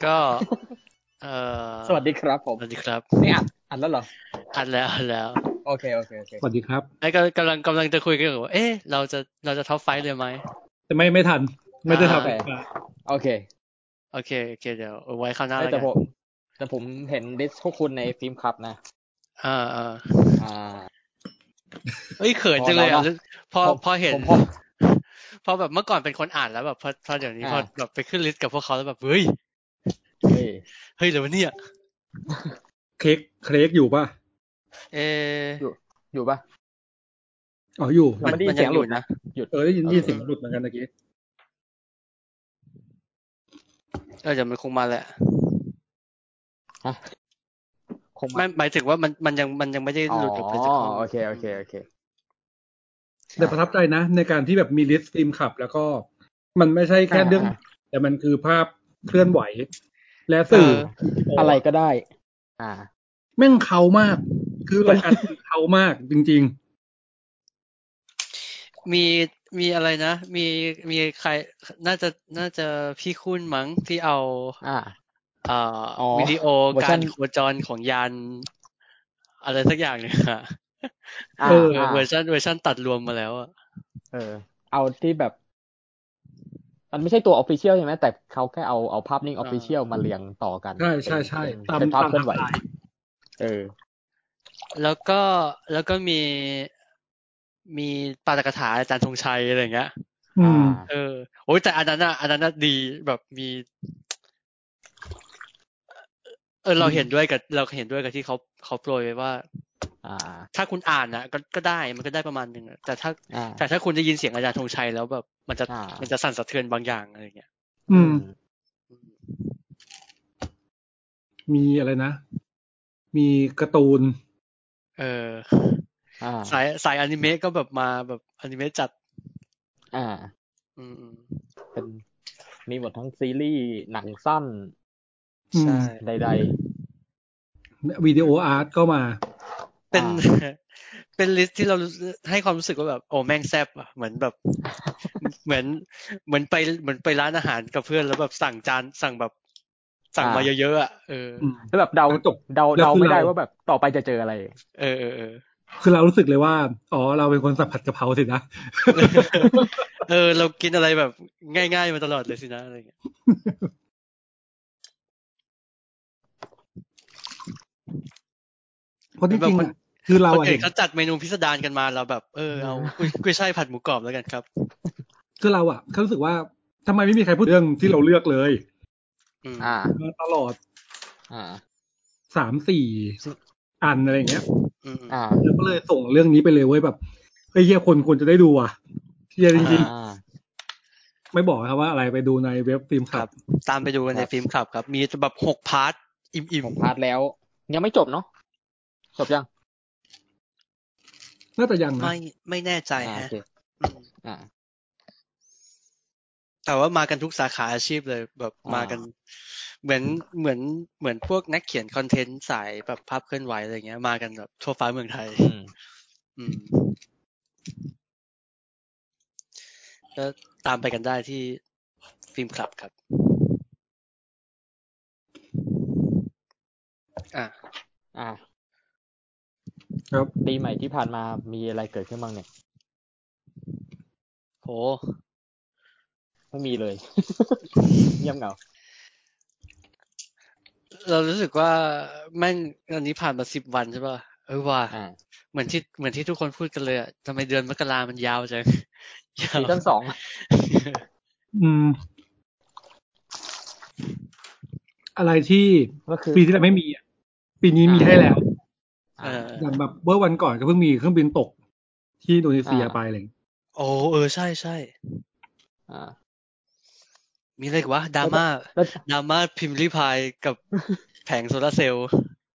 ก็เอ่สวัสดีครับผมสวัสดีครับนี่อัดแล้วเหรออัดแล้วโอเคสวัสดีครับไอ้กำลังจะคุยกันว่าเราจะท็อปไฟว์เลยไหมแต่ไม่ทันไม่ได้ทโอเคเดี๋ยวไว้คราวหน้าแต่แล้วกันผมเห็นดิสพวกคุณในฟิล์มคลับนะเขินจังเลยพอเห็นผมพอแบบเมื่อก่อนเป็นคนอ่านแล้วแบบพอเดี๋ยวนี้พอแบบไปขึ้นลิสต์กับพวกเขาแล้วแบบเฮ้ยเดี๋ยวเนี่ยเค้กอยู่ป่ะอยู่ป่ะอยู่มันได้ยินเสียงหลุดนะหยุดได้ยินเสียงหลุดเหมือนกันเมื่อกี้เดี๋ยวมันคงมาแหละคงมาไม่หมายถึงว่ามันยังไม่ได้หลุดออกไปจากห้องโอเคแต่ประทับใจนะในการที่แบบมีลิสต์ฟิล์มขับแล้วก็มันไม่ใช่แค่เรื่องแต่มันคือภาพเคลื่อนไหวและสื่ออะไรก็ได้แม่งเขามากคือรายการเขามากจริงๆมีอะไรนะมีใครน่าจะพี่คุณมั้งที่เอาวิดีโอการโคจรของยานอะไรสักอย่างเนี่ยเวอร์ชันตัดรวมมาแล้วเอาที่แบบมันไม่ใช่ตัว official ใช่ไหมแต่เขาแค่เอาภาพนิ่ง official มาเรียงต่อกันใช่เป็นภาพเคลื่อนไหวแล้วก็มีปาฐกถาอาจารย์ธงชัยอะไรอย่างเงี้ยโอ้ยแต่อันนั้นดีแบบมีเราเห็นด้วยกับที่เขาโปรยไว้ว่าถ้าคุณอ่านนะก็ได้มันก็ได้ประมาณนึงแต่ถ้าคุณได้ยินเสียงอาจารย์ธงชัยแล้วแบบมันจะสั่นสะเทือนบางอย่างอะไรอย่างเงี้ยมีอะไรนะมีการ์ตูนสายอนิเมะก็แบบมาแบบอนิเมะจัดเป็นมีหมดทั้งซีรีส์หนังสั้นใช่ใดๆวิดีโออาร์ตก็มาเป็นลิสต์ที่เราให้ความรู้สึกว่าแบบโอ้แม่งแซ่บอ่ะเหมือนแบบเหมือนไปร้านอาหารกับเพื่อนแล้วแบบสั่งมาเยอะๆอ่ะแล้วแบบเดาไม่ได้ว่าแบบต่อไปจะเจออะไรคือเรารู้สึกเลยว่าเราเป็นคนสัมผัสกะเพราสินะเรากินอะไรแบบง่ายๆมาตลอดเลยสินะอะไรอย่างเงี้ยเพราะจริงๆคือเราเห็นเขาจัดเมนูพิสดารกันมาเราแบบเอากุ้ยช่ายผัดหมูกรอบแล้วกันครับคือเราเขารู้สึกว่าทำไมไม่มีใครพูดเรื่องที่เราเลือกเลยมาตลอด3-4 อันอะไรอย่างเงี้ยแล้วก็เลยส่งเรื่องนี้ไปเลยเว้ยแบบเหี้ยคนควรจะได้ดูเหี้ยจริงๆไม่บอกครับว่าอะไรไปดูในเว็บฟิล์มคลับตามไปดูกันในฟิล์มคลับครับมีแบบ6 พาร์ทอิ่ม 6 พาร์ทแล้วยังไม่จบเนาะจบยังน่าจะยังนะไม่แน่ใจฮะแต่ว่ามากันทุกสาขาอาชีพเลยแบบมากันเหมือนพวกนักเขียนคอนเทนต์สายแบบภาพเคลื่อนไหวอะไรเงี้ยมากันแบบทั่วฟ้าเมืองไทยก็ตามไปกันได้ที่ฟิล์มคลับครับครับปีใหม่ที่ผ่านมามีอะไรเกิดขึ้นบ้างเนี่ยโหไม่มีเลย เงียบเหงาเรารู้สึกว่าแม่งอันนี้ผ่านมา10 วันใช่ป่ะว่าเหมือนที่ทุกคนพูดกันเลยอ่ะทำไมเดือนมกรามันยาวจังซีซั่น2 อะไรที่ปีที่แล้วไม่มีปีนี้มีให้แล้วอย่างแบบเมื่อวันก่อนก็เพิ่งมีเครื่องบินตกที่อินโดนีเซียไปอะไรโอ้ใช่มีอะไรกว่าดราม่าพิมพ์รีพายกับแผงโซลาร์เซลล์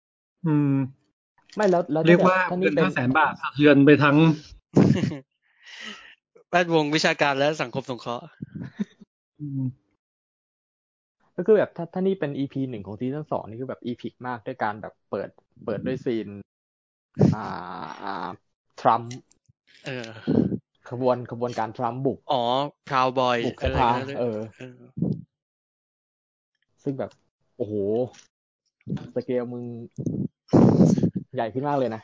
ไม่แล้วเรียกว่าเงิน500,000 บาทสะเทือนไปทั้งแวดวงวิชาการและสังคมสงเคราะห์ก็คือแบบถ้านี่เป็น EP 1ของซีซั่น2นี่คือแบบอีพิกมากด้วยการแบบเปิดด้วยซีนทรัมป์ขบวนการทรัมป์บุกพราวบอยบุกสภาซึ่งแบบโอ้โหสเกลมึงใหญ่ขึ้นมากเลยนะ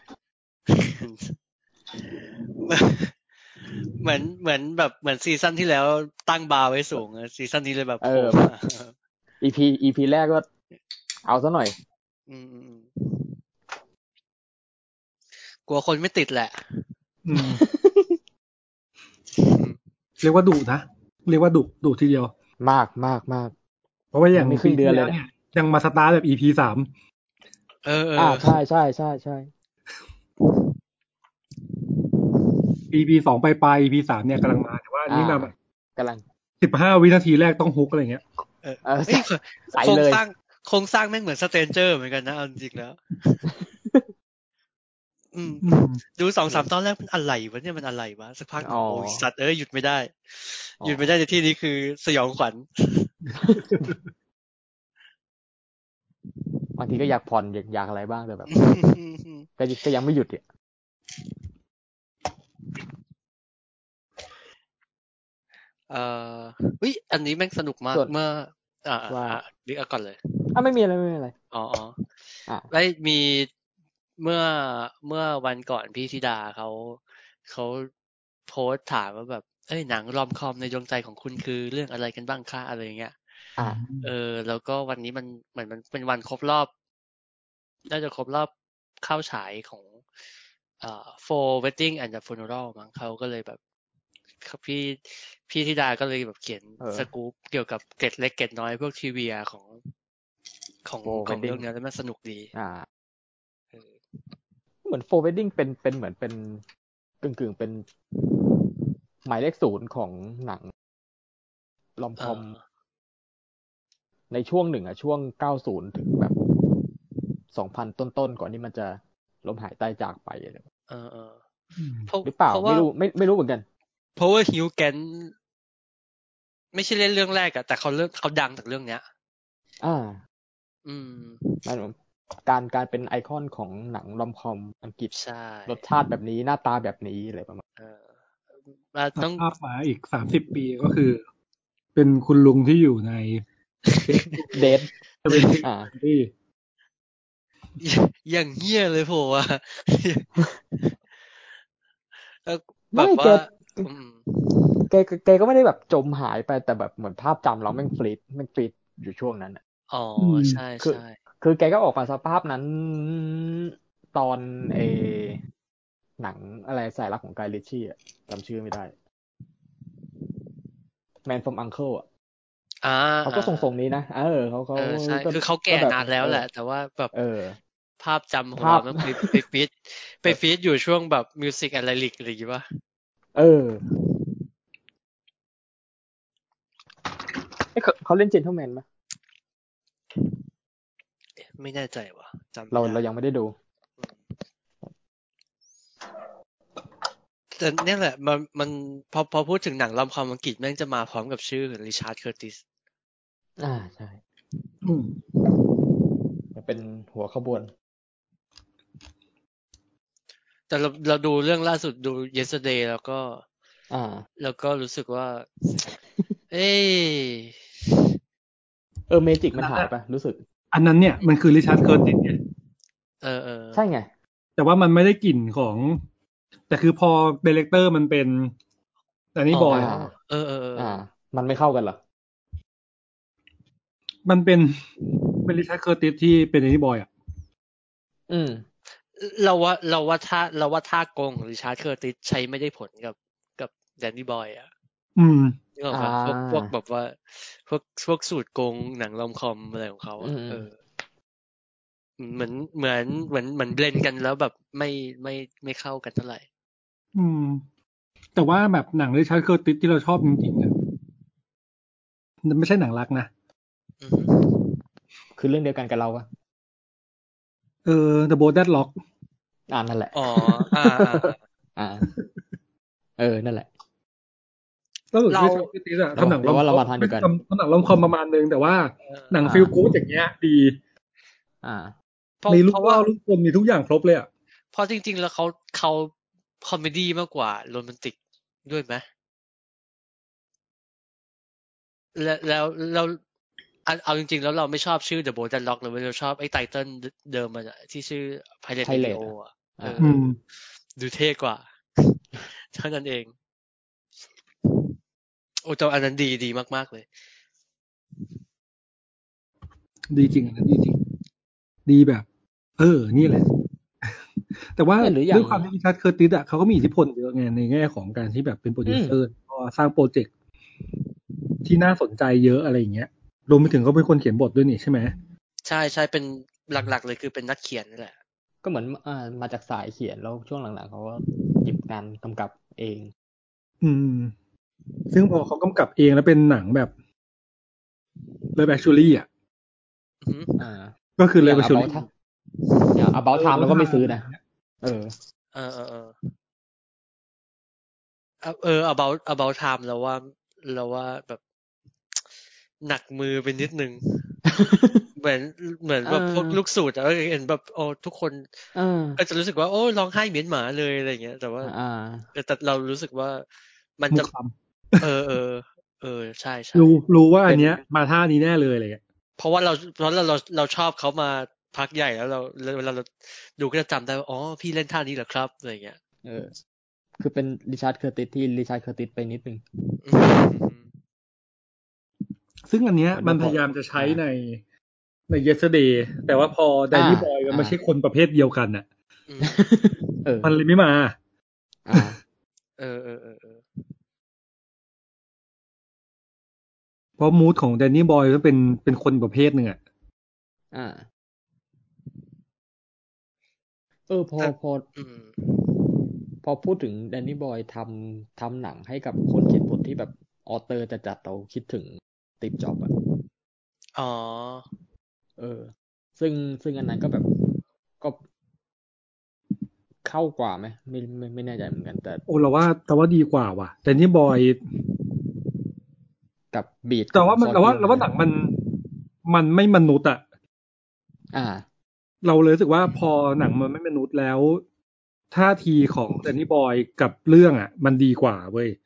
เหมือนแบบเหมือนซีซั่นที่แล้วตั้งบาร์ไว้สูงซีซั่นนี้เลยแบบ EP แรกก็เอาซะหน่อยกลัวคนไม่ติดแหละเรียกว่าดุนะเรียกว่าดุทีเดียวมากเพราะว่าอย่างปีที่แล้วเนี่ยยังมาสตาร์ทแบบ EP 3 ใช่ EP 2ปลาย EP 3เนี่ยกำลังมาแต่ว่าอันนี้มาแบบกำลัง 15 วินาทีแรกต้องฮุกอะไรเงี้ยโครงสร้างแม่งเหมือนสเตนเจอร์เหมือนกันนะเอาจริงแล้วดู 2-3 ตอนแรกมันอะไรวะเนี่ยมันอะไรวะสักพักโอ้ยสัตว์หยุดไม่ได้ในที่นี้คือสยองขวัญบางทีก็อยากผ่อนอยากอะไรบ้างแต่แบบก็ยังไม่หยุดอ่ะอันนี้แม่งสนุกมากเมื่อดิกก่อนเลยไม่มีอะไรอ๋อได้มีเมื่อวันก่อนพี่ธิดาเขาโพสต์ถามว่าแบบหนังรอมคอมในดวงใจของคุณคือเรื่องอะไรกันบ้างคะอะไรเงี้ยแล้วก็วันนี้มันเหมือนมันเป็นวันครบรอบน่าจะครบรอบเข้าฉายของFor Wedding and the Funeral มั้งเขาก็เลยแบบพี่ธิดาก็เลยแบบเขียนสกู๊ปเกี่ยวกับเกร็ดเล็กเกร็ดน้อยพวกทีวีของเรื่องนี้แล้วมันสนุกดีเหมือน For Wedding เป็นเหมือนเป็นกึ่งเป็นหมายเลข0ของหนังรอมคอมในช่วงหนึ่งช่วง90ถึงแบบ2000ต้นก่อนที่มันจะล้มหายตายจากไปหรือเปล่าไม่รู้เหมือนกันเพราะว่าฮิวแกนไม่ใช่เล่นเรื่องแรกแต่เขาดังจากเรื่องเนี้ยการเป็นไอคอนของหนังรอมคอมอังกฤษรสชาติแบบนี้หน้าตาแบบนี้อะไรประมาณต้องภาพมาอีก30 ปีก็คือเป็นคุณลุงที่อยู่ในเดทที่อย่างเงี้ยเลยผมว่าไม่แกก็ไม่ได้แบบจมหายไปแต่แบบเหมือนภาพจำเราแม่งฟรีดอยู่ช่วงนั้นใช่คือแกก็ออกมาสภาพนั้นตอนหนังอะไรสายลับของไกลิชชี่จำชื่อไม่ได้ Man from Uncle เขาก็ทรงๆนี้นะเขาใช่คือเขาแก่นานแล้วแหละแต่ว่าแบบภาพจำของเรามันไปฟีดอยู่ช่วงแบบมิวสิกแอนด์ลิริกอะไรอย่างงี้ป่ะเขาเล่น Gentleman มั้ยไม่แน่ใจว่ะจำเรายังไม่ได้ดูแต่เนี่ยแหละมันพอพูดถึงหนังรอมคอมอังกฤษแม่งจะมาพร้อมกับชื่อริชาร์ดเคอร์ติสใช่เป็นหัวขบวนแต่เราดูเรื่องล่าสุดดู Yesterday แล้วก็รู้สึกว่าเมจิกมันหายไปรู้สึกอันนั้นเนี่ยมันคือริชาร์ดเคอร์ติสไงใช่ไงแต่ว่ามันไม่ได้กลิ่นของแต่คือพอเดเรคเตอร์มันเป็นแดนนี่บอยมันไม่เข้ากันหรอมันเป็นริชาร์ดเคอร์ติสที่เป็นแดนนี่บอยเราว่าท่าโกงของริชาร์ดเคอร์ติสใช้ไม่ได้ผลกับแดนนี่บอยนึกออกป่ะพวกแบบว่าพวกสูตรโกงหนังรอมคอมอะไรของเขาเหมือนเบลนกันแล้วแบบไม่เข้ากันเท่าไหร่แต่ว่าแบบหนังริชาร์ดเคอร์ติสที่เราชอบจริงๆมันไม่ใช่หนังรักนะคือเรื่องเดียวกันกับเราปะ The Boat That Rocked นั่นแหละนั่นแหละเราทำหนังรอมคอมไม่ทำหนังรอมคอมประมาณนึงแต่ว่าหนังฟีลกู๊ดอย่างเงี้ยดีมีลูกว่าลูกคนมีทุกอย่างครบเลยอ่ะเพราะจริงๆแล้วเขาคอมเมดี้มากกว่าโรแมนติกด้วยไหมแล้วเอาจริงๆแล้วเราไม่ชอบชื่อ The Boat Unlocked หรือว่าเราชอบไอ้ไตเติ้ลเดิมมันที่ชื่อ Pirate Radio อ่ะดูเท่กว่าเท่านั้นเองโอ้แต่อันนั้นดีมากๆเลยดีจริงนะดีจริงดีแบบนี่แหละแต่ว่าด้วยความที่ริชาร์ด เคอร์ติสอ่ะเขาก็มีอิทธิพลเยอะไงในแง่ของการที่แบบเป็นโปรดิวเซอร์ก็สร้างโปรเจกต์ที่น่าสนใจเยอะอะไรอย่างเงี้ยรวมไปถึงเขาเป็นคนเขียนบทด้วยนี่ใช่ไหมใช่เป็นหลักๆเลยคือเป็นนักเขียนนี่แหละก็เหมือนมาจากสายเขียนแล้วช่วงหลังๆเขาก็หยิบงานกำกับเองซึ่งพอเขากำกับเองแล้วเป็นหนังแบบLove Actually อ่ะก็คือ Love Actually อย่าง About Time เราก็ไม่ซื้อนะ about time เราว่าแบบหนักมือไปนิดนึง เหมือนแบบพวกลูกสูตรเห็นแบบโอ้ทุกคนก็จะรู้สึกว่าโอ้ร้องไห้เหมือนหมาเลยอะไรอย่างเงี้ยแต่ว่าแต่เรารู้สึกว่ามันจะใช่รู้ว่าอันเนี้ยมาท่านี้แน่เลยอะไรเงี้ยเพราะว่าเราชอบเขามาพักใหญ่แล้วเวลาเราดูก็จะจำได้ว่าอ๋อพี่เล่นท่านี้เหรอครับอะไรเงี้ยคือเป็นริชาร์ด เคอร์ติสที่ริชาร์ด เคอร์ติสไปนิดนึงซึ่งอันเนี้ยมันพยายามจะใช้ในYesterday แต่ว่าพอ Danny Boy มันไม่ใช่คนประเภทเดียวกันน่ะมันเลยไม่มาเพราะมูดของ Danny Boy ก็เป็นคนประเภทหนึ่งอ่ะพอพูดถึง Danny Boy ทำหนังให้กับคนเขียนบทที่แบบออเตอร์จัดเราคิดถึงสตีฟ จ็อบส์อ่ะซึ่งอันนั้นก็แบบก็เข้ากว่าไหมไม่แน่ใจเหมือนกันแต่เราว่าดีกว่าว่ะDanny Boy กับบีทแต่ว่าเราว่าหนังมันไม่มนุษย์อ่ะเราเลยรู้สึกว่าพอหนังมันไม่มนุษย์แล้วท่าทีของแดนนี่บอยกับเรื่องอ่ะมันดีกว่าเว้ย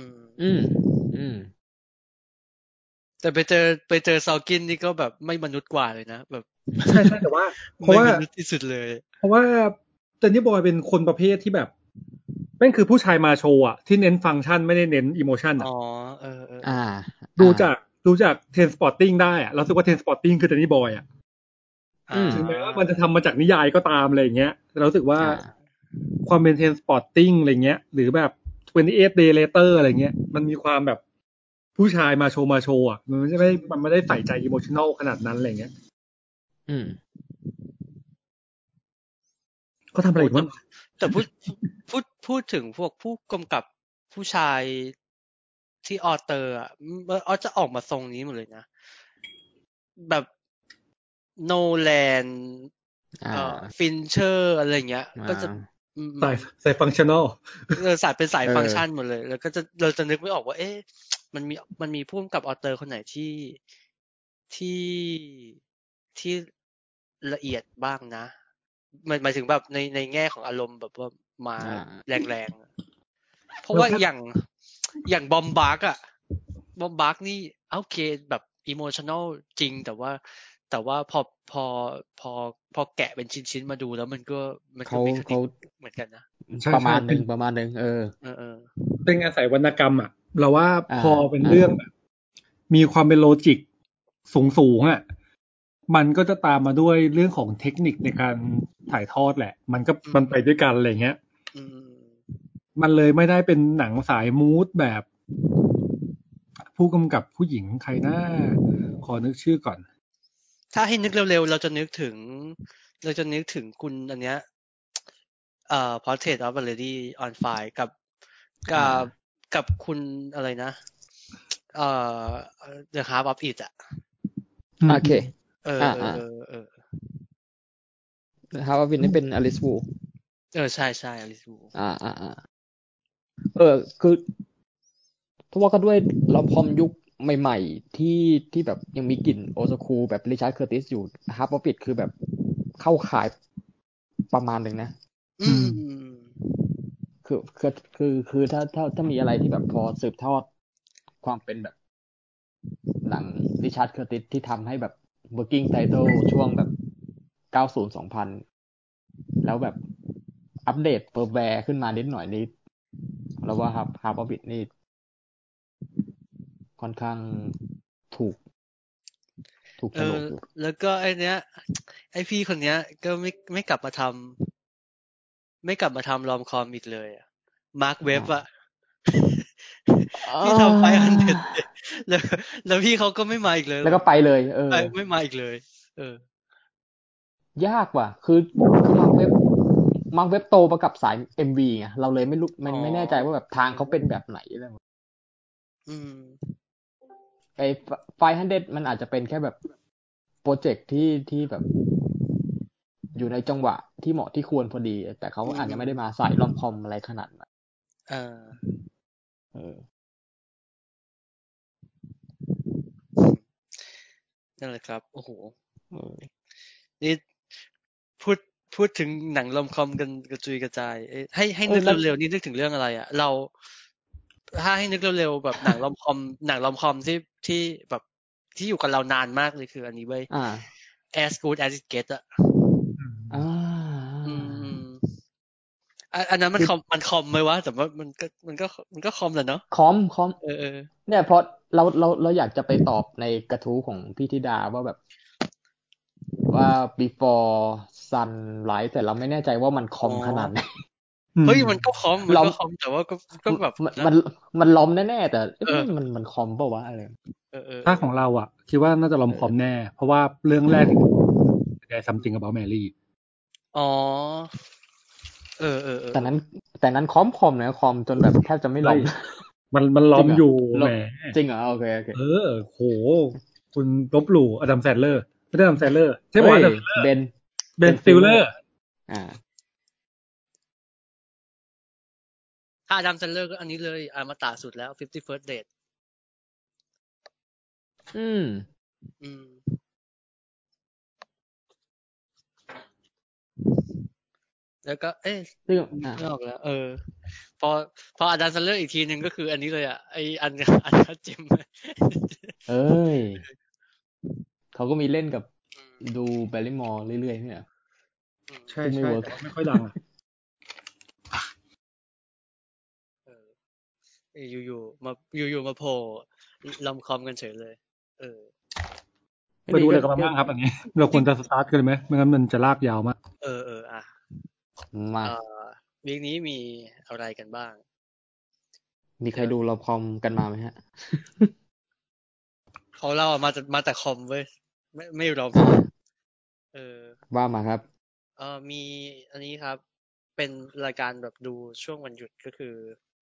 แต่ไปเจอซอลกินนี่ก็แบบไม่มนุษย์กว่าเลยนะแบบใช่แต่ว่าเพราะว่ามนุษย์ที่สุดเลยเพราะว่าแดนนี่บอยเป็นคนประเภทที่แบบแม่งคือผู้ชายมาโชว์อ่ะที่เน้นฟังก์ชันไม่ได้เน้นอิโมชันอ่ะดูจากเทรนสปอร์ตติ้งได้อ่ะเราคิดว่าเทรนสปอร์ตติ้งคือแดนนี่บอยอ่ะถึงแม้ว่ามันจะทำมาจากนิยายก็ตามอะไรอย่างเงี้ยเรารู้สึกว่าความเป็นเทรนสปอร์ตติ้งอะไรเงี้ยหรือแบบ28 Day Later อะไรเงี้ยมันมีความแบบผู้ชายมาโชว์อ่ะมันไม่ได้ใส่ใจอิโมชันนอลขนาดนั้นอะไรเงี้ยเขาทำอะไรอีกวะแต่พูดถึงพวกผู้กำกับผู้ชายที่ออเตอร์อ่ะจะออกมาทรงนี้หมดเลยนะแบบโนแลนฟินเชอร์อะไรเงี้ยก็จะใส่ฟังชั่นอลสายเป็นสายฟังก์ชันหมดเลยแล้วก็เราจะนึกไม่ออกว่ามันมีผู้กำกับออเตอร์คนไหนที่ละเอียดบ้างนะหมายถึงแบบในแง่ของอารมณ์แบบว่ามาแรงๆเพราะว่าอย่างบอมบาร์กนี่โอเคแบบอิโมชันนอลจริงแต่ว่าพอแกะเป็นชิ้นๆมาดูแล้วมันก็ไม่คติเหมือนกันนะประมาณนึงเป็นงานสายวรรณกรรมอ่ะเราว่าพอเป็นเรื่องแบบมีความเป็นโลจิกสูงอ่ะมันก็จะตามมาด้วยเรื่องของเทคนิคในการถ่ายทอดแหละมันไปด้วยกันอะไรเงี้ยมันเลยไม่ได้เป็นหนังสายมูดแบบผู้กำกับผู้หญิงใครนะขอนึกชื่อก่อนถ้าให้นึกเร็วๆเราจะนึกถึงคุณอันเนี้ยPortrait of a Lady on Fire กับคุณอะไรนะThe Half of It อ่ะโอเคHalf of It นี่เป็น Alice Wu ใช่Alice Wu คือเพราะว่าก็ด้วยเราพอมยุคใหม่ๆที่แบบยังมีกลิ่นโอซาคุแบบริชาร์ด เคอร์ติสอยู่ Half of It คือแบบเข้าขายประมาณนึงนะคือถ้ามีอะไรที่แบบพอสืบทอดความเป็นแบบหนังริชาร์ดเคอร์ติสที่ทำให้แบบ working title ช่วงแบบ90-2000แล้วแบบอัปเดตเฟิร์มแวร์ขึ้นมานิดหน่อยนิดแล้วว่าครับฮาร์ปอบิทนี่ค่อนข้างถูกโฉลกอยู่แล้วก็ไอเนี้ยไอพี่คนเนี้ยก็ไม่กลับมาทำรอมคอมอีกเลยมาร์คเว็บอะที่ทำ500แล้วพี่เขาก็ไม่มาอีกเลยแล้วก็ไปเลยไม่มาอีกเลยยากว่ะคือมาร์คเว็บโตมากับสาย MV ไงเราเลยไม่รู้ไม่แน่ใจว่าแบบทางเขาเป็นแบบไหนอะไรไอ้500มันอาจจะเป็นแค่แบบโปรเจกต์ที่แบบอยู่ในจังหวะที่เหมาะที่ควรพอดีแต่เขาอาจจะไม่ได้มาสายรอมคอมอะไรขนาดนั้นนั่นแหละครับโอ้โหนี่พูดถึงหนังรอมคอมกันกระจุยกระจายให้นึกเร็วๆนี่นึกถึงเรื่องอะไรเราถ้าให้นึกเร็วๆแบบหนังรอมคอมที่แบบที่อยู่กับเรานานมากเลยคืออันนี้เว้ยAs Good As It Gets อันนั้นมันคอมไหมวะแต่ว่ามันก็คอมแหละเนาะคอมเนี่ยเพราะเราอยากจะไปตอบในกระทู้ของพี่ธิดาว่า before sunrise แต่เราไม่แน่ใจว่ามันคอมขนาดไหนเฮ้ยมันก็คอมแต่ว่าก็แบบมันล้อมแน่ๆแต่มันคอมเปล่าวะอะไรถ้าของเราคิดว่าน่าจะล้อมคอมแน่เพราะว่าเรื่องแรกที่ได้ Something About Mary แต่นั้นคอมนะคอมจนแบบแทบจะไม่ล้อมมันล้อมอยู่แหมจริงเหรอโอเคโหคุณลบหลู่อดัมแซนเลอร์ไม่ได้อดัมแซนเลอร์ใช่ป่ะเบนสติลเลอร์ถ้าอดัมแซนเลอร์ก็อันนี้เลยอมตะสุดแล้ว 50 First Date แล้วก็ไม่ออกแล้วพออดัมแซนเลอร์อีกทีนึงก็คืออันนี้เลยไออันจิมเขาก็มีเล่นกับดูแบลลิมอร์เรื่อยๆเนี่ยใช่ไม่เวิร์กไม่ค่อยดังอยู่มาโผล่ลอมคอมกันเฉยเลยไปดูอะไรกันบ้างครับอันนี้เราควรจะสตาร์ทกันไหมไม่งั้นมันจะลากยาวมากมาวีคนี้มีอะไรกันบ้างมีใครดูลอมคอมกันมาไหมฮะเขาเล่ามาแต่คอมเว้ยไม่รอมว่ามาครับมีอันนี้ครับเป็นรายการแบบดูช่วงวันหยุดก็คือ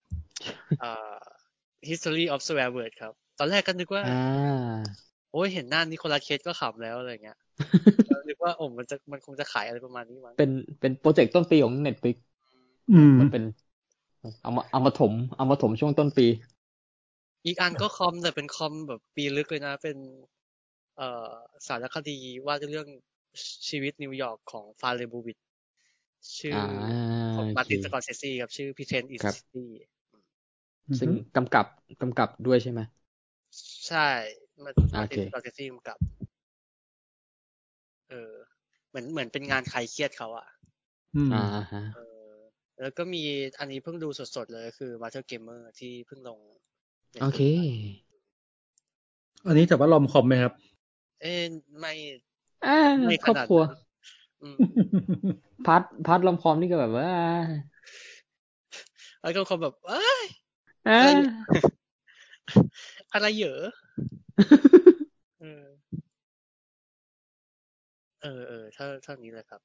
History of Swear Word ครับตอนแรกก็นึกว่าโอ้ยเห็นหน้านิโคลัสเคจก็ขำแล้วอะไรเงี้ยนึกว่ามันคงจะขายอะไรประมาณนี้มั้งเป็นโปรเจกต์ต้นปีของ Netflix มันเป็นเอามาถมช่วงต้นปีอีกอันก็คอมแต่เป็นคอมแบบปีลึกเลยนะเป็นสารคดีว่าด้วยเรื่องชีวิตนิวยอร์กของฟาเรบูวิชชื่อของมาร์ตินสกอร์เซซีครับชื่อ Pretend It's City ซึ่งกำกับด้วยใช่ไหมใช่มาร์ตินสกอร์เซซีกำกับเหมือนเป็นงานคลายเครียดเขาแล้วก็มีอันนี้เพิ่งดูสดๆเลยคือ Master Gamer ที่เพิ่งลงโอเคอันนี้จับว่าลอมคอมไหมครับไม่ครอบครัวพัดลอมคอมนี่ก็แบบว่าแล้วก็คนแบบอะไรเหรอเท่านี้เลยครับ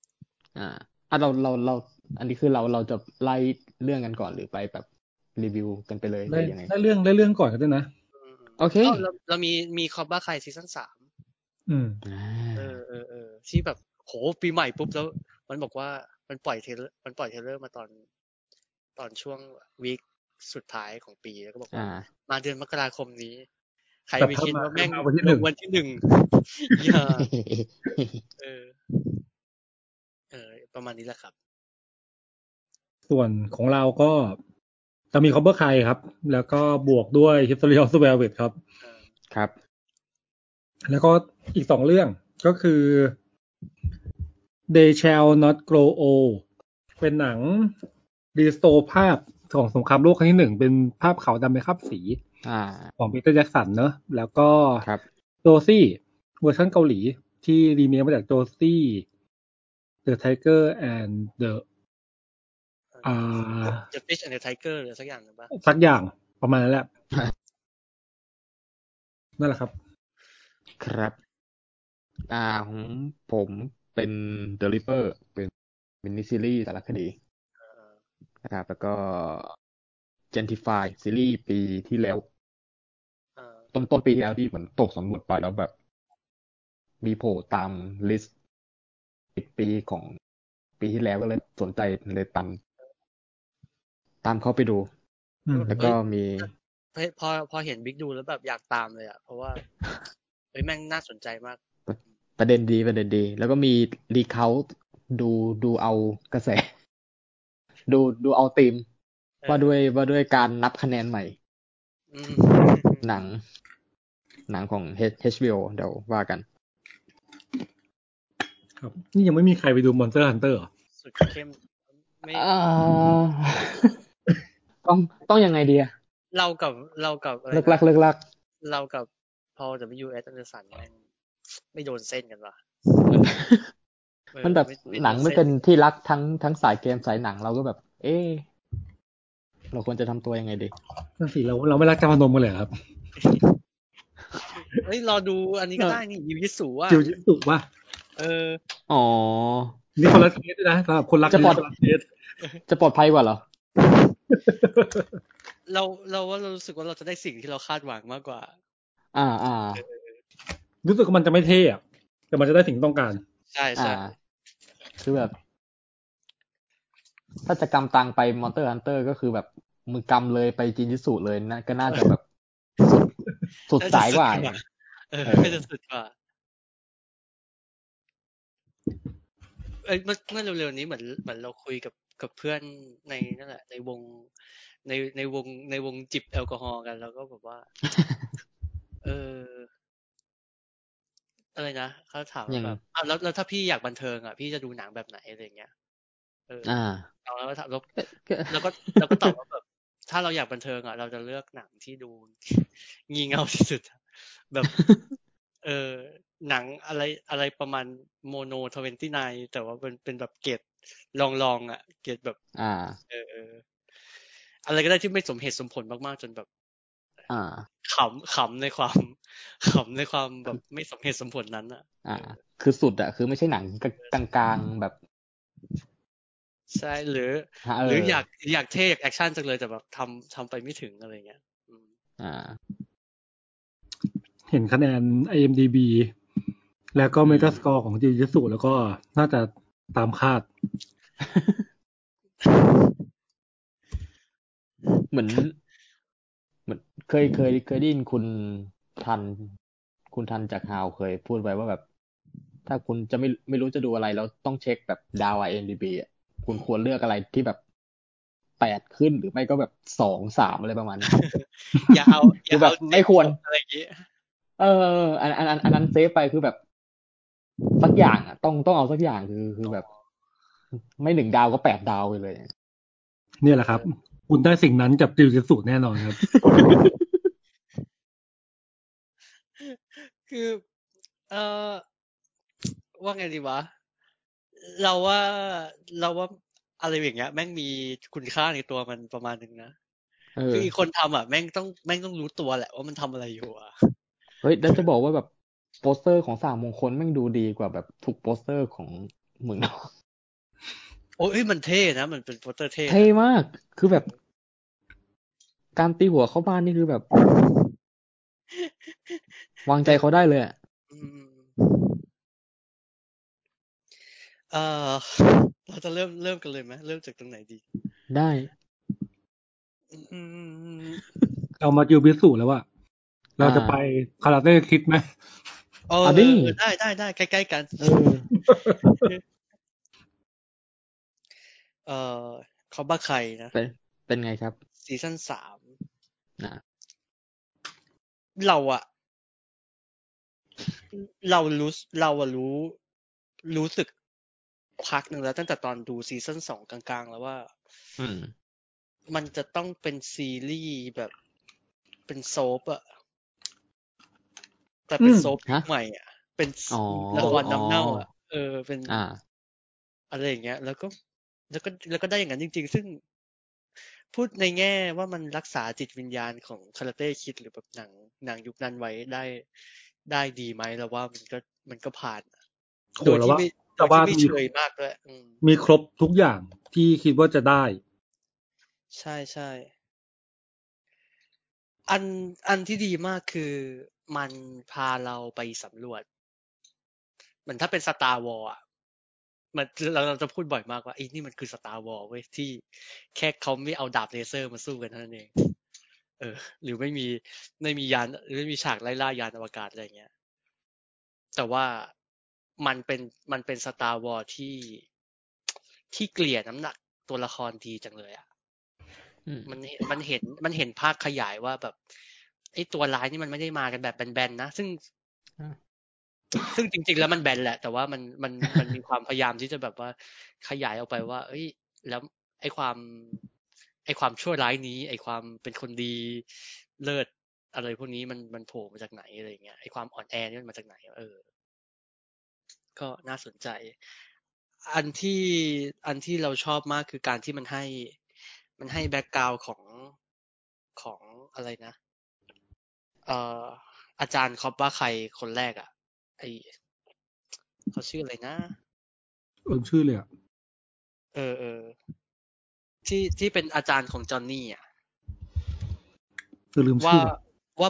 เราอันนี้คือเราจะไล่เรื่องกันก่อนหรือไปแบบรีวิวกันไปเลยยังไงได้เรื่องก่อนก็ได้นะโอเคเรามีคอมบ้าใครซีซั่น3ที่แบบโหปีใหม่ปุ๊บแล้วมันบอกว่ามันปล่อยเทเลอร์มาตอนช่วงวีคสุดท้ายของปีแล้วก็บอกว่ามาเดือนมกราคมนี้ใครไม่คิดว่าแม่งวันที่ 1อย่าประมาณนี้แหละครับส่วนของเราก็จะมีคอมเบอร์ใครครับแล้วก็บวกด้วย History of the Velvet ครับครับแล้วก็อีก2เรื่องก็คือ They Shall Not Grow Old เป็นหนังรีสโตร์ภาพของสงครามโลกครั้งที่1เป็นภาพขาวดำในคราบสีของปีเตอร์แจ็คสันเนอะแล้วก็โจซี่เวอร์ชันเกาหลีที่รีเมคมาจากโจซี่ The Tiger and the The Fish and the Tiger หรือสักอย่างหรือเปล่าสักอย่างประมาณนั้นแหละนั่นแหละครับครับของผมเป็น The Reaper เป็นมินิซีรีส์สารคดีนะครับแล้วก็ Gentify ซีรีส์ปีที่แล้วต้นปีที่แล้วที่เหมือนตกสำรวจไปแล้วแบบมีโผล่ตามลิสต์10 ปีของปีที่แล้วก็เลยสนใจเลยตามเข้าไปดูแล้วก็มีพอเห็นบิ๊กดูแล้วแบบอยากตามเลยอ่ะเพราะว่าแม่งน่าสนใจมากประเด็นดีแล้วก็มีรีเคาท์ดูเอากระแสดูเอาธีมว่าด้วยการนับคะแนนใหม่หนังของ HBO เดี๋ยวว่ากันครับนี่ยังไม่มีใครไปดู Monster Hunter หรอสุดเข้มไม่ต้องยังไงดีอะเรากับเลิกลักเรากับพอจะไม่ยูเอสอันเดอร์สันไม่โดนเส้นกันว่ะมันแบบหนังไม่เป็นที่รักทั้งสายเกมสายหนังเราก็แบบเราควรจะทำตัวยังไงดีนั่นสิเราไม่รักจาพนมกันเลยครับรอดูอันนี้ก็ได้นี่ยูยิสุว่ะยูยิสุว่ะอ๋อนี่คนละเคสนะสำหรับคนรักจะปลอดภัยกว่าเหรอเราว่าเรารู้สึกว่าเราจะได้สิ่งที่เราคาดหวังมากกว่ารู้สึกว่ามันจะไม่เท่อะแต่มันจะได้สิ่งต้องการใช่คือแบบถ้าจะกำตังไป Monster Hunter ก็คือแบบมือกำเลยไปจินจิสุเลยนะก็น่าจะแบบสุดสายกว่าไม่จะสุดกว่าเมื่อเร็วๆนี้เหมือนเราคุยกับเพื่อนในนั่นแหละในวงจิบแอลกอฮอล์กันแล้วก็แบบว่าอะไรนะเขาถามว่าแบบแล้วถ้าพี่อยากบันเทิงอ่ะพี่จะดูหนังแบบไหนอะไรเงี้ยแล้วก็ตอบว่าแบบถ้าเราอยากบันเทิงอ่ะเราจะเลือกหนังที่ดูงี่เง่าที่สุดแบบหนังอะไรประมาณโมโน29แต่ว่าเป็นแบบเกรดลองอ่ะเกรดแบบอะไรก็ได้ที่ไม่สมเหตุสมผลมากๆจนแบบขำในความแบบไม่สมเหตุสมผลนั้นอ่ะคือสุดอ่ะคือไม่ใช่หนังกลางๆแบบใช่หรืออยากเท่อยากแอคชั่นจังเลยแต่แบบทำไปไม่ถึงอะไรเงี้ยเห็นคะแนน IMDb แล้วก็ Metascore ของจิจิสุแล้วก็น่าจะตามคาดเหมือนเคยได้ยินคุณทันจากฮาวเคยพูดไว้ว่าแบบถ้าคุณจะไม่รู้จะดูอะไรแล้วต้องเช็คแบบดาว IMDb อ่ะคุณควรเลือกอะไรที่แบบ8ขึ้นหรือไม่ก็แบบ2 3อะไรประมาณนี้อย่าเอาแบบไม่ควรอะไรอย่างงี้อันนั้นเซฟไปคือแบบสักอย่างอ่ะต้องเอาสักอย่างคือแบบไม่1 ดาวก็8 ดาวไปเลยเนี่ยแหละครับคุณได้สิ่งนั้นจากจิจิสุแน่นอนครับคือว่าไงดีวะเราว่าอะไรอย่างเงี้ยแม่งมีคุณค่าในตัวมันประมาณนึงนะคืออีกคนทำอ่ะแม่งต้องรู้ตัวแหละว่ามันทำอะไรอยู่อ่ะเฮ้ยแล้วจะบอกว่าแบบโปสเตอร์ของสามมงคลแม่งดูดีกว่าแบบทุกโปสเตอร์ของเมืองนอกโอ้ยมันเท่นะมันเป็นโปสเตอร์เท่มากคือแบบการตีหัวเข้าบ้านนี่คือแบบวางใจเขาได้เลยอ่ะเราจะเริ่มกันเลยไหมเริ่มจากตรงไหนดีได้เรามาจิจิสุแล้วว่าเราจะไปคาราเต้คิดไหมได้ใกล้ๆกันเขาบ้าใครนะเป็นไงครับซีซั่น3เราอะเรารู้สึกพักหนึ่งแล้วตั้งแต่ตอนดูซีซั่น2กลางๆแล้วว่ามันจะต้องเป็นซีรีส์แบบเป็นโซปอะแต่เป็นโซปใหม่อ่ะเป็นละครน้ำเน่าอ่ะเป็นอะไรอย่างเงี้ยแล้วก็ได้อย่างนั้นจริงๆซึ่งพูดในแง่ว่ามันรักษาจิตวิญญาณของคาราเต้คิดหรือแบบหนังยุคนั้นไว้ได้ดีไหมแล้วว่ามันก็ผ่านโดยที่ไม่เฉยมากด้วยมีครบทุกอย่างที่คิดว่าจะได้ใช่อันที่ดีมากคือมันพาเราไปสำรวจมันถ้าเป็น Star Wars อ่ะมันเราจะพูดบ่อยมากว่าไอ้นี่มันคือ Star Wars เว้ยที่แค่เขาไม่เอาดาบเลเซอร์มาสู้กันเท่านั้นเองหรือไม่มียานหรือไม่มีฉากไล่ล่ายานอวกาศอะไรเงี้ยแต่ว่ามันเป็น Star Wars ที่เกลี่ยน้ำหนักตัวละครดีจังเลยอ่ะมันเห็นภาคขยายว่าแบบไอ้ตัวร้ายนี่มันไม่ได้มากันแบบแบนๆนะซึ่งจริงๆแล้วมันแบนแหละแต่ว่ามันมีความพยายามที่จะแบบว่าขยายออกไปว่าเอ้ยแล้วไอ้ความชั่วร้ายนี้ไอ้ความเป็นคนดีเลิศอะไรพวกนี้มันโผล่มาจากไหนอะไรเงี้ยไอ้ความอ่อนแอนี่มันมาจากไหนก็น่าสนใจอันที่เราชอบมากคือการที่มันให้แบ็กกราวด์ของอะไรนะอาจารย์คอปว่าใครคนแรกอ่ะไอเขาชื่ออะไรนะชื่อเลยอ่ะที่เป็นอาจารย์ของจอห์นนี่อ่ะลืมชื่อว่า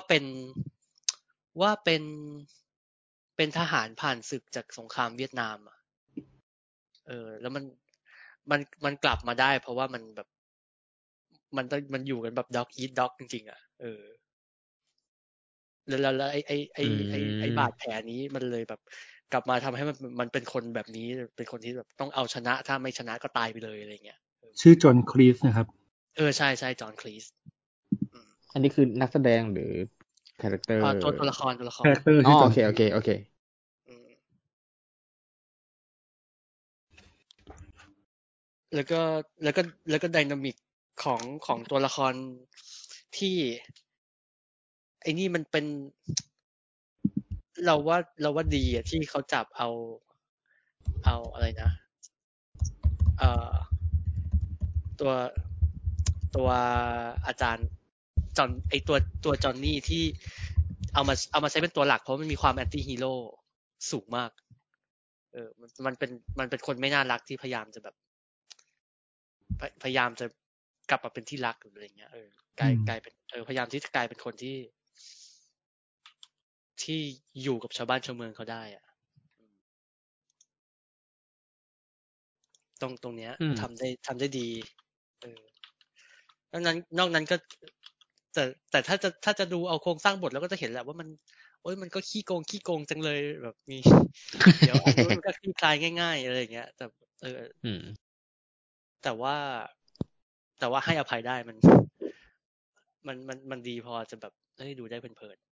เป็นทหารผ่านศึกจากสงครามเวียดนามอ่ะแล้วมันกลับมาได้เพราะว่ามันแบบมันอยู่กันแบบด็อกอีทด็อกจริงๆอ่ะแล้วไอ้บาดแผลนี้มันเลยแบบกลับมาทำให้มันเป็นคนแบบนี้เป็นคนที่แบบต้องเอาชนะถ้าไม่ชนะก็ตายไปเลยอะไรเงี้ยชื่อจอห์นคลีฟนะครับใช่จอห์นคลีฟอันนี้คือนักแสดงหรือคาแรคเตอร์ตัวละครคาแรคเตอร์ชื่อจอห์นโอเคแล้วก็ไดนามิกของตัวละครที่ไอ้นี่มันเป็นเราว่าดีอ่ะที่เขาจับเอาอะไรนะตัวอาจารย์จอนไอตัวจอนนี่ที่เอามาใช้เป็นตัวหลักเพราะมันมีความแอนตี้ฮีโร่สูงมากมันเป็นคนไม่น่ารักที่พยายามจะแบบพยายามจะกลับมาเป็นที่รักหรืออะไรเงี้ยกลายเป็นพยายามที่จะกลายเป็นคนที่อยู่กับชาวบ้านชาวเมืองเขาได้อะตรงเนี้ยทำได้ดีนอกนั้นก็แต่ถ้าจะดูเอาโครงสร้างบทแล้วก็จะเห็นแหละว่ามันก็ขี้โกงจังเลยแบบมีเดี๋ยวอันนู้นมันก็คลี่คลายง่ายๆอะไรอย่างเงี้ยแต่แต่ว่าให้อภัยได้มันดีพอจะแบบดูได้เพลิน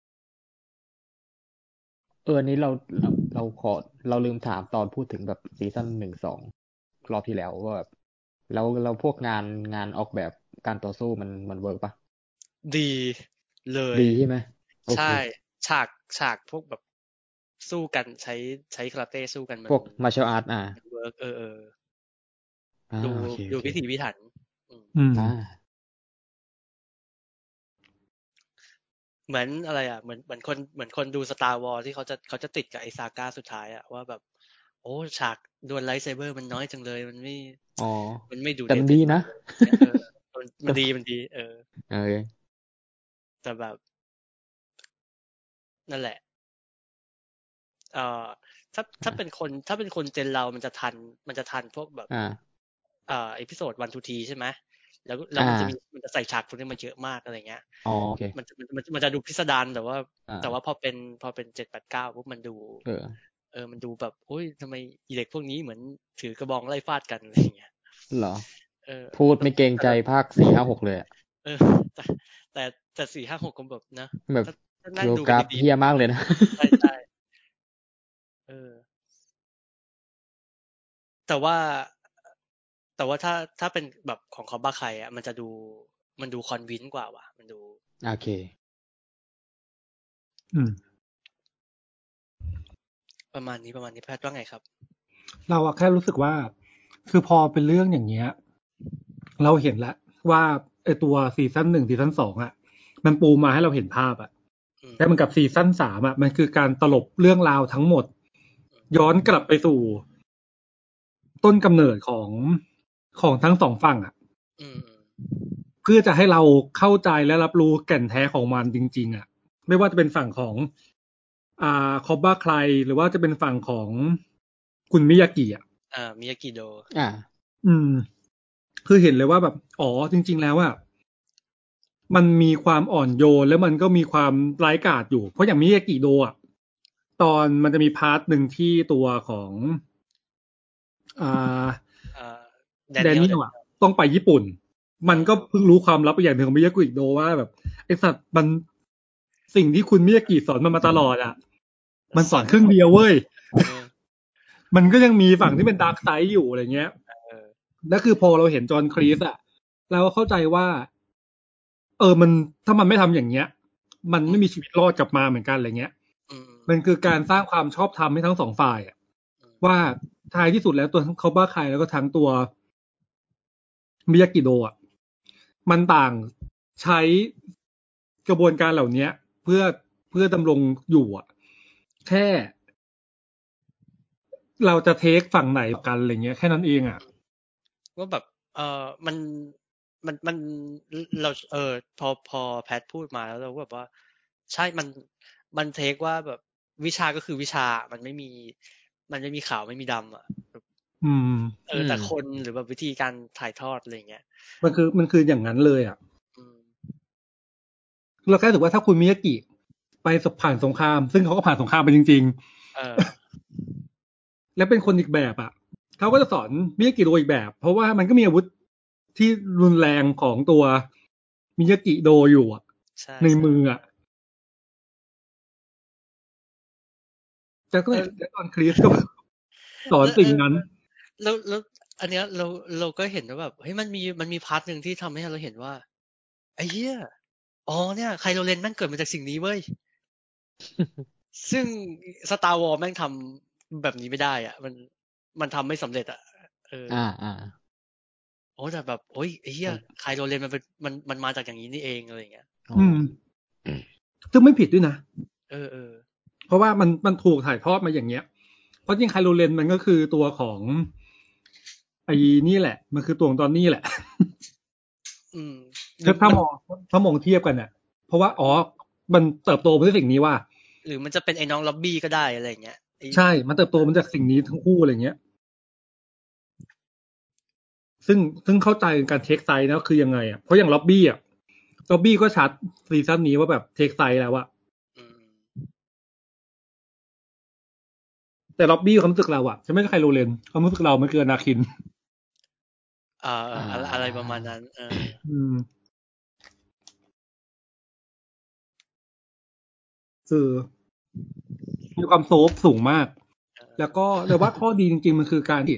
อันนี้เราลืมถามตอนพูดถึงแบบซีซั่น1-2รอบที่แล้วว่าแบบเราพวกงานออกแบบการต่อสู้มันเวิร์กปะดีเลยดีใช่ไหมใช่ฉากพวกแบบสู้กันใช้คาราเต้สู้กันพวกมาร์เชลอาร์ตเวิร์กดูพิถีพิถันเหมือนอะไรอ่ะเหมือนคนดูสตาร์วอร์ที่เขาจะติดกับไอซาก้าสุดท้ายอ่ะว่าแบบโอ้ฉากดวลไลท์เซเบอร์มันน้อยจังเลยมันไม่ดูแต่มันดีนะมันดีแต่แบบนั่นแหละถ้าเป็นคนเจนเรามันจะทันพวกแบบเอพิโซด1 to 3ใช่ไหมแล้วมันจะใส่ฉากพวกนี้มาเยอะมากอะไรเงี้ยมันจะดูพิสดารแต่ว่าพอเป็น7-8-9ปุ๊บมันดูมันดูแบบโอ้ยทำไมเด็กพวกนี้เหมือนถือกระบองไล่ฟาดกันอะไรเงี้ยเหรอพูดไม่เกรงใจภาค4-5-6เลยแต่4-5-6ก็แบบนะแบบโลกราฟเฮี้ยมากเลยนะใช่แต่ว่าถ้าเป็นแบบของคอบ้าใครอ่ะมันดูคอนวินกว่าว่ะมันดูโอเคประมาณนี้แพทย์ว่าไงครับเราแค่รู้สึกว่าคือพอเป็นเรื่องอย่างเงี้ยเราเห็นแล้วว่าไอตัวซีซั่น1ซีซั่น2อ่ะมันปูมาให้เราเห็นภาพอ่ะแต่มันกับซีซั่น3อ่ะมันคือการตลบเรื่องราวทั้งหมดย้อนกลับไปสู่ต้นกำเนิดของทั้งสองฝั่งอ่ะเพื่อจะให้เราเข้าใจและรับรู้แก่นแท้ของมันจริงๆอ่ะไม่ว่าจะเป็นฝั่งของคอบบ้าใครหรือว่าจะเป็นฝั่งของคุณมิยากิอ่ะมิยากิโดคือเห็นเลยว่าแบบอ๋อจริงๆแล้วอ่ะมันมีความอ่อนโยนแล้วมันก็มีความร้ายกาจอยู่เพราะอย่างมิยากิโดอ่ะตอนมันจะมีพาร์ทหนึ่งที่ตัวของแดเนียลอ่ะต้องไปญี่ปุ่นมันก็เพิ่งรู้ความลับอย่างหนึ่งของมิยากิโดว่าแบบไอสัตว์มันสิ่งที่คุณมิยากิสอนมันมาตลอดอ่ะมันสอนครึ่งเดียวเว้ยมันก็ยังมีฝั่งที่เป็นดาร์กไซด์อยู่อะไรเงี้ยแล้วคือพอเราเห็นจอห์นคลีสอ่ะเราก็เข้าใจว่ามันถ้ามันไม่ทำอย่างเงี้ยมันไม่มีชีวิตรอดกลับมาเหมือนกันอะไรเงี้ยมันคือการสร้างความชอบธรรมให้ทั้งสองฝ่ายอ่ะว่าท้ายที่สุดแล้วตัวเขาบ้าใครแล้วก็ทั้งตัวมิยากิโดะมันต่างใช้กระบวนการเหล่านี้เพื่อดำรงอยู่อ่ะแค่เราจะเทคฝั่งไหนกันอะไรเงี้ยแค่นั้นเองอ่ะว่าแบบมันเราพอแพทพูดมาแล้วเราแบบว่าใช่มันเทคว่าแบบวิชาก็คือวิชามันไม่มีขาวไม่มีดำอ่ะแต่คนหรือแบบวิธีการถ่ายทอดอะไรเงี้ยมันคืออย่างนั้นเลยอ่ะเราแค่รู้สึกว่าถ้าคุณมิยากิไปผ่านสงครามซึ่งเขาก็ผ่านสงครามไปจริงๆและเป็นคนอีกแบบอ่ะเขาก็จะสอนมิยากิโดอีกแบบเพราะว่ามันก็มีอาวุธที่รุนแรงของตัวมิยากิโดอยู่อ่ะในมืออ่ะแต่ก็ตอนคริสก็สอนสิ่งนั้นแล้วอันเนี้ยเราก็เห็นว่าแบบเฮ้ยมันมีพาร์ทหนึ่งที่ทำให้เราเห็นว่าไอ้เหี้ยอ๋อเนี่ยไคโรเลนแม่งเกิดมาจากสิ่งนี้เว้ยซึ่ง Star Wars แม่งทำแบบนี้ไม่ได้อ่ะมันทำไม่สำเร็จอ่ะโอ้แต่แบบโอ้ยไอ้เหี้ยไคโรเลนมันมาจากอย่างนี้นี่เองอะไรอย่างเงี้ยซึ่งไม่ผิดด้วยนะเเพราะว่ามันถูกถ่ายทอดมาอย่างเงี้ยเพราะจริงไคโรเลนมันก็คือตัวของไอ้นี่แหละมันคือตัวของตอนนี้แหละถ้ามองเทียบกันเนี่ยเพราะว่ามันเติบโตมาด้วยสิ่งนี้ว่าหรือมันจะเป็นไอ้น้องล็อบบี้ก็ได้อะไรเงี้ยใช่มันเติบโตมาจากสิ่งนี้ทั้งคู่อะไรเงี้ยซึ่งเข้าใจการเทคไซด์นะคือยังไงอ่ะเพราะอย่างล็อบบี้ก็ชัดซีซั่นนี้ว่าแบบเทคไซด์แล้วอะแต่ล็อบบี้ความรู้สึกเราอะจะไม่ใช่ไคโรเลนความรู้สึกเรามันคืออนาคินอะไรประมาณนั้นคือมีความโซฟสูงมากแล้วก็แต่ว่าข้อดีจริงๆมันคือการที่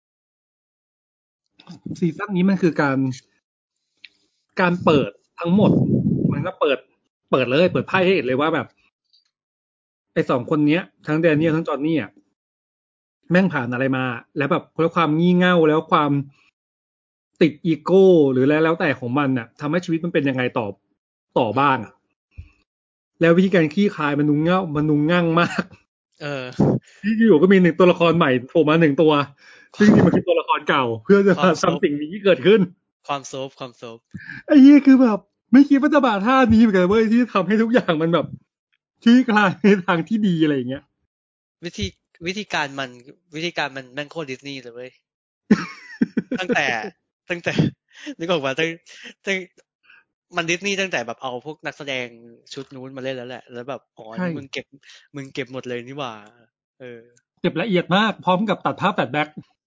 ซีซั่นนี้มันคือการเปิดทั้งหมดมันก็เปิดเลยเปิดไพ่ให้เห็นเลยว่าแบบไอ้สองคนเนี้ยทั้งแดเนียลทั้งจอห์นนี่อ่ะแม่งผ่านอะไรมาแล้วแบบเพราะความงี่เง่าแล้วความติดอีโก้หรือแล้วแต่ของมันน่ะทำให้ชีวิตมันเป็นยังไงต่อบ้างแล้ววิธีการคลี่คลายมันนุ่งงั่งมากที่อยู่ก็มีหนึ่งตัวละครใหม่โผล่มาหนึ่งตัวซึ่งนี่มันคือตัวละครเก่าเพื่อจะทำสิ่งนี้เกิดขึ้นความโซฟไอ้ยี่คือแบบไม่คิดว่าจะมาท่านี้เหมือนกันเว้ยที่ทำให้ทุกอย่างมันแบบคลี่คลายในทางที่ดีอะไรอย่างเงี้ยวิธีการมันแม่งโคตรดิสนีย์เลยเว้ยตั้งแต่นึกออกมาตั้งมันดิสนีย์ตั้งแต่แบบเอาพวกนักแสดงชุดนู้นมาเล่นแล้วแหละแล้วแบบอ๋อนี่มึงเก็บหมดเลยนี่หว่าเก็บละเอียดมากพร้อมกับตัดภาพแฟลชแบ็ก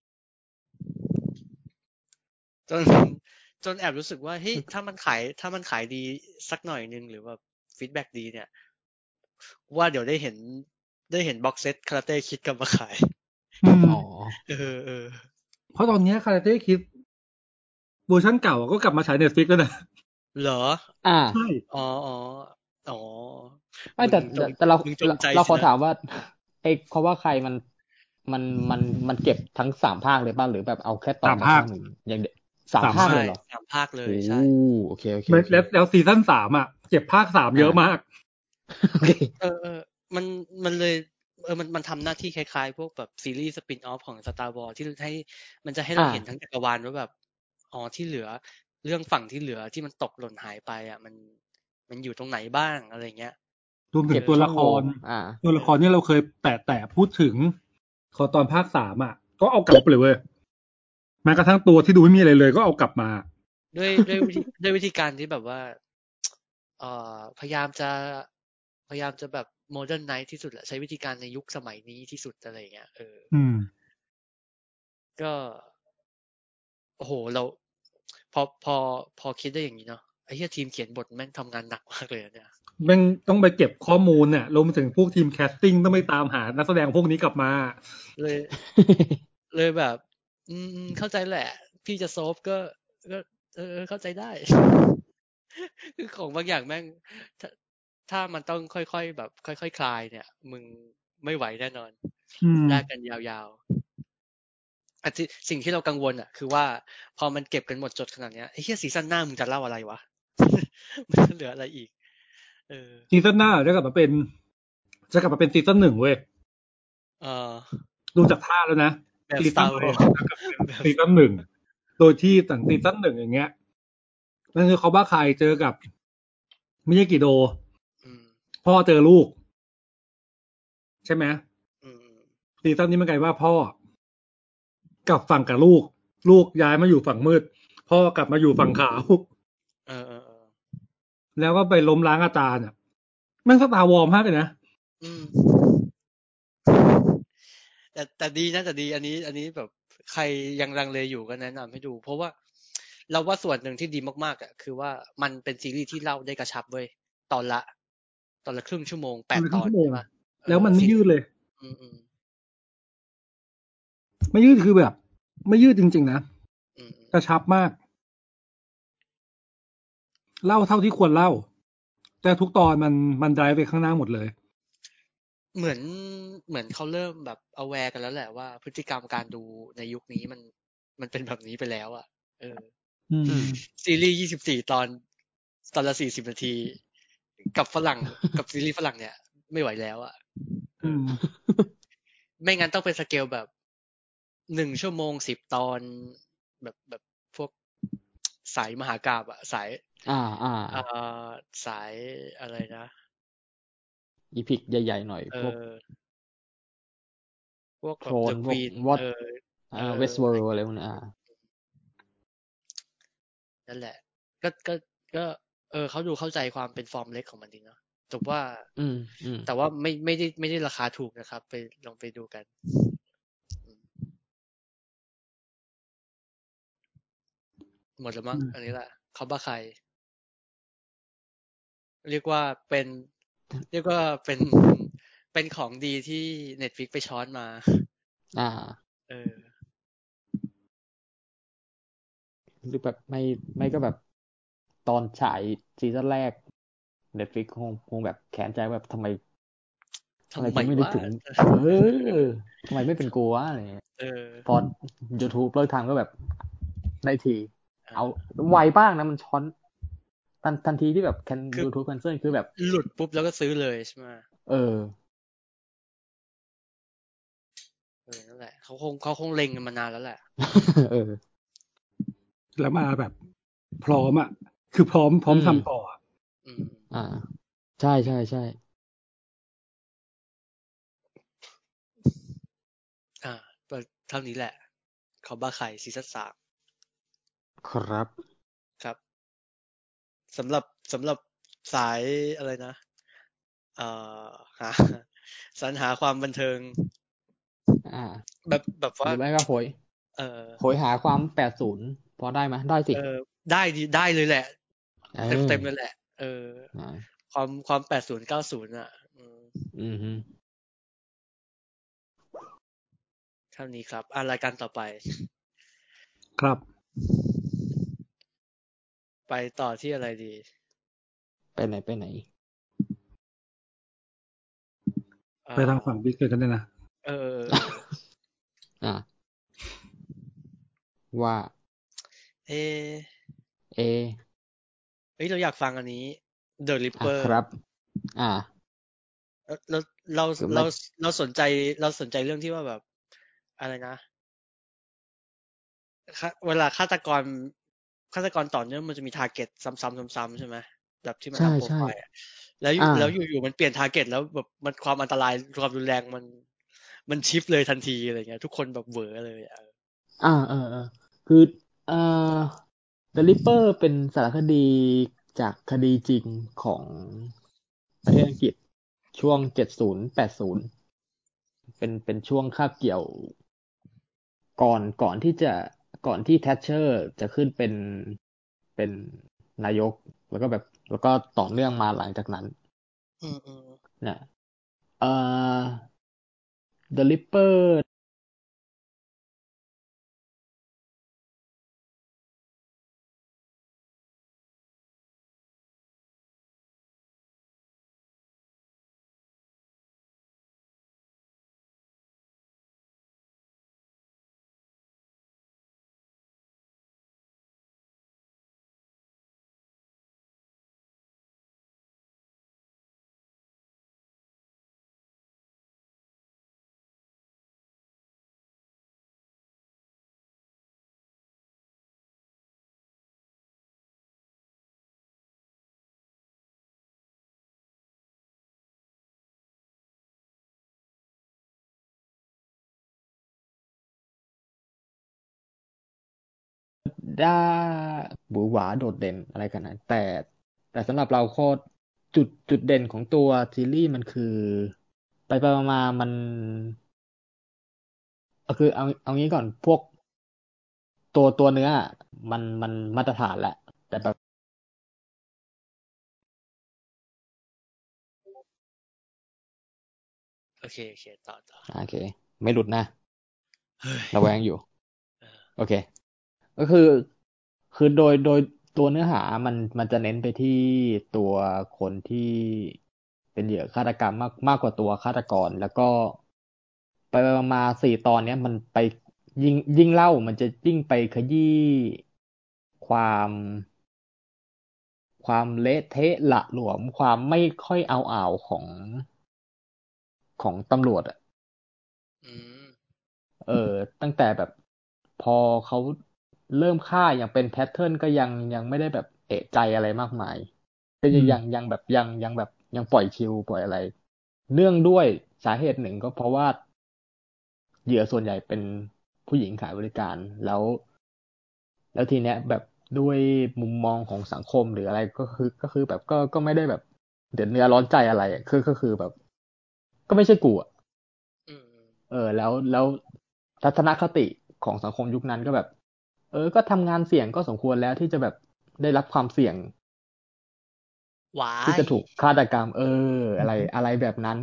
จนแอบรู้สึกว่าเฮ้ยถ้ามันขายดีสักหน่อยนึงหรือว่าฟีดแบ็กดีเนี่ยว่าเดี๋ยวได้เห็นได้เห็นบ็อกเซตคาราเต้คิดกลับมาขายอ๋อเพราะตอนนี้คาราเต้คิดเวอร์ชันเก่าก็กลับมาฉาย Netflix แล้วนะเหรอใช่อ๋อไม่แต่เราขอถามว่าไอ้เพราะว่าใครมันเก็บทั้ง3ภาคเลยป่ะหรือแบบเอาแค่ตอนภาคนึงอย่างเดียว3ภาคเลยเหรอ 3ภาคเลยใช่โอเคแล้วซีซั่น3อ่ะเก็บภาค3เยอะมากมันเลยมันทำหน้าที่คล้ายๆพวกแบบซีรีส์สปินออฟของ Star Wars ที่ให้มันจะให้เราเห็นทั้งจักรวาลว่าแบบที่เหลือเรื่องฝั่งที่เหลือที่มันตกหล่นหายไปอ่ะมันอยู่ตรงไหนบ้างอะไรเงี้ยรวมถึงตัวละครนี่เราเคยแต่พูดถึงขอตอนภาค3อ่ะก็เอากลับไปเลยเว้ยแม้กระทั่งตัวที่ดูไม่มีอะไรเลยก็เอากลับมาด้วยวิธีการที่แบบว่าพยายามจะแบบโมเดิร์นไนท์ที่สุดแหละใช้วิธีการในยุคสมัยนี้ที่สุดอะไรเงี้ยก็โอ้โหเราพอคิดได้อย่างนี้เนาะไอ้เหี้ยทีมเขียนบทแม่งทำงานหนักมากเลยเนี่ยแม่งต้องไปเก็บข้อมูลเนี่ยรวมถึงพวกทีมแคสติ้งต้องไปตามหานักแสดงพวกนี้กลับมาเลยแบบเข้าใจแหละพี่จะโซฟก็เข้าใจได้คือของบางอย่างแม่งถ้ามันต้องค่อยๆแบบค่อยๆคลายเนี่ยมึงไม่ไหวแน่นอนลากกันยาวๆสิ่งที่เรากังวลอ่ะคือว่าพอมันเก็บกันหมดจดขนาดนี้ไอ้เหี้ยซีซั่นหน้ามึงจะเล่าอะไรวะมันเหลืออะไรอีกซีซั่นหน้าจะกลับมาเป็นซีซั่น1เว้ยดูจากท่าแล้วนะซีซั่นซีซั่น1โดยที่ตั้งซีซั่น1อย่างเงี้ยนั่นคือเขาบ้าใครเจอกับมิยากิโดพ่อเจอลูกใช่ไหมซีซั่นนี้มันกลายว่าพ่อกลับฝั่งกับลูกย้ายมาอยู่ฝั่งมืดพ่อกลับมาอยู่ฝั่งขาวแล้วก็ไปล้มล้างอาจารย์อ่ะแม่งสตาร์วอร์มากเลยนะแต่ดีนะแต่ดีอันนี้แบบใครยังลังเลอยู่ก็แนะนำให้ดูเพราะว่าเราว่าส่วนหนึ่งที่ดีมากๆอ่ะคือว่ามันเป็นซีรีส์ที่เล่าได้กระชับเว้ยตอนละครึ่งชั่วโมง8 ตอนใช่ป่ะแล้วมันไม่ยืดเลยไม่ยืดคือแบบไม่ยืดจริงๆนะกระชับมากเล่าเท่าที่ควรเล่าแต่ทุกตอนมันไดรฟ์ไปข้างหน้าหมดเลยเหมือนเขาเริ่มแบบawareกันแล้วแหละว่าพฤติกรรมการดูในยุคนี้มันเป็นแบบนี้ไปแล้วอ่ะซีรีส์24 ตอนละ40 นาทีกับฝรั่งกับซีรีส์ฝรั่งเนี่ยไม่ไหวแล้วอ่ะไม่งั้นต้องเป็นสเกลแบบ1 ชั่วโมง10 ตอนแบบพวกสายมหากาพย์อ่ะสายสายอะไรนะอีพิกใหญ่ๆหน่อยพวกโคลนพวกวอตเวสต์เวิลด์อะไรพวกนี้นั่นแหละก็เขาดูเข้าใจความเป็นฟอร์มเล็กของมันดีเนาะจบว่าแต่ว่าไม่ได้ราคาถูกนะครับไปลองไปดูกันหมดแล้วมั้งอันนี้แหละเขาบ้าใครเรียกว่าเป็นของดีที่ Netflix ไปช้อนมาหรือแบบไม่ก็แบบตอนฉายซีซั่นแรก Netflix คงแบบแขนใจแบบทำไมกูไม่นึกถึงทำไมไม่เป็นกูวะอะไรเงี้ยพอ YouTube เลิกทำก็แบบได้ทีเอาไวบ้างนะมันช้อนทันทีที่แบบYouTube cancel คือแบบหลุดปุ๊บแล้วก็ซื้อเลยใช่ไหมนั่นแหละเขาคงเล็งกันมานานแล้วแหละแล้วมาแบบพร้อมอ่ะคือพร้อมทำต่อใช่ใช่ใช่เท่านี้แหละเขาบ้าไข่ซีซั่น3 ครับสำหรับสายอะไรนะสรรหาความบันเทิงแบบว่าหรือไม่ก็โหยหาความ80พอได้ไหมได้สิได้เลยแหละเต็มเลยแหละความ80 90อ่ะเท่านี้ครับรายการต่อไปครับไปต่อที่อะไรดีไปไหนไปทางฝั่งบิ๊กกันได้นะว่าเฮ้ยเราอยากฟังอันนี้ The Ripper ครับเราสนใจเรื่องที่ว่าแบบอะไรนะเวลาฆาตกรต่อเนื่องมันจะมีทาร์เก็ตซ้ำๆใช่ไหมแบบที่มันทำโปรไฟล์แล้วอยู่ๆมันเปลี่ยนทาร์เก็ตแล้วแบบมันความอันตรายความรุนแรงมันชิฟเลยทันทีอะไรเงี้ยทุกคนแบบเวอเลยคือThe Ripper เป็นสารคดีจากคดีจริงของประเทศอังกฤษช่วง70-80เป็นช่วงคาบเกี่ยวก่อนที่แทชเชอร์จะขึ้นเป็นนายกแล้วก็ต่อเนื่องมาหลังจากนั้นนะThe Ripperได้หวือหวาโดดเด่นอะไรกันนะแต่สำหรับเราโคตรจุดเด่นของตัวซีรีส์มันคือไปมามันคือเอางี้ก่อนพวกตัวเนื้อมันมาตรฐานแหละแต่แบบโอเคต่อโอเคไม่หลุดนะระแวงอยู่โอเคก็คือโดยตัวเนื้อหามันจะเน้นไปที่ตัวคนที่เป็นเหยื่อฆาตกรรมมากกว่าตัวฆาตกรแล้วก็ไปมา4 ตอนเนี้ยมันไปยิ่งเล่ามันจะยิ่งไปขยี้ความเละเทะหละหลวมความไม่ค่อยเอาของตำรวจอ่ะตั้งแต่แบบพอเขาเริ่มฆ่าอย่างเป็นแพทเทิร์นก็ยังไม่ได้แบบเอะใจอะไรมากมายก็ยังแบบยังปล่อยคิวปล่อยอะไรเนื่องด้วยสาเหตุหนึ่งก็เพราะว่าเหยื่อส่วนใหญ่เป็นผู้หญิงขายบริการแล้วทีเนี้ยแบบด้วยมุมมองของสังคมหรืออะไรก็คือแบบก็ไม่ได้แบบเดือดเนื้อร้อนใจอะไรคือแบบก็ไม่ใช่กูอ่ะแล้วทัศนคติของสังคมยุคนั้นก็แบบก็ทำงานเสี่ยงก็สมควรแล้วที่จะแบบได้รับความเสี่ยงที่จะถูกฆาตกรรมอะไรแบบนั้น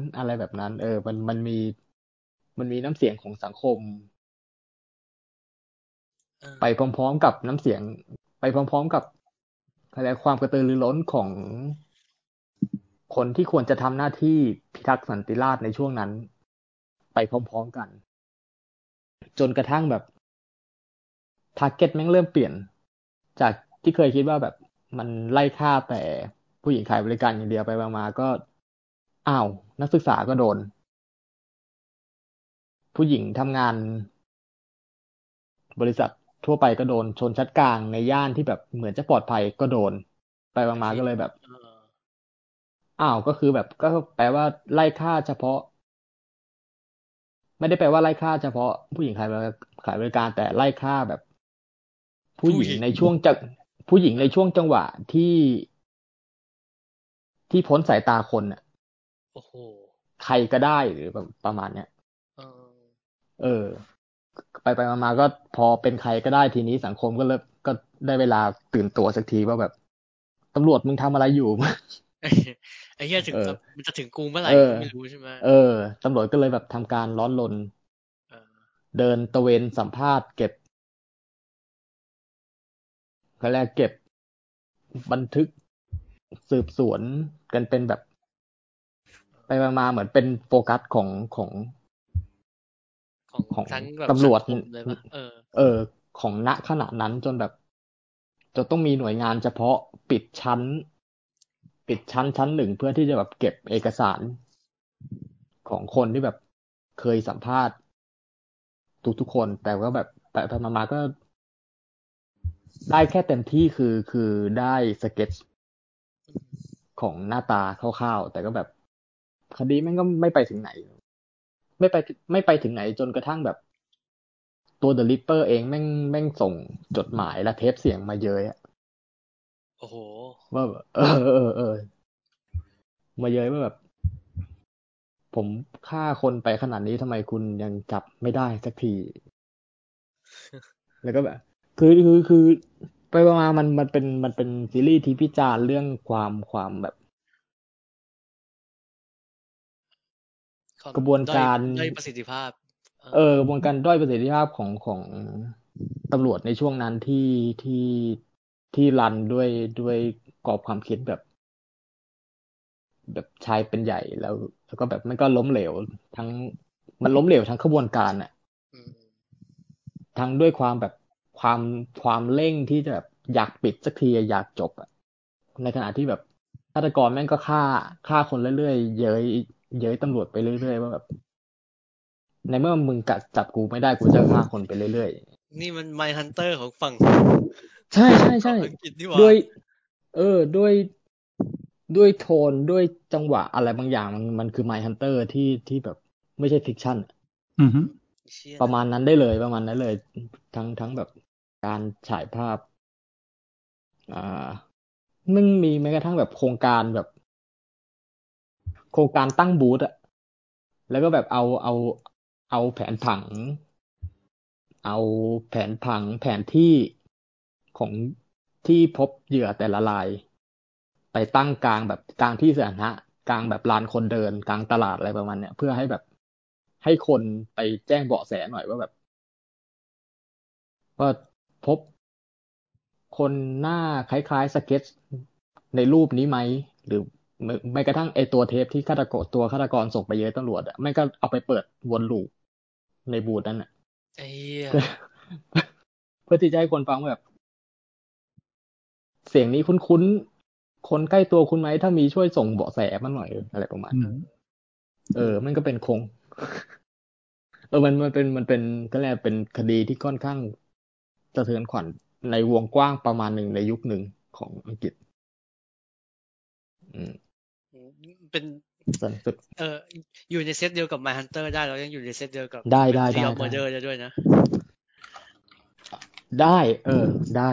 มันมีน้ำเสียงของสังคมไปพร้อมๆกับน้ำเสียงไปพร้อมๆกับอะไรความกระตือรือร้นของคนที่ควรจะทำหน้าที่พิทักษ์สันติราษฎร์ในช่วงนั้นไปพร้อมๆกันจนกระทั่งแบบทาร์เก็ตแม่งเริ่มเปลี่ยนจากที่เคยคิดว่าแบบมันไล่ฆ่าแต่ผู้หญิงขายบริการอย่างเดียวไปมาก็อ้าวนักศึกษาก็โดนผู้หญิงทำงานบริษัททั่วไปก็โดนชนชั้นกลางในย่านที่แบบเหมือนจะปลอดภัยก็โดนไปมาก็เลยแบบอ้าวก็คือแบบก็แปลว่าไล่ฆ่าเฉพาะไม่ได้แปลว่าไล่ฆ่าเฉพาะผู้หญิงขายบริการแต่ไล่ฆ่าแบบผู้หญิงในช่วงจังหวะที่พ้นสายตาคนอ่ะใครก็ได้หรือประมาณเนี้ยไปมาก็พอเป็นใครก็ได้ทีนี้สังคมก็เริ่มก็ได้เวลาตื่นตัวสักทีว่าแบบตำรวจมึงทำอะไรอยู่ไอ้เหี้ยถึงมันจะถึงกูเมื่อไหร่ก็ไม่รู้ใช่ไหมตำรวจก็เลยแบบทำการร้อนรนเดินตะเวนสัมภาษณ์เก็บบันทึกสืบสวนกันเป็นแบบไปมาเหมือนเป็นโฟกัสของตำรวจของณขณะนั้นจนแบบจะต้องมีหน่วยงานเฉพาะปิดชั้นหนึ่งเพื่อที่จะแบบเก็บเอกสารของคนที่แบบเคยสัมภาษณ์ทุกคนแต่ก็แบบไปมาก็ได้แค่เต็มที่คือได้สเก็ตของหน้าตาคร่าวๆแต่ก็แบบคดีแม่งก็ไม่ไปถึงไหนไม่ไปถึงไหนจนกระทั่งแบบตัวเดอะริปเปอร์เองแม่งส่งจดหมายและเทปเสียงมาเยอะโอ้โหว่ามาเยอะว่าแบบผมฆ่าคนไปขนาดนี้ทำไมคุณยังจับไม่ได้สักทีแล้วก็แบบคือไปมามันเป็นซีรีส์ที่พิจารณ์เรื่องความแบบกระบวนการด้อยประสิทธิภาพกระบวนการด้อยประสิทธิภาพของตำรวจในช่วงนั้นที่รันด้วยกรอบความคิดแบบชายเป็นใหญ่แล้วก็แบบมันก็ล้มเหลวมันล้มเหลวทั้งขบวนการอ่ะทั้งด้วยความแบบความเร่งที่จะแบบอยากปิดสักทีอยากจบอ่ะในขณะที่แบบฆาตกรแม่งก็ฆ่าคนเรื่อยๆเย้ยตำรวจไปเรื่อยๆว่าแบบในเมื่อมึงกัดจับกูไม่ได้กูจะฆ่าคนไปเรื่อยๆนี่มัน My Hunter ของฝั่งใช่ด้วยด้วยโทนด้วยจังหวะอะไรบางอย่างมันคือ My Hunter ที่แบบไม่ใช่ฟิกชั่นประมาณนั้นได้เลยทั้งแบบการฉายภาพมึงมีแม้กระทั่งแบบโครงการตั้งบูธอะแล้วก็แบบเอาแผนผังเอาแผนที่ของที่พบเหยื่อแต่ละรายไปตั้งกลางที่สาธารณะกลางแบบลานคนเดินกลางตลาดอะไรประมาณเนี้ยเพื่อให้แบบให้คนไปแจ้งเบาะแสหน่อยว่าแบบว่าพบคนหน้าคล้ายๆสเก็ตในรูปนี้ไหมหรือไม่กระทั่งไอตัวเทปที่ฆาตกรส่งไปเยอะตำรวจอ่ะไม่ก็เอาไปเปิดวนลูปในบูธนั้นอ่ะเพื่อที่จะให้คนฟังแบบเสียงนี้คุ้นคนใกล้ตัวคุณไหมถ้ามีช่วยส่งเบาะแสมาหน่อยอะไรประมาณมันก็เป็นคงมันเป็นก็เรียกเป็นคดีที่ค่อนข้างสะเทือนขวัญในวงกว้างประมาณหนึ่งในยุคหนึ่งของอังกฤษเป็นสุดอยู่ในเซตเดียวกับ My Hunter ได้แล้วยังอยู่ในเซตเดียวกับได้ Tree of Murder ด้วยนะได้ได้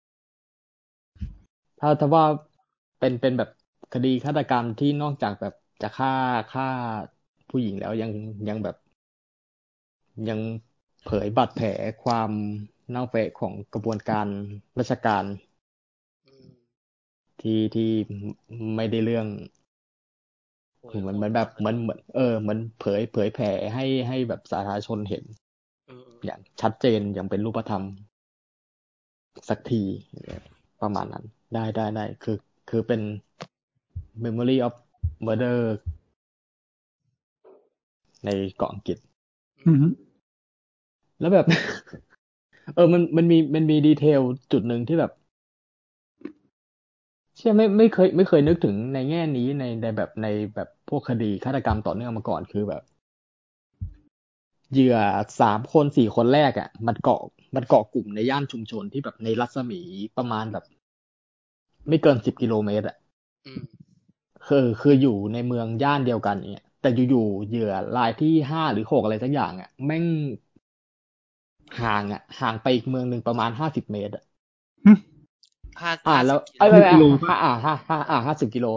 ถ้าว่าเป็นแบบคดีฆาตกรรมที่นอกจากแบบจะฆ่าผู้หญิงแล้วยังแบบยังเผยบาดแผลความเน่าเฟะของกระบวนการราชการที่ไม่ได้เรื่องเหมือนแบบเหมือนเผยแผ่ให้แบบสาธารณชนเห็นอย่างชัดเจนอย่างเป็นรูปธรรมสักทีประมาณนั้นได้คือเป็น Memory of Murder ในเกาะอังกฤษแล้วแบบมันมีดีเทลจุดหนึ่งที่แบบเชื่อไม่เคยนึกถึงในแง่นี้ในแบบพวกคดีฆาตกรรมต่อเนื่องมาก่อนคือแบบเหยื่อ3 คน 4 คนแรกอ่ะมันเกาะกลุ่มในย่านชุมชนที่แบบในรัศมีประมาณแบบไม่เกิน10 กิโลเมตรอ่ะคืออยู่ในเมืองย่านเดียวกันเนี่ยแต่อยู่เหยื่อรายที่5 หรือ 6อะไรสักอย่างอ่ะแม่งห่างไปอีกเมืองหนึ่งประมาณ50 เมตรอ่ะแล้วกิโล 50 กิโล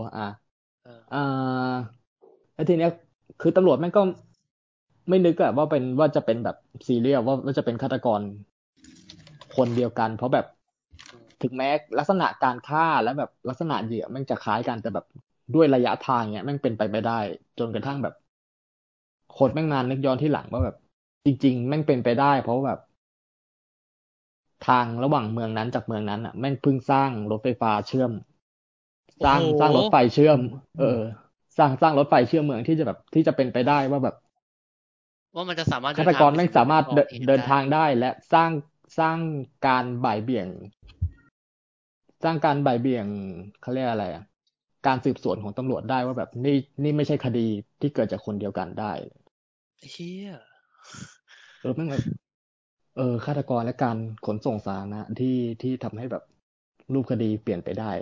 แล้วทีเนี้ยคือตำรวจแม่งก็ไม่นึกอะว่าจะเป็นแบบซีเรียสว่าจะเป็นฆาตกรคนเดียวกันเพราะแบบถึงแม้ลักษณะการฆ่าและแบบลักษณะเหยื่อแม่งจะคล้ายกันแต่แบบด้วยระยะทางเนี้ยแม่งเป็นไปไม่ได้จนกระทั่งแบบคนแม่งนานนึกย้อนที่หลังว่าแบบจริงๆแม่งเป็นไปได้เพราะแบบทางระหว่างเมืองนั้นจากเมืองนั้นอ่ะแม่งเพิ่งสร้างรถไฟฟ้าเชื่อมสร้างรถไฟเชื่อมสร้างรถไฟเชื่อมเมืองที่จะแบบที่จะเป็นไปได้ว่าแบบว่ามันจะสามารถฆาตกรแม่งสามารถเดินทางได้และสร้างการบ่ายเบี่ยงสร้างการบ่ายเบี่ยงเขาเรียกอะไรอ่ะการสืบสวนของตำรวจได้ว่าแบบนี่ไม่ใช่คดีที่เกิดจากคนเดียวกันได้เฮียแม่งแบบฆาตกรและการขนส่งสาธารณะที่ทำให้แบบรูปคดีเปลี่ยนไปได้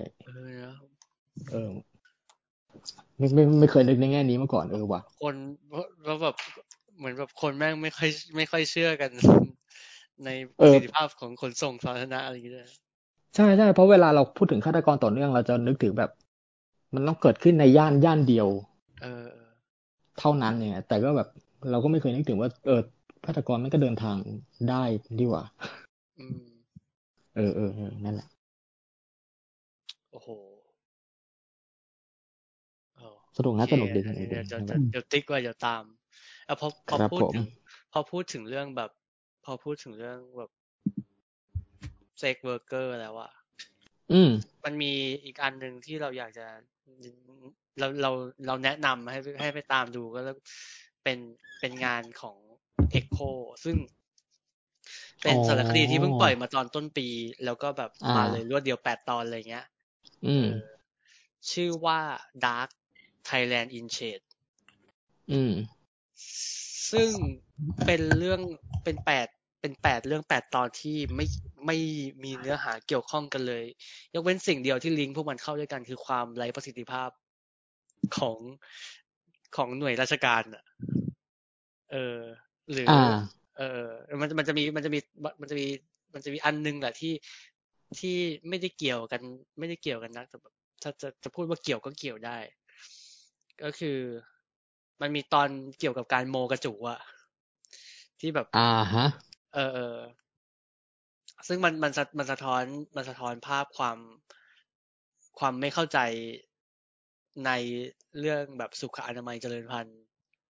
ไม่เคยนึกในแง่นี้มาก่อนว่ะคนแล้วแบบเหมือนแบบคนแม่งไม่ค่อยเชื่อกันในประสิทธิภาพของขนส่งสาธารณะอะไรอย่างเงี้ยใช่เพราะเวลาเราพูดถึงฆาตกรต่อเนื่องเราจะนึกถึงแบบมันต้องเกิดขึ้นในย่านเดียวเท่านั้นเนี่ยแต่ก็แบบเราก็ไม่เคยนึกถึงว่าฆาตกรมันก็เดินทางได้ดีกว่านั่นแหละโอ้โหสนุกดีเดี๋ยวติ๊กไว้เดี๋ยวตามแล้วพอพูดถึงเรื่องแบบพอพูดถึงเรื่องแบบเซ็กเวิร์กเกอร์แล้วอ่ะมันมีอีกอันหนึ่งที่เราอยากจะเราแนะนำให้ไปตามดูก็เป็นงานของ Echo ซึ่งเป็นสารคดีที่เพิ่งปล่อยมาตอนต้นปีแล้วก็แบบมาเลยรวดเดียว8 ตอนอะไรเงี้ยชื่อว่า Dark Thailand in Shade ซึ่งเป็นเรื่องเป็น8เรื่อง8 ตอนที่ไม่มีเนื้อหาเกี่ยวข้องกันเลยยกเว้นสิ่งเดียวที่ลิงก์พวกมันเข้าด้วยกันคือความไร้ประสิทธิภาพของหน่วยราชการอ่ะหรือมันจะมีอันนึงแหละที่ไม่ได้เกี่ยวกันนะแต่แบบถ้าจะพูดว่าเกี่ยวก็เกี่ยวได้ก็คือมันมีตอนเกี่ยวกับการโมกระจุอะที่แบบซึ่งมันสะท้อนภาพความไม่เข้าใจในเรื่องแบบสุขอนามัยเจริญพันธุ์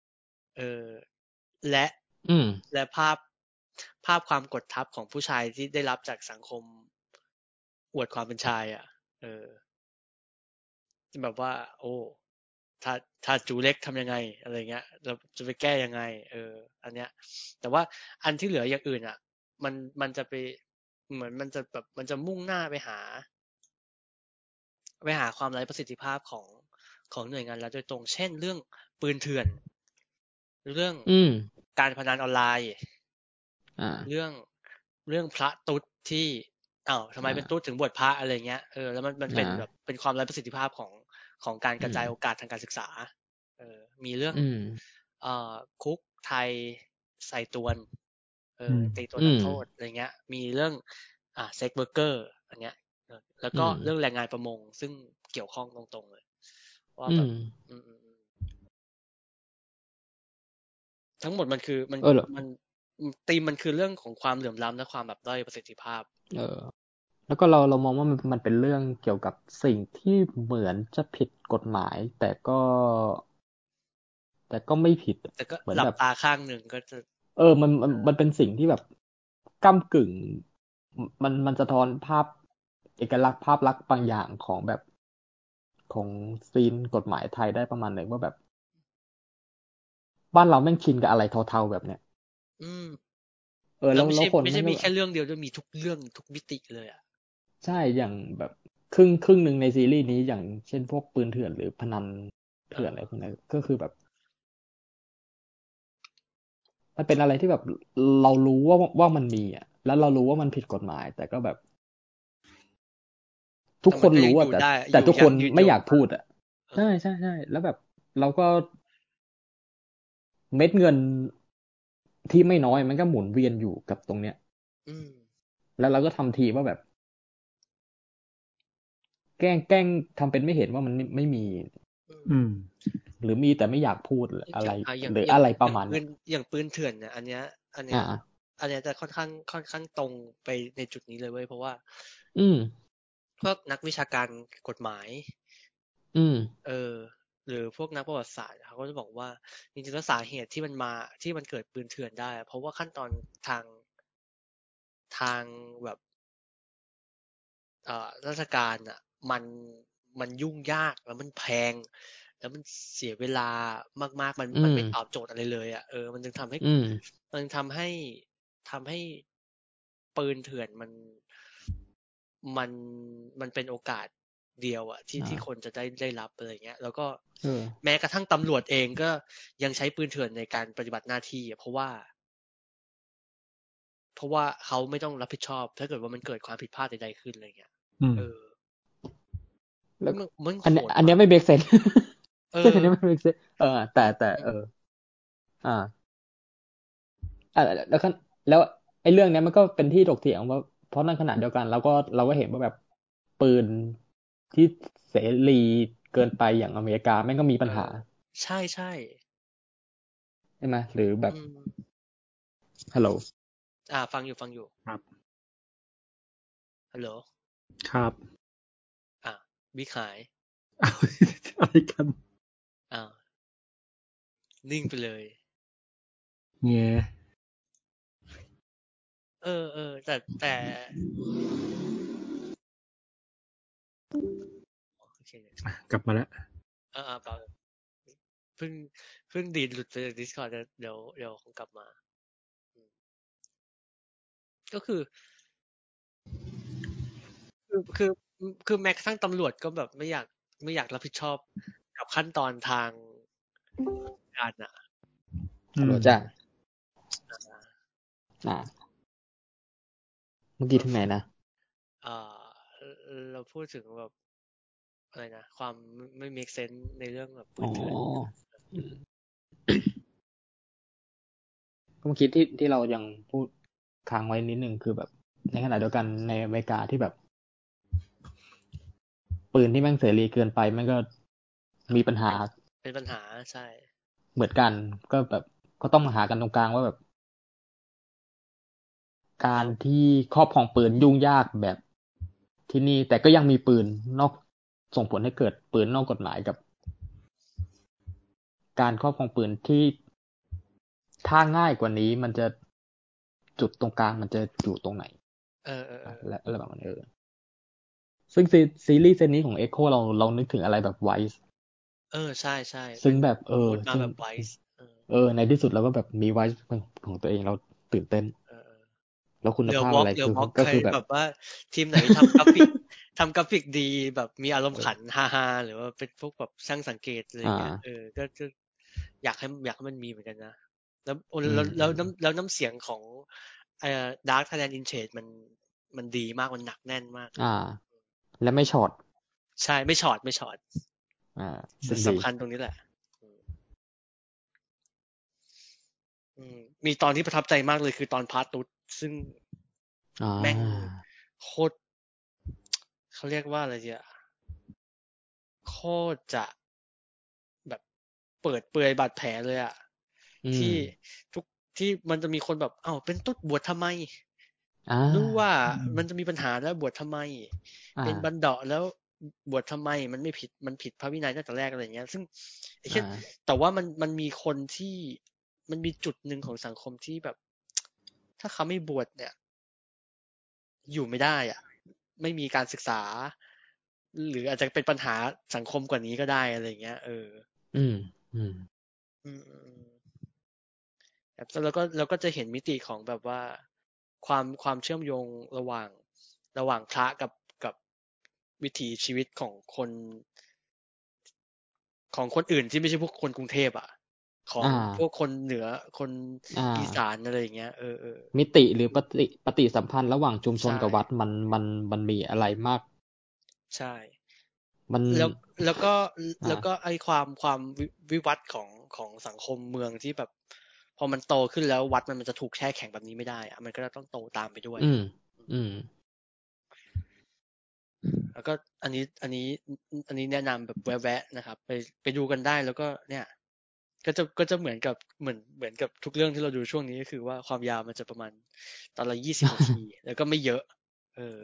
และภาพความกดทับของผู้ชายที่ได้รับจากสังคมอวดความเป็นชายอ่ะแบบว่าโอ้ถ้าจูเล็กทำยังไงอะไรเงี้ยเราจะไปแก้ยังไงอันเนี้ยแต่ว่าอันที่เหลืออย่างอื่นอ่ะมันจะไปเหมือนมันจะแบบมันจะมุ่งหน้าไปหาความไร้ประสิทธิภาพของหน่วยงานรัฐโดยตรงเช่นเรื่องปืนเถื่อนเรื่องการพนันออนไลน์เรื่องพระตุ๊ดที่ทำไมเป็นตุ๊ดถึงบวชพระอะไรเงี้ยแล้วมันเป็นแบบเป็นความไร้ประสิทธิภาพของการกระจายโอกาสทางการศึกษามีเรื่องคุกไทยใส่ตวนตีตัวนักโทษอะไรเงี้ยมีเรื่องเซ็กเวิร์กเกอร์อันเนี้ยแล้วก็เรื่องแรงงานประมงซึ่งเกี่ยวข้องตรงๆเลยว่าแบบทั้งหมดมันคือมันธีมมันคือเรื่องของความเหลื่อมล้ำและความแบบด้อยประสิทธิภาพแล้วก็เรามองว่ามันเป็นเรื่องเกี่ยวกับสิ่งที่เหมือนจะผิดกฎหมายแต่ก็ไม่ผิดแต่ก็หลับตาข้างหนึ่งก็จะมันเป็นสิ่งที่แบบก้ำกึ่งมันสะท้อนภาพเอกลักษณ์ภาพลักษณ์บางอย่างของแบบของซีนกฎหมายไทยได้ประมาณหนึ่งว่าแบบบ้านเราแม่งชินกับอะไรเทาๆแบบเนี้ยแล้วไม่ใช่มีแค่เรื่องเดียวด้วยมีทุกเรื่องทุกมิติเลยอ่ะใช่อย่างแบบครึ่งหนึ่งในซีรีส์นี้อย่างเช่นพวกปืนเถื่อนหรือพนันเถื่อนอะไรพวกนั้นก็คือแบบมันเป็นอะไรที่แบบเรารู้ว่ามันมีอ่ะแล้วเรารู้ว่ามันผิดกฎหมายแต่ก็แบบทุกคนรู้อ่ะแต่ทุกคนไม่อยากพูดอ่ะใช่แล้วแบบเราก็เม็ดเงินที่ไม่น้อยมันก็หมุนเวียนอยู่กับตรงเนี้ยแล้วเราก็ทำทีว่าแบบแกล้งทำเป็นไม่เห็นว่ามันไม่มีหรือมีแต่ไม่อยากพูดอะไรหรืออะไรประมาณนั้นอย่างปืนเถื่อนเนี่ยอันเนี้ยจะค่อนข้างตรงไปในจุดนี้เลยเว้ยเพราะว่าพวกนักวิชาการกฎหมายหรือพวกนักประวัติศาสตร์เขาก็จะบอกว่าจริงๆแล้วสาเหตุที่มันเกิดปืนเถื่อนได้เพราะว่าขั้นตอนทางแบบราชการอ่ะมันยุ่งยากแล้วมันแพงแล้วมันเสียเวลามากๆมันไม่ตอบโจทย์อะไรเลยอ่ะมันจึงทำให้ทำให้ปืนเถื่อนมันมันเป็นโอกาสเดียวอ่ะที่คนจะได้รับอะไรเงี้ยแล้วก็แม้กระทั่งตำรวจเองก็ยังใช้ปืนเถื่อนในการปฏิบัติหน้าที่เพราะว่าเขาไม่ต้องรับผิดชอบถ้าเกิดว่ามันเกิดความผิดพลาดใดๆขึ้นอะไรเงี้ยแล้วอันนี้ไม่เบรกเซนอันนี้ไม่เบรกเซนแต่แล้วไอ้เรื่องนี้มันก็เป็นที่ถกเถียงว่าเพราะในขณะเดียวกันเราก็เห็นว่าแบบปืนที่เสรีเกินไปอย่างอเมริกาแม่งก็มีปัญหาใช่ใช่ไหมหรือแบบฮัลโหลฟังอยู่ครับฮัลโหลครับบิ๊กหายอะไรกันนิ่งไปเลยเงี้ยแต่โอเคกลับมาแล้วเปล่าเพิ่งดีดหลุดไปจาก Discord เดี๋ยวคงกลับมาก็คือแม้กระทั่งตำรวจก็แบบไม่อยากรับผิดชอบกับขั้นตอนทางการตำรวจจ้ะเมื่อกี้ถึงไหนนะเราพูดถึงแบบอะไรนะความไม่ make sense ในเรื่องแบบปืนเถื่อนเมื่อกี้ที่เรายังพูดค้างไว้นิดนึงคือแบบในขณะเดียวกันในอเมริกาที่แบบปืนที่แม่งเสรีเกินไปแม่งก็มีปัญหาเป็นปัญหาใช่เหมือนกันก็แบบก็ต้องมาหากันตรงกลางว่าแบบการที่ครอบครองปืนยุ่งยากแบบที่นี่แต่ก็ยังมีปืนนอกส่งผลให้เกิดปืนนอกกฎหมายกับการครอบครองปืนที่ถ้าง่ายกว่านี้มันจะจุดตรงกลางมันจะอยู่ตรงไหนและอะไรแบบนั้นซึ่งซีรีส์เซนนี้ของ Echo เรานึกถึงอะไรแบบไวส์ใช่ใช่ซึ่งแบบมาแบบไวส์ในที่สุดเราก็แบบมีไวส์ของตัวเองเราตื่นเต้นแล้วคุณภาพอะไรก็คือแบบว่าทีมไหนทำกราฟิกดีแบบมีอารมณ์ขันฮาหรือว่าเป็นพวกแบบช่างสังเกตอะไรเงี้ยก็อยากให้มันมีเหมือนกันนะแล้วน้ำเสียงของDark Thailand Intrigue มันดีมากมันหนักแน่นมากและไม่ช็อตใช่ไม่ช็อตสำคัญตรงนี้แหละมีตอนที่ประทับใจมากเลยคือตอนพาร์ตตุ๊ดซึ่งแม่งโคตรเขาเรียกว่าอะไรอ่ะโคตรจะแบบเปิดเปลือยบาดแผลเลยอ่ะที่ทุกที่มันจะมีคนแบบเป็นตุ๊ดบวชทำไมรู้ว่ามันจะมีปัญหาแล้วบวชทำไมเป็นบัณฑิตแล้วบวชทำไมมันไม่ผิดมันผิดพระวินัยตั้งแต่แรกอะไรอย่างเงี้ยซึ่งแต่ว่ามันมีคนที่มันมีจุดหนึ่งของสังคมที่แบบถ้าเขาไม่บวชเนี่ยอยู่ไม่ได้อ่ะไม่มีการศึกษาหรืออาจจะเป็นปัญหาสังคมกว่านี้ก็ได้อะไรอย่างเงี้ยแล้วก็จะเห็นมิติของแบบว่าความเชื่อมโยงระหว่างพระกับวิถีชีวิตของคนอื่นที่ไม่ใช่พวกคนกรุงเทพอ่ะของพวกคนเหนือคนอีสานอะไรอย่างเงี้ยมิติหรือปฏิสัมพันธ์ระหว่างชุมชนกับวัดมันมีอะไรมากใช่แล้วก็ไอ้ความวิวัฒน์ของสังคมเมืองที่แบบพอมันโตขึ้นแล้ววัดมันจะถูกแช่แข็งแบบนี้ไม่ได้อะมันก็ต้องโตตามไปด้วยแล้วก็อันนี้แนะนำแบบแวะๆนะครับไปดูกันได้แล้วก็เนี่ยก็จะเหมือนกับทุกเรื่องที่เราดูช่วงนี้ก็คือว่าความยาวมันจะประมาณตอนละ20 นาทีแล้วก็ไม่เยอะ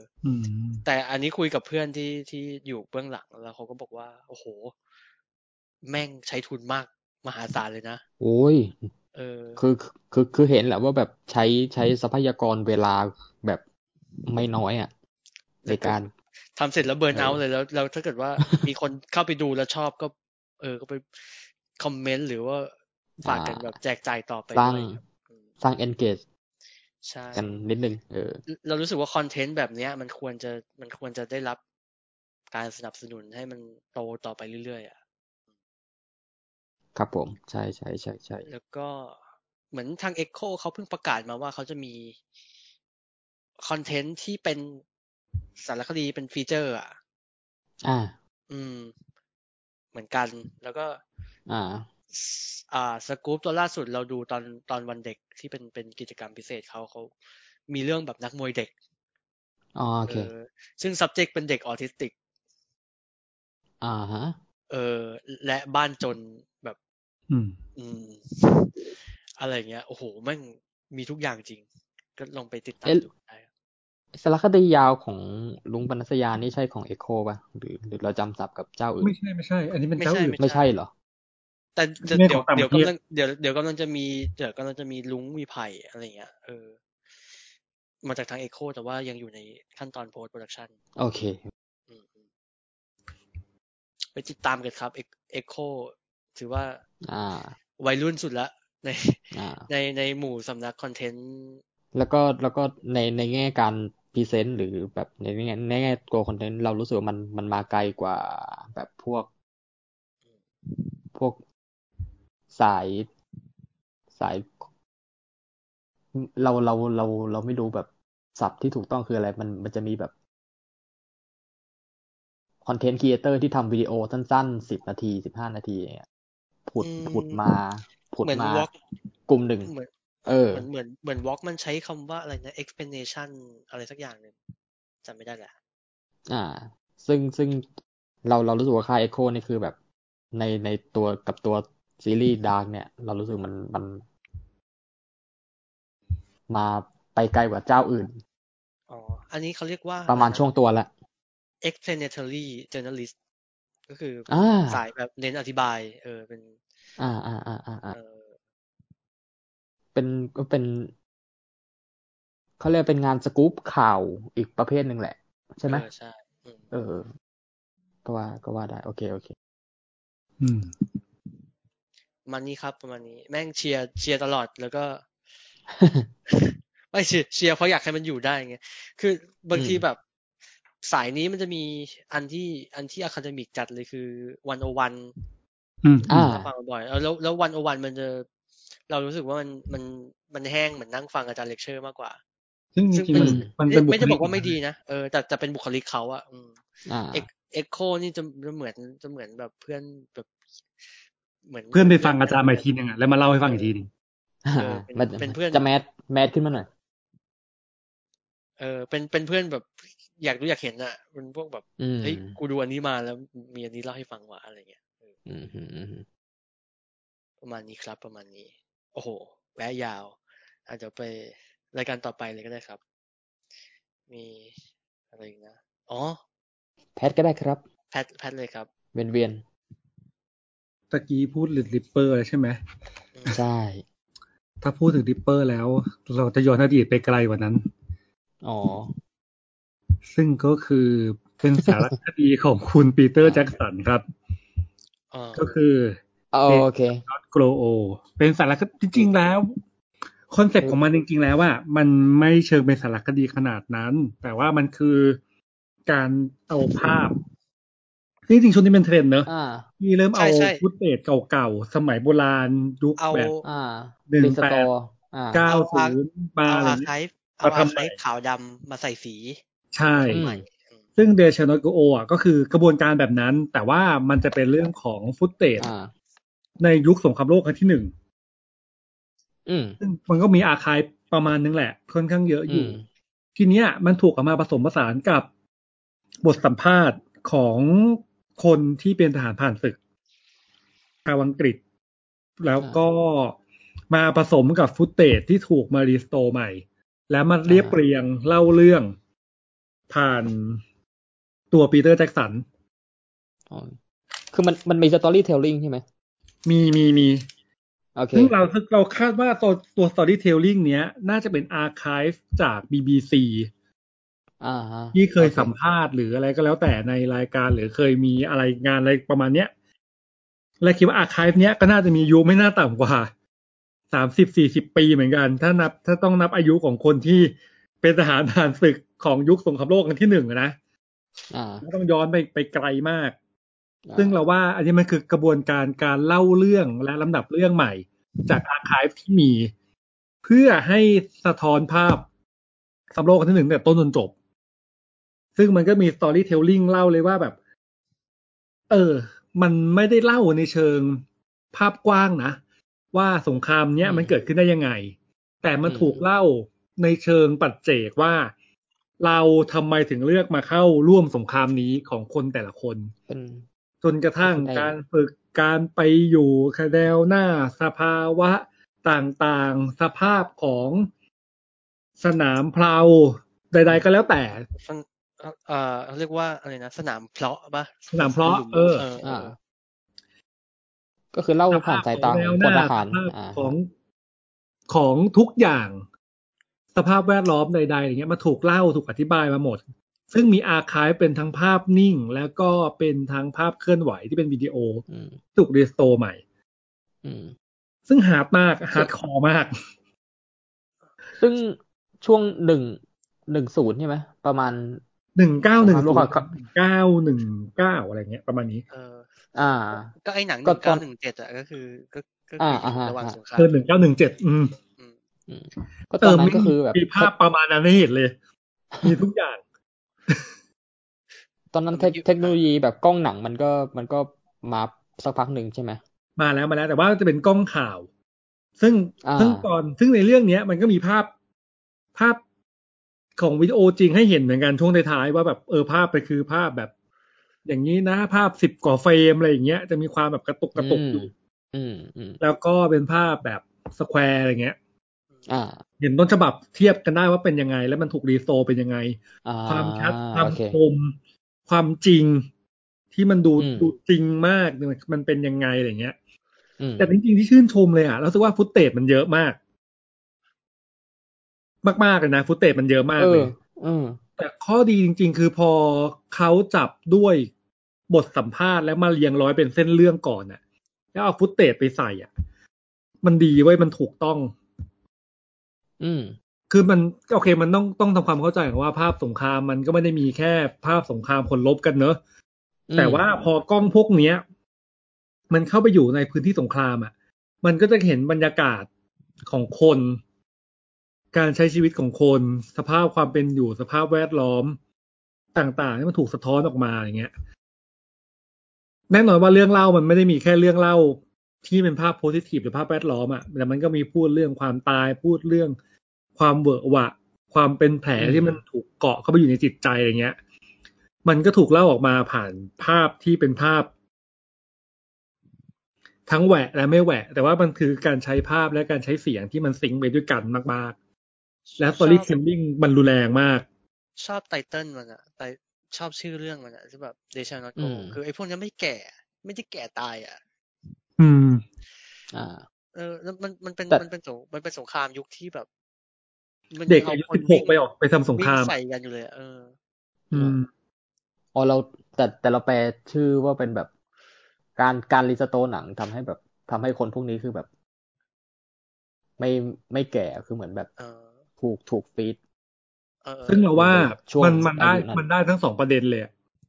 แต่อันนี้คุยกับเพื่อนที่อยู่เบื้องหลังแล้วเขาก็บอกว่าโอ้โหแม่งใช้ทุนมากมหาศาลเลยนะโอ้ยคือเห็นแหละว่าแบบใช้ทรัพยากรเวลาแบบไม่น้อยอ่ะในการทำเสร็จแล้วเบิร์นเอาท์เลยแล้วถ้าเกิดว่ามีคนเข้าไปดูแล้วชอบก็ก็ไปคอมเมนต์หรือว่าฝากกันแบบแจกจ่ายต่อไปด้วยสร้าง engage ใช่กันนิดนึงเรารู้สึกว่าคอนเทนต์แบบนี้มันควรจะได้รับการสนับสนุนให้มันโตต่อไปเรื่อยๆอ่ะครับผมใช่แล้วก็เหมือนทาง Echo เขาเพิ่งประกาศมาว่าเขาจะมีคอนเทนต์ที่เป็นสารคดีเป็นฟีเจอร์เหมือนกันแล้วก็สกู๊ปตัวล่าสุดเราดูตอนวันเด็กที่เป็นกิจกรรมพิเศษเขามีเรื่องแบบนักมวยเด็กโอเคซึ่ง subject เป็นเด็กออทิสติกฮะและบ้านจนแบบอะไรเงี้ยโอ้โหแม่งมีทุกอย่างจริงก็ลองไปติดตามดูได้สารคดียาวของลุงปนัสยานี่ใช่ของ Echo ป่ะหรือเราจำศัพท์กับเจ้าอื่นไม่ใช่อันนี้เป็นเจ้าอื่นไม่ใช่เหรอแต่เดี๋ยวกำลังจะมีลุงมีไผ่อะไรเงี้ยมาจากทาง Echo แต่ว่ายังอยู่ในขั้นตอน post production โอเคไปติดตามกันครับ Echo ถือว่าวัยรุ่นสุดละในหมู่สำนักคอนเทนต์แล้วก็ในแง่การพรีเซนต์หรือแบบในแง่ตัวคอนเทนต์เรารู้สึกว่ามันมาไกลกว่าแบบพวกสายเราไม่รู้แบบศัพท์ที่ถูกต้องคืออะไรมันจะมีแบบคอนเทนต์ครีเอเตอร์ที่ทำวิดีโอสั้นๆ10 นาที15 นาทีเนี่ยผุดมากลุ่มหนึ่งเหมือนวอล์กมันใช้คำว่าอะไรนะ explanation อะไรสักอย่างหนึ่งจำไม่ได้แหละซึ่งเรารู้สึกว่าค่าย Echo นี่คือแบบในตัวกับตัวซีรีส์ Dark เนี่ยเรารู้สึกมันมาไปไกลกว่าเจ้าอื่นอันนี้เขาเรียกว่าประมาณช่วงตัวละ explanatory journalist ก็คือสายแบบเน้นอธิบายเป็นเป็นเขาเรียกเป็นงานสกู๊ปข่าวอีกประเภทหนึ่งแหละใช่ไหมใช่ก็ว่าได้โอเคมันนี้ครับประมาณนี้แม่งเชียร์ตลอดแล้วก็ ไม่เชียร์เพราะอยากให้มันอยู่ได้ไงคือบางทีแบบสายนี้มันจะมีอันที่อะคาเดมิกจัดเลยคือ101ฟังบ่อยแล้ว101มันจะเรารู้สึกว่ามันแห้งเหมือนนั่งฟังอาจารย์เลคเชอร์มากกว่าซึ่งจริงๆมันเป็นไม่ได้บอกว่าไม่ดีนะแต่เป็นบุคลิกเขาอะเอ็กโคนี่จะเหมือนแบบเพื่อนแบบเหมือนเพื่อนไปฟังอาจารย์ใหม่ทีนึงอ่ะแล้วมาเล่าให้ฟังอีกทีนึงเป็นเพื่อนจะแมสขึ้นมาหน่อยเป็นเพื่อนแบบอยากรู้อยากเห็นอ่ะเป็นพวกแบบเฮ้ยกูดูอันนี้มาแล้วมีอันนี้เล่าให้ฟังว่ะอะไรเงี้ยประมาณนี้ครับประมาณนี้โอ้โหแวะยาวอาจจะไปรายการต่อไปเลยก็ได้ครับมีอะไรอีกนะแพทก็ได้ครับแพทเลยครับเวียนตะกี้พูดริปเปอร์ใช่ไหมใช่ถ้าพูดถึงริปเปอร์แล้วเราจะย้อนอดีตไปไกลกว่านั้นซึ่งก็คือเป็นสารคดีของคุณปีเตอร์แจ็คสันครับก็คือโอเค Not Grow Old เป็นสารคดีจริงๆแล้วคอนเซ็ปต์ของมันจริงๆแล้วว่ามันไม่เชิงเป็นสารคดีขนาดนั้นแต่ว่ามันคือการเอาภาพจริงๆช่วงนี้เป็นเทรนด์เนอะที่เริ่มเอาฟุตเทจเก่าๆสมัยโบราณยุคแบบ1890มาอะไรเงี้ยมาทำใหม่ขาวดำมาใส่สีใช่ซึ่งเดชโนโกโอก็คือกระบวนการแบบนั้นแต่ว่ามันจะเป็นเรื่องของฟุตเทจในยุคสงครามโลกครั้งที่1ซึ่งมันก็มีอาร์ไคฟ์ประมาณนึงแหละค่อนข้างเยอะอยู่ทีเนี้ยมันถูกเอามาผสมผสานกับบทสัมภาษณ์ของคนที่เป็นทหารผ่านศึกชาวอังกฤษแล้วก็มาผสมกับฟุตเทจที่ถูกมารีสโตร์ใหม่แล้วมาเรียบเรียงเล่าเรื่องผ่านตัวปีเตอร์แจ็คสันคือมันมี storytelling ใช่ไหมมีโอเคซึ่งเราคาดว่าตัว storytelling เนี้ยน่าจะเป็น archive จาก BBC ที่เคยสัมภาษณ์หรืออะไรก็แล้วแต่ในรายการหรือเคยมีอะไรงานอะไรประมาณเนี้ยและคิดว่า archive เนี้ยก็น่าจะมีอายุไม่น่าต่ำกว่า30-40 ปีเหมือนกันถ้าต้องนับอายุของคนที่เป็นทหารผ่านศึกของยุคสงครามโลกครั้งที่1นะต้องย้อนไปไกลมากซึ่งเราว่าอันนี้มันคือกระบวนการเล่าเรื่องและลำดับเรื่องใหม่จากอาร์ไคฟ์ที่มีเพื่อให้สะท้อนภาพสงครามโลกครั้งที่1แต่ต้นจนจบซึ่งมันก็มีสตอรี่เทลลิ่งเล่าเลยว่าแบบมันไม่ได้เล่าในเชิงภาพกว้างนะว่าสงครามเนี้ยมันเกิดขึ้นได้ยังไงแต่มันถูกเล่าในเชิงปัจเจกว่าเราทำไมถึงเลือกมาเข้าร่วมสงครามนี้ของคนแต่ละคนจนกระทั่งการฝึกการไปอยู่แนวหน้าสภาวะต่างๆสภาพของสนามเพลาใดๆก็แล้วแต่เรียกว่าอะไรนะสนามเพลาะป่ะสนามเพลาะก็คือเล่าผ่านสายตาของพลทหารของทุกอย่างสภาพแวดล้อมใดๆอย่างเงี้ยมาถูกเล่าถูกอธิบายมาหมดซึ่งมีอาร์ไคฟ์เป็นทั้งภาพนิ่งแล้วก็เป็นทั้งภาพเคลื่อนไหวที่เป็นวิดีโอถูกรีสโตร์ใหม่ซึ่งฮาร์ดมากฮาร์ดคอร์มากซึ่งช่วง110ใช่ไหมประมาณ 1910 1919อะไรเงี้ยประมาณนี้ก็ไอ้หนัง1917อ่ะก็คือระหว่างสงคราม 1917 ก็ตอนนั้นก็คือแบบมีภาพประมาณนั้นให้เห็นเลยมีทุกอย่างตอนนั้นเทคโนโลยีแบบกล้องหนังมันก็มาสักพักหนึ่งใช่ไหมมาแล้วแต่ว่าจะเป็นกล้องข่าวซึ่งในเรื่องนี้มันก็มีภาพของวิดีโอจริงให้เห็นเหมือนกันช่วงท้ายๆว่าแบบภาพไปคือภาพแบบอย่างนี้นะภาพ10 กว่าเฟรมอะไรอย่างเงี้ยจะมีความแบบกระตุกอยู่แล้วก็เป็นภาพแบบสแควร์อะไรเงี้ยเห็นต้นฉบับเทียบกันได้ว่าเป็นยังไงแล้วมันถูกรีโซลเป็นยังไงความชัดความคมความจริงที่มันดูจริงมากมันเป็นยังไงอะไรเงี้ยแต่จริงๆที่ชื่นชมเลยอ่ะรู้สึกว่าฟุตเทจมันเยอะมากเลยนะฟุตเทจมันเยอะมากเลยแต่ข้อดีจริงๆคือพอเขาจับด้วยบทสัมภาษณ์แล้วมาเรียงร้อยเป็นเส้นเรื่องก่อนอ่ะแล้วเอาฟุตเทจไปใส่อ่ะมันดีเว้ยมันถูกต้องคือมันโอเคมันต้องทำความเข้าใจว่าภาพสงครามมันก็ไม่ได้มีแค่ภาพสงครามคนลบกันเนอะแต่ว่าพอกล้องพวกเนี้ยมันเข้าไปอยู่ในพื้นที่สงครามอ่ะมันก็จะเห็นบรรยากาศของคนการใช้ชีวิตของคนสภาพความเป็นอยู่สภาพแวดล้อมต่างๆที่มันถูกสะท้อนออกมาอย่างเงี้ยแน่นอนว่าเรื่องเล่ามันไม่ได้มีแค่เรื่องเล่าที่เป็นภาพโพสิทีฟหรือภาพแวดล้อมอ่ะแต่มันก็มีพูดเรื่องความตายพูดเรื่องความเวอะหวะความเป็นแผลที่มันถูกเกาะเข้าไปอยู่ในจิตใจอะไรเงี้ยมันก็ถูกเล่าออกมาผ่านภาพที่เป็นภาพทั้งแหวะและไม่แหวะแต่ว่ามันคือการใช้ภาพและการใช้เสียงที่มันซิงค์ไปด้วยกันมากๆและ storytelling มันรุนแรงมากชอบไตเติ้ลมันอ่ะชอบชื่อเรื่องมันอ่ะที่แบบ They Shall Not Go คือไอ้พวกนี้ไม่ได้แก่ตายอ่ะแล้วมันเป็นสงครามยุคที่แบบเด็กอายุ16ไปทำสงครามใส่กันอยู่เลยเราแต่เราแปลชื่อว่าเป็นแบบการรีสโตร์หนังทำให้คนพวกนี้คือแบบไม่แก่คือเหมือนแบบถูกฟีดซึ่งเราว่ามันได้ทั้ง2ประเด็นเลย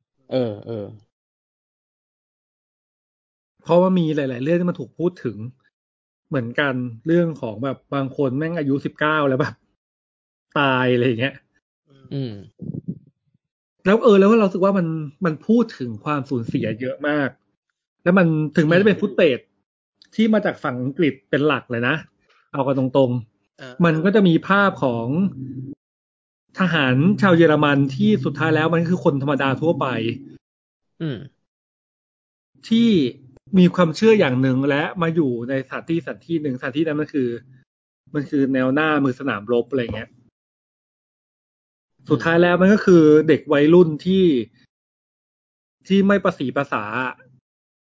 เพราะว่ามีหลายๆเรื่องที่มันถูกพูดถึงเหมือนกันเรื่องของแบบบางคนแม่งอายุ19แล้วแบบตายอะไรอย่างเงี้ยแล้วแล้วเรารู้สึกว่ามันพูดถึงความสูญเสียเยอะมากแล้วมันถึงแม้จะเป็นฟุตเทจที่มาจากฝั่งอังกฤษเป็นหลักเลยนะเอากันตรงๆมันก็จะมีภาพของทหารชาวเยอรมันที่สุดท้ายแล้วมันคือคนธรรมดาทั่วไปที่มีความเชื่ออย่างหนึ่งและมาอยู่ในสถานที่หนึ่งสถานที่นั้นมันคือแนวหน้ามือสนามรบอะไรเงี้ยสุดท้ายแล้วมันก็คือเด็กวัยรุ่นที่ไม่ประสีภาษา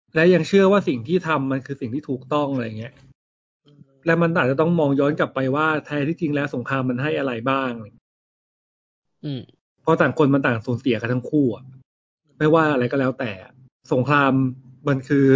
และยังเชื่อว่าสิ่งที่ทำมันคือสิ่งที่ถูกต้องอะไรเงี้ยและมันอาจจะต้องมองย้อนกลับไปว่าแท้ที่จริงแล้วสงครามมันให้อะไรบ้างเพราะต่างคนมันต่างสูญเสียกันทั้งคู่อ่ะไม่ว่าอะไรก็แล้วแต่สงครามมัน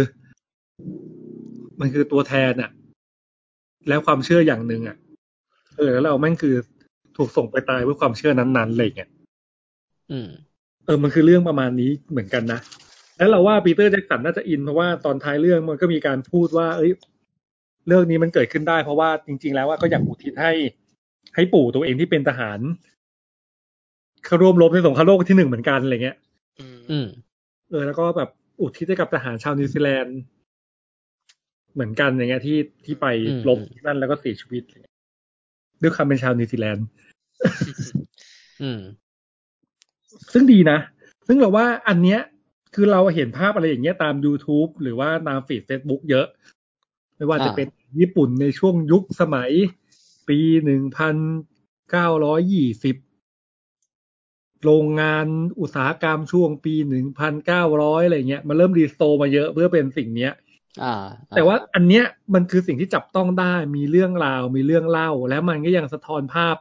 คือตัวแทนอ่ะแล้วความเชื่ออย่างหนึ่งอ่ะแล้วเราแม่งคือถูกส่งไปตายเพื่อความเชื่อนั้นๆอะไรเงี้ยมันคือเรื่องประมาณนี้เหมือนกันนะแล้วเราว่าปีเตอร์แจ็คสันน่าจะอินเพราะว่าตอนท้ายเรื่องมันก็มีการพูดว่าเรื่องนี้มันเกิดขึ้นได้เพราะว่าจริงๆแล้วว่าก็อยากอุทิศให้ปู่ตัวเองที่เป็นทหารเข้าร่วมรบในสงครามโลกที่1เหมือนกันอะไรเงี้ยแล้วก็แบบอุทิศให้กับทหารชาวนิวซีแลนด์เหมือนกันอย่างเงี้ยที่ไปรบนั่นแล้วก็เสียชีวิตด้วยความเป็นชาวนิวซีแลนด์ซึ่งดีนะซึ่งเราว่าอันเนี้ยคือเราเห็นภาพอะไรอย่างเงี้ยตาม YouTube หรือว่าตามฟีด Facebook เยอะไม่ว่าจะเป็นญี่ปุ่นในช่วงยุคสมัยปี1920โรงงานอุตสาหกรรมช่วงปี1900อะไรเงี้ยมันเริ่มรีสโตร์มาเยอะเพื่อเป็นสิ่งเนี้ยแต่ว่าอันเนี้ยมันคือสิ่งที่จับต้องได้มีเรื่องราวมีเรื่องเล่าแล้วมันก็ยังสะท้อนภาพ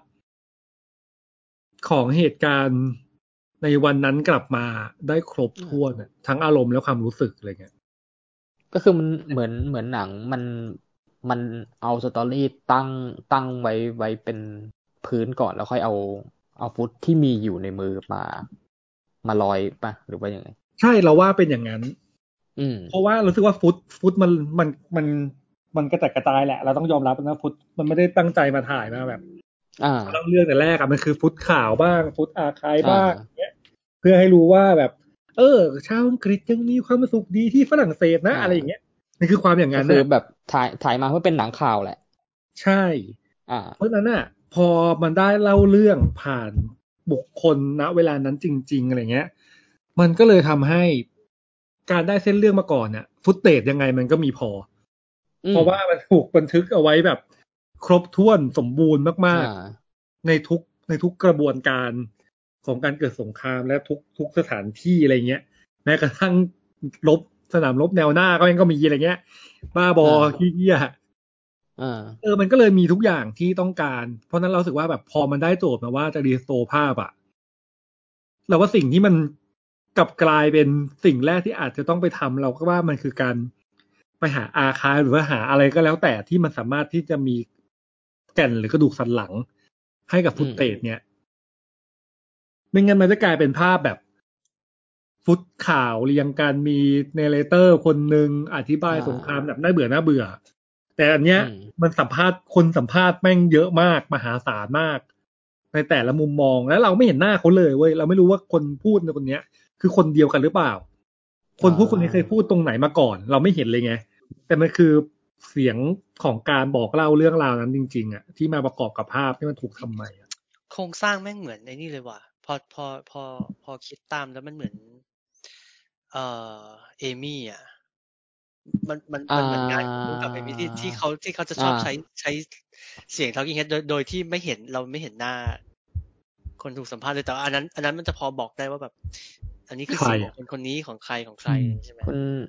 ของเหตุการณ์ในวันนั้นกลับมาได้ครบถ้วนทั้งอารมณ์และความรู้สึกอะไรเงี้ยก็คือมันเหมือนหนังมันเอาสตอรี่ตั้งไว้เป็นพื้นก่อนแล้วค่อยเอาฟุตที่มีอยู่ในมือมาลอยป่ะหรือว่ายังไงใช่เราว่าเป็นอย่างนั้นเพราะว่ารู้สึกว่าฟุตมันกระจัดกระจายแหละเราต้องยอมรับนะฟุตมันไม่ได้ตั้งใจมาถ่ายมาแบบเล่าเรื่องแต่แรกมันคือฟุตข่าวบ้างฟุตอาร์ไคฟ์บ้างเงี้ยเพื่อให้รู้ว่าแบบชาวอังกฤษยังมีความสุขดีที่ฝรั่งเศสนะอะไรอย่างเงี้ยนี่คือความอย่างนั้นคือแบบถ่ายมาเพื่อเป็นหนังข่าวแหละใช่เพราะนั้นน่ะพอมันได้เล่าเรื่องผ่านบุคคลณเวลานั้นจริงๆอะไรเงี้ยมันก็เลยทำให้การได้เส้นเรื่องมาก่อนเนี่ยฟุตเทจยังไงมันก็มีพอเพราะว่ามันถูกบันทึกเอาไว้แบบครบถ้วนสมบูรณ์มากๆในทุกกระบวนการของการเกิดสงครามและทุกสถานที่อะไรเงี้ยแม้กระทั่งสนามรบแนวหน้าก็ยังก็มีอะไรเงี้ยบ้าบอขี้เหี้ยมันก็เลยมีทุกอย่างที่ต้องการเพราะนั้นเราสึกว่าแบบพอมันได้โจทย์มาว่าจะรีสโตร์ภาพเราว่าสิ่งที่มันกลับกลายเป็นสิ่งแรกที่อาจจะต้องไปทำเราก็ว่ามันคือการไปหาอาร์ไคฟ์หรือว่าหาอะไรก็แล้วแต่ที่มันสามารถที่จะมีแก่นหรือกระดูกสันหลังให้กับฟุตเทจเนี่ยไม่งั้นมันจะกลายเป็นภาพแบบฟุตข่าวเรียงกันมีเนเรเตอร์คนหนึ่งอธิบายสงครามแบบน่าเบื่อแต่อันเนี้ยมันสัมภาษณ์แม่งเยอะมากมหาศาลมากในแต่ละมุมมองแล้วเราไม่เห็นหน้าเขาเลยเว้ยเราไม่รู้ว่าคนพูดในคนเนี้ยคือคนเดียวกันหรือเปล่าคนพูดคนนี้เคยพูดตรงไหนมาก่อนเราไม่เห็นเลยไงแต่มันคือเสียงของการบอกเล่าเรื่องราวนั้นจริงๆที่มาประกอบกับภาพที่มันถูกทำใหม่โครงสร้างแม่งเหมือนไอ้นี่เลยว่ะพอคิดตามแล้วมันเหมือนเอมี่มันเหมือนงานของผู้กับเอมี่ที่เขาจะชอบใช้เสียง Talking Head โดยที่เราไม่เห็นหน้าคนถูกสัมภาษณ์เลยแต่อันนั้นมันจะพอบอกได้ว่าแบบอันนี้คือเสียงของคนนี้ของใครใช่ไหม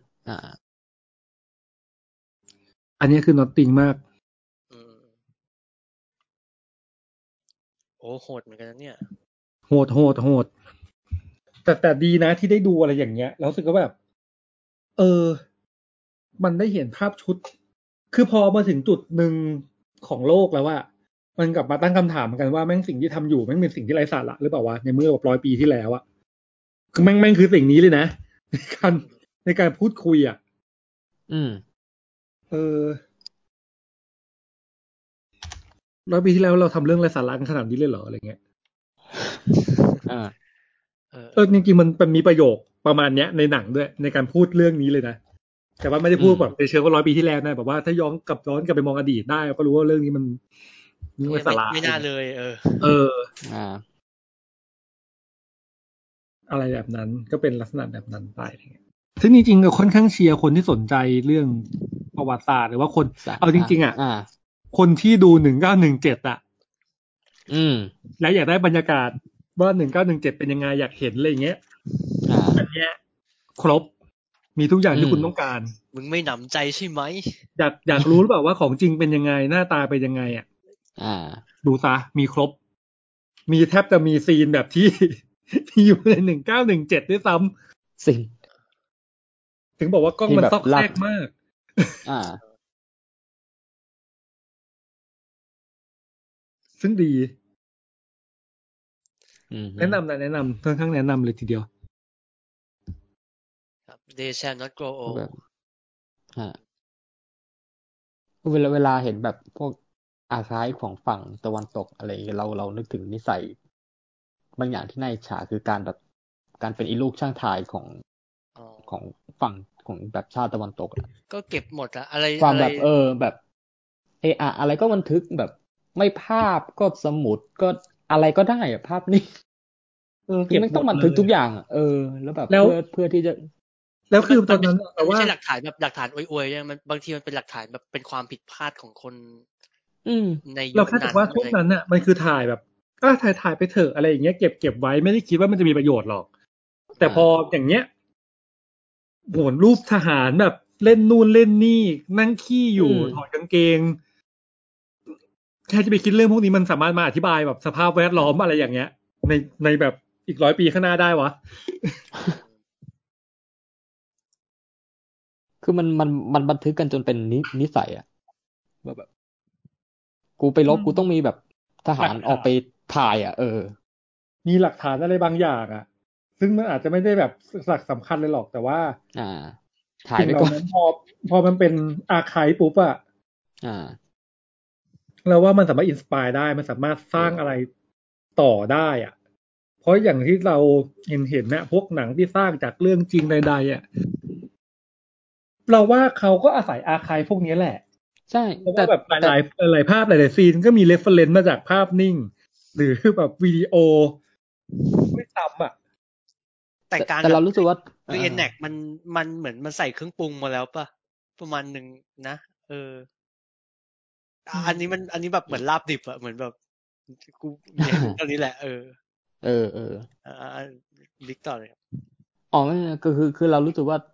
อันนี้คือน็อตติงมากโอ้โหดเหมือนกันนะเนี่ยโหดแต่ดีนะที่ได้ดูอะไรอย่างเงี้ยแล้วรู้สึกว่าแบบมันได้เห็นภาพชุดคือพอมาถึงจุดหนึ่งของโลกแล้วว่ามันกลับมาตั้งคำถามกันว่าแม่งสิ่งที่ทำอยู่แม่งเป็นสิ่งที่ไร้สาระหรือเปล่าวะในเมื่อแบบ100 ปีที่แล้วอะคือแม่งคือสิ่งนี้เลยนะในการพูดคุย100 ปีที่แล้วเราทำเรื่องไร้สาระกันขนาดนี้เลยเหรออะไรเงี้ยจริงๆมันมีประโยคประมาณเนี้ยในหนังด้วยในการพูดเรื่องนี้เลยนะแต่ว่าไม่ได้พูดแบบในเชิงว่า100 ปีที่แล้วนะแบบว่าถ้าย้อนกลับไปมองอดีตได้ก็รู้ว่าเรื่องนี้มันไม่สาระไม่น่าเลยอะไรแบบนั้นก็เป็นลักษณะแบบนั้นไปซึ่งจริงๆก็ค่อนข้างเชียร์คนที่สนใจเรื่องประวัติศาสตร์หรือว่าคนเอาจริงๆคนที่ดู1917แล้วอยากได้บรรยากาศว่า1917เป็นยังไงอยากเห็นอะไรอย่างเงี้ยอันเนี้ยครบมีทุกอย่างที่คุณต้องการมึงไม่หนำใจใช่ไหมอยากรู้หรือเปล่าว่าของจริงเป็นยังไงหน้าตาเป็นยังไงอ่ะดูซะมีครบมีแทบจะมีซีนแบบที่อยู่ใน1917ด้วยซ้ำสิ่งถึงบอกว่ากล้องมันซอกแซกมากซึ่งดีแนะนำค่อนข้างแนะนำเลยทีเดียวครับ They shall not grow old เวลาเห็นแบบพวกอาร์ไคฟ์ของฝั่งตะวันตกอะไรเรานึกถึงนิสัยบางอย่างที่น่าอิจฉาคือการเป็นอีลูกช่างถ่ายของฝั่งของแบบชาติตะวันตกก็เก็บหมดอะอะไรความแบบแบบอะไรก็บันทึกแบบไม่ภาพก็สมุดก็อะไรก็ได้อะภาพนี้คือไม่ต้องบันทึกทุกอย่างแล้วแบบเพื่อที่จะแล้วคือตอนนั้นแต่ว่าไม่ใช่หลักฐานแบบหลักฐานอวยๆเนี่ยมันบางทีมันเป็นหลักฐานแบบเป็นความผิดพลาดของคนในยุคนั้นเราแค่ถือว่าช่วงนั้นน่ะมันคือถ่ายแบบถ่ายไปเถอะอะไรอย่างเงี้ยเก็บไว้ไม่ได้คิดว่ามันจะมีประโยชน์หรอกแต่พออย่างเงี้ยโหนรูปทหารแบบเล่นนู่นเล่นนี่นั่งขี้อยู่ถอดกางเกงแค่จะไปคิดเรื่องพวกนี้มันสามารถมาอธิบายแบบสภาพแวดล้อมอะไรอย่างเงี้ยในแบบอีก100 ปีข้างหน้าได้วะคือมันบันทึกกันจนเป็นนิสัยอะแบบกูไปรบกูต้องมีแบบทหารออกไปถ่ายมีหลักฐานอะไรบางอย่างอ่ะซึ่งมันอาจจะไม่ได้แบบหลักสำคัญเลยหรอกแต่ว่าถ่ายไปก่อนพอมันเป็นอาร์ไคฟ์ปุ๊บอ่ะเราว่ามันสามารถอินสปายได้มันสามารถสร้างอะไรต่อได้อ่ะเพราะอย่างที่เราเห็นนะพวกหนังที่สร้างจากเรื่องจริงใดๆอ่ะเราว่าเขาก็อาศัยอาร์ไคฟ์พวกนี้แหละใช่แต่แบบหลายภาพหลายซีนก็มีเรฟเฟอเรนซ์มาจากภาพนิ่งหรือแบบวิดีโอไม่ซ้ำอ่ะแต่เรารู้สึกว่าคือNXมันเหมือนมันใส่เครื่องปรุงมาแล้วป่ะประมาณนึงนะอันนี้แบบเหมือนลาบดิบอะเหมือนแบบกูมีให้มึงเท่านี้แหละลิกต่อเลยครับไม่คือเรารู้สึกว่า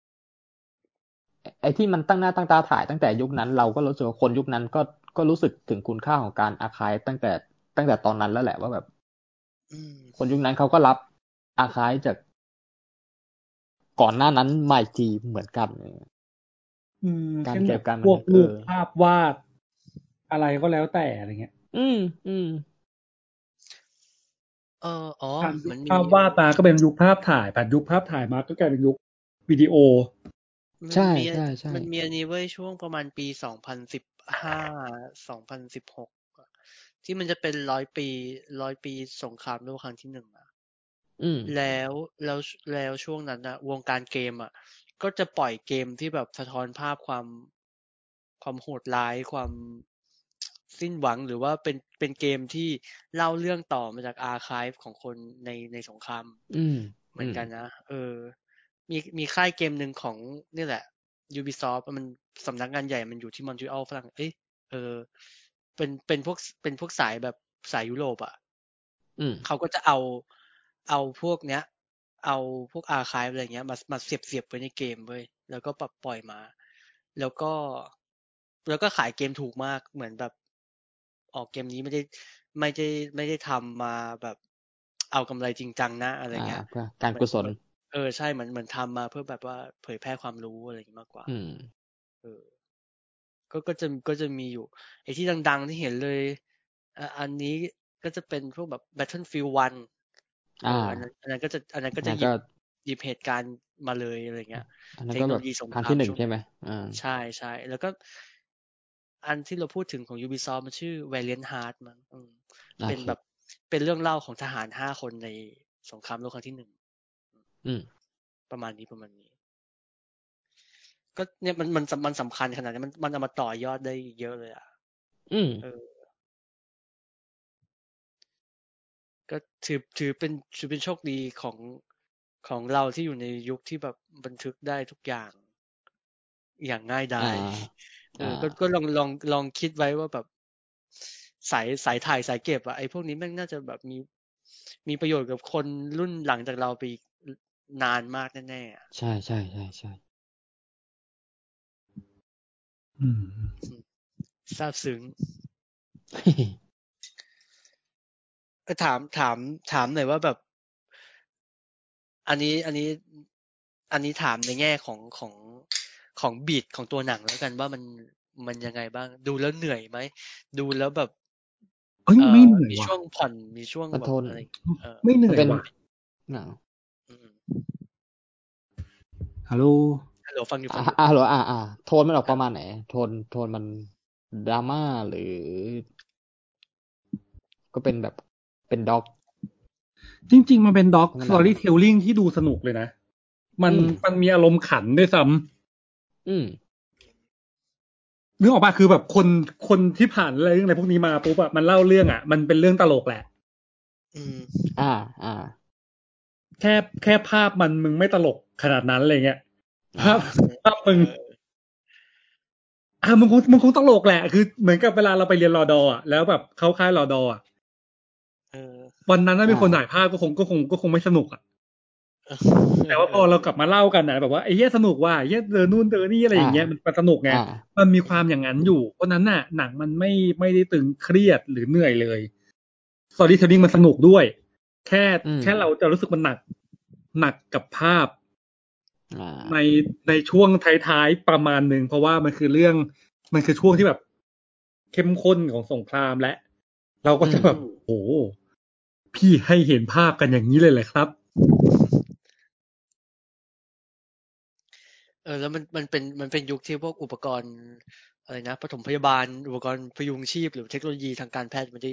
ไอ้ที่มันตั้งหน้าตั้งตาถ่ายตั้งแต่ยุคนั้นเราก็รู้สึกว่าคนยุคนั้นก็รู้สึกถึงคุณค่าของการอาร์ไคฟ์ตั้งแต่ตอนนั้นแล้วแหละว่าแบบคนยุคนั้นเขาก็รับอาร์ไคฟ์จากก่อนหน้านั้นมาอีกทีเหมือนกันการเก็บการพวกรูปภาพวาดอะไรก็แล้วแต่อะไรเงี้ยมันภาพวาดมาก็เป็นยุคภาพถ่ายผ่านยุคภาพถ่ายมาก็กลายเป็นยุควิดีโอใช่มันมีอันนี้ไว้ช่วงประมาณปี2015 2016ที่มันจะเป็น100 ปีสงครามโลกครั้งที่1แล้วช่วงนั้นนะวงการเกมก็จะปล่อยเกมที่แบบสะท้อนภาพความโหดร้ายความสิ้นหวังหรือว่าเป็นเกมที่เล่าเรื่องต่อมาจากอาร์ไคฟ์ของคนในสงครามเหมือนกันนะมีค่ายเกมหนึ่งของนี่แหละ Ubisoft มันสำนักงานใหญ่มันอยู่ที่มอนทรีออลฝรั่งเป็นพวกสายแบบสายยุโรปเขาก็จะเอาพวกเนี้ยเอาพวกอาร์ไคฟ์อะไรเงี้ยมาเสียบไว้ในเกมเว้ยแล้วก็ปล่อยมาแล้วก็ขายเกมถูกมากเหมือนแบบออกเกมนี้ไม่ได้ทำมาแบบเอากำไรจริงจังนะอะไรเงี้ยการกุศลใช่เหมือนทำมาเพื่อแบบว่าเผยแพร่ความรู้อะไรอย่างนี้มากกว่าก็จะมีอยู่ไอ้ที่ดังๆที่เห็นเลยอันนี้ก็จะเป็นพวกแบบ Battlefield 1อันนั้นก็จะหยิบเหตุการณ์มาเลยอะไรเงี้ยเทคโนโลยีสงครามที่1ใช่ไหมใช่แล้วก็อันที่เราพูดถึงของ Ubisoft มันชื่อ Valiant Hearts มั้งเป็นแบบเป็นเรื่องเล่าของทหาร5 คนในสงครามโลกครั้งที่1ประมาณนี้ก็เนี่ยมันสำคัญขนาดนี้มันเอามาต่อยอดได้เยอะเลยก็ถือเป็นโชคดีของเราที่อยู่ในยุคที่แบบบันทึกได้ทุกอย่างง่ายดายก็ลองคิดไว้ว่าแบบสายถ่ายสายเก็บไอ้พวกนี้แม่งน่าจะแบบมีประโยชน์กับคนรุ่นหลังจากเราไปนานมากแน่ๆใช่ใช่ใช่ใช่ซาบซึ้งถามหน่อยว่าแบบอันนี้ถามในแง่ของบีทของตัวหนังแล้วกันว่ามันยังไงบ้างดูแล้วเหนื่อยไหมดูแล้วแบบไม่เหนื่อยมีว่ะช่วงผ่อนมีช่วงแบบอะไรไม่เหนื่อยว่ะฮัลโหลฟังอยู่ฮัลโหลโทนมันออกประมาณไหนโทนมันดราม่าหรือก็เป็นแบบเป็นด็อกจริงๆมันเป็นด็อกสตอรี่เทลลิ่งที่ดูสนุกเลยนะมันมีอารมณ์ขันด้วยซ้ำนึกออกป่ะคือแบบคนที่ผ่านเรื่องอะไรพวกนี้มาปุ๊บอะมันเล่าเรื่องอะมันเป็นเรื่องตลกแหละแค่ภาพมึงไม่ตลกขนาดนั้นอะไรเงี้ยภาพมึงมึงคงตลกแหละคือเหมือนกับเวลาเราไปเรียนรอดออ่ะแล้วแบบเข้าค่ายรอดออ่ะวันนั้นถ้ามีคนถ่ายภาพก็คงไม่สนุกอ่ะแต่ว่าพอเรากลับมาเล่ากันนะแบบว่าไอ้เหี้ยสนุกว่ะไอ้เหี้ยเดินนู่นเดินนี่อะไรอย่างเงี้ยมันสนุกไงมันมีความอย่างนั้นอยู่เพราะนั้นน่ะหนังมันไม่ได้ตึงเครียดหรือเหนื่อยเลยสตอรี่เทลลิ่งมันสนุกด้วยแค่เราจะรู้สึกมันหนักกับภาพในช่วงท้ายๆประมาณหนึ่งเพราะว่ามันคือช่วงที่แบบเข้มข้นของสงครามและเราก็จะแบบโอ้พี่ให้เห็นภาพกันอย่างนี้เลยแหละครับแล้วมันเป็นยุคที่พวกอุปกรณ์อะไรนะปฐมพยาบาลอุปกรณ์พยุงชีพหรือเทคโนโลยีทางการแพทย์ไม่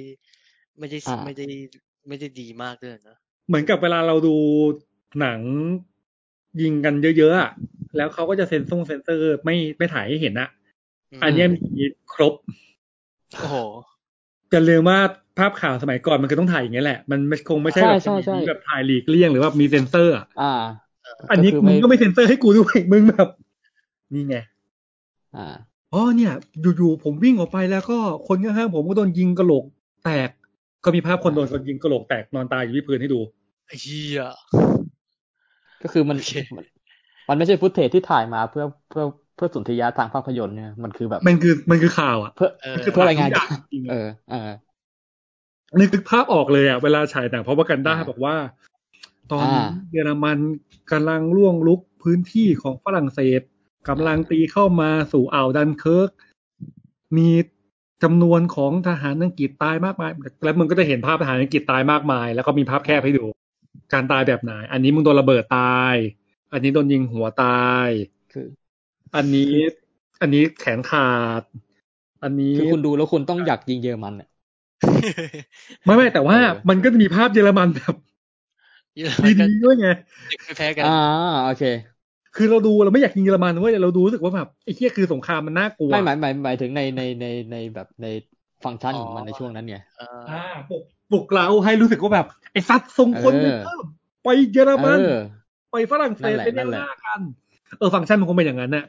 ได้ดีมากด้วยนะเหมือนกับเวลาเราดูหนังยิงกันเยอะๆอ่ะแล้วเขาก็จะเซ็นเซอร์ไม่ถ่ายให้เห็นอะอันนี้มีครบโอ้โหจะลืมว่าภาพข่าวสมัยก่อนมันก็ต้องถ่ายอย่างนี้แหละมันคงไม่ใช่แบบแบบถ่ายหลีกเลี่ยงหรือว่ามีเซ็นเซอร์อันนี้มึงก็ไม่เซ็นเซอร์ให้กูด้วยมึงแบบนี่ไงเนี่ยอยู่ๆผมวิ่งออกไปแล้วก็คนข้างๆผมก็โดนยิงกระโหลกแตกก็มีภาพคนโดนยิงกระโหลกแตกนอนตายอยู่ที่พื้นให้ดูเฮียก็คือมันไม่ใช่ฟุตเทจที่ถ่ายมาเพื่อสนธิยาทางภาพยนตร์เนี่ยมันคือแบบมันคือข่าวอ่ะเพื่อรายงานจริงนึกภาพออกเลยอ่ะเวลาฉายหนังเพราะว่ากันได้บอกว่าตอนนี้เยอรมันกำลังล่วงลุกพื้นที่ของฝรั่งเศสกำลังตีเข้ามาสู่อ่าวดันเคิร์กมีจำนวนของทหารอังกฤษตายมากมายแล้วมึงก็จะเห็นภาพทหารอังกฤษตายมากมายแล้วก็มีภาพแคบให้ดูการตายแบบไหนอันนี้มึงโดนระเบิดตายอันนี้โดนยิงหัวตายอันนี้แขนขาดอันนี้คือคุณดูแล้วคุณต้องอยากยิงเยอรมันเนี่ยไม่แต่ว่ามันก็จะมีภาพเยอรมันแบบดีๆด้วยไงไม่แพ้กันโอเคคือเราดูเราไม่อยากยิงเยอรมันเว้ยเราดูรู้สึกว่าแบบไอ้เหี้ยคือสงครามมันน่ากลัวไม่หมายถึงในแบบในฟังก์ชันของมันในช่วงนั้นไงปลุกเราให้รู้สึกว่าแบบไอ้ซัดส่งคนไปเพิ่มไปเยอรมันไปฝรั่งเศสไปแนวหน้ากันฟังก์ชันมันคงเป็นอย่างนั้นน่ะ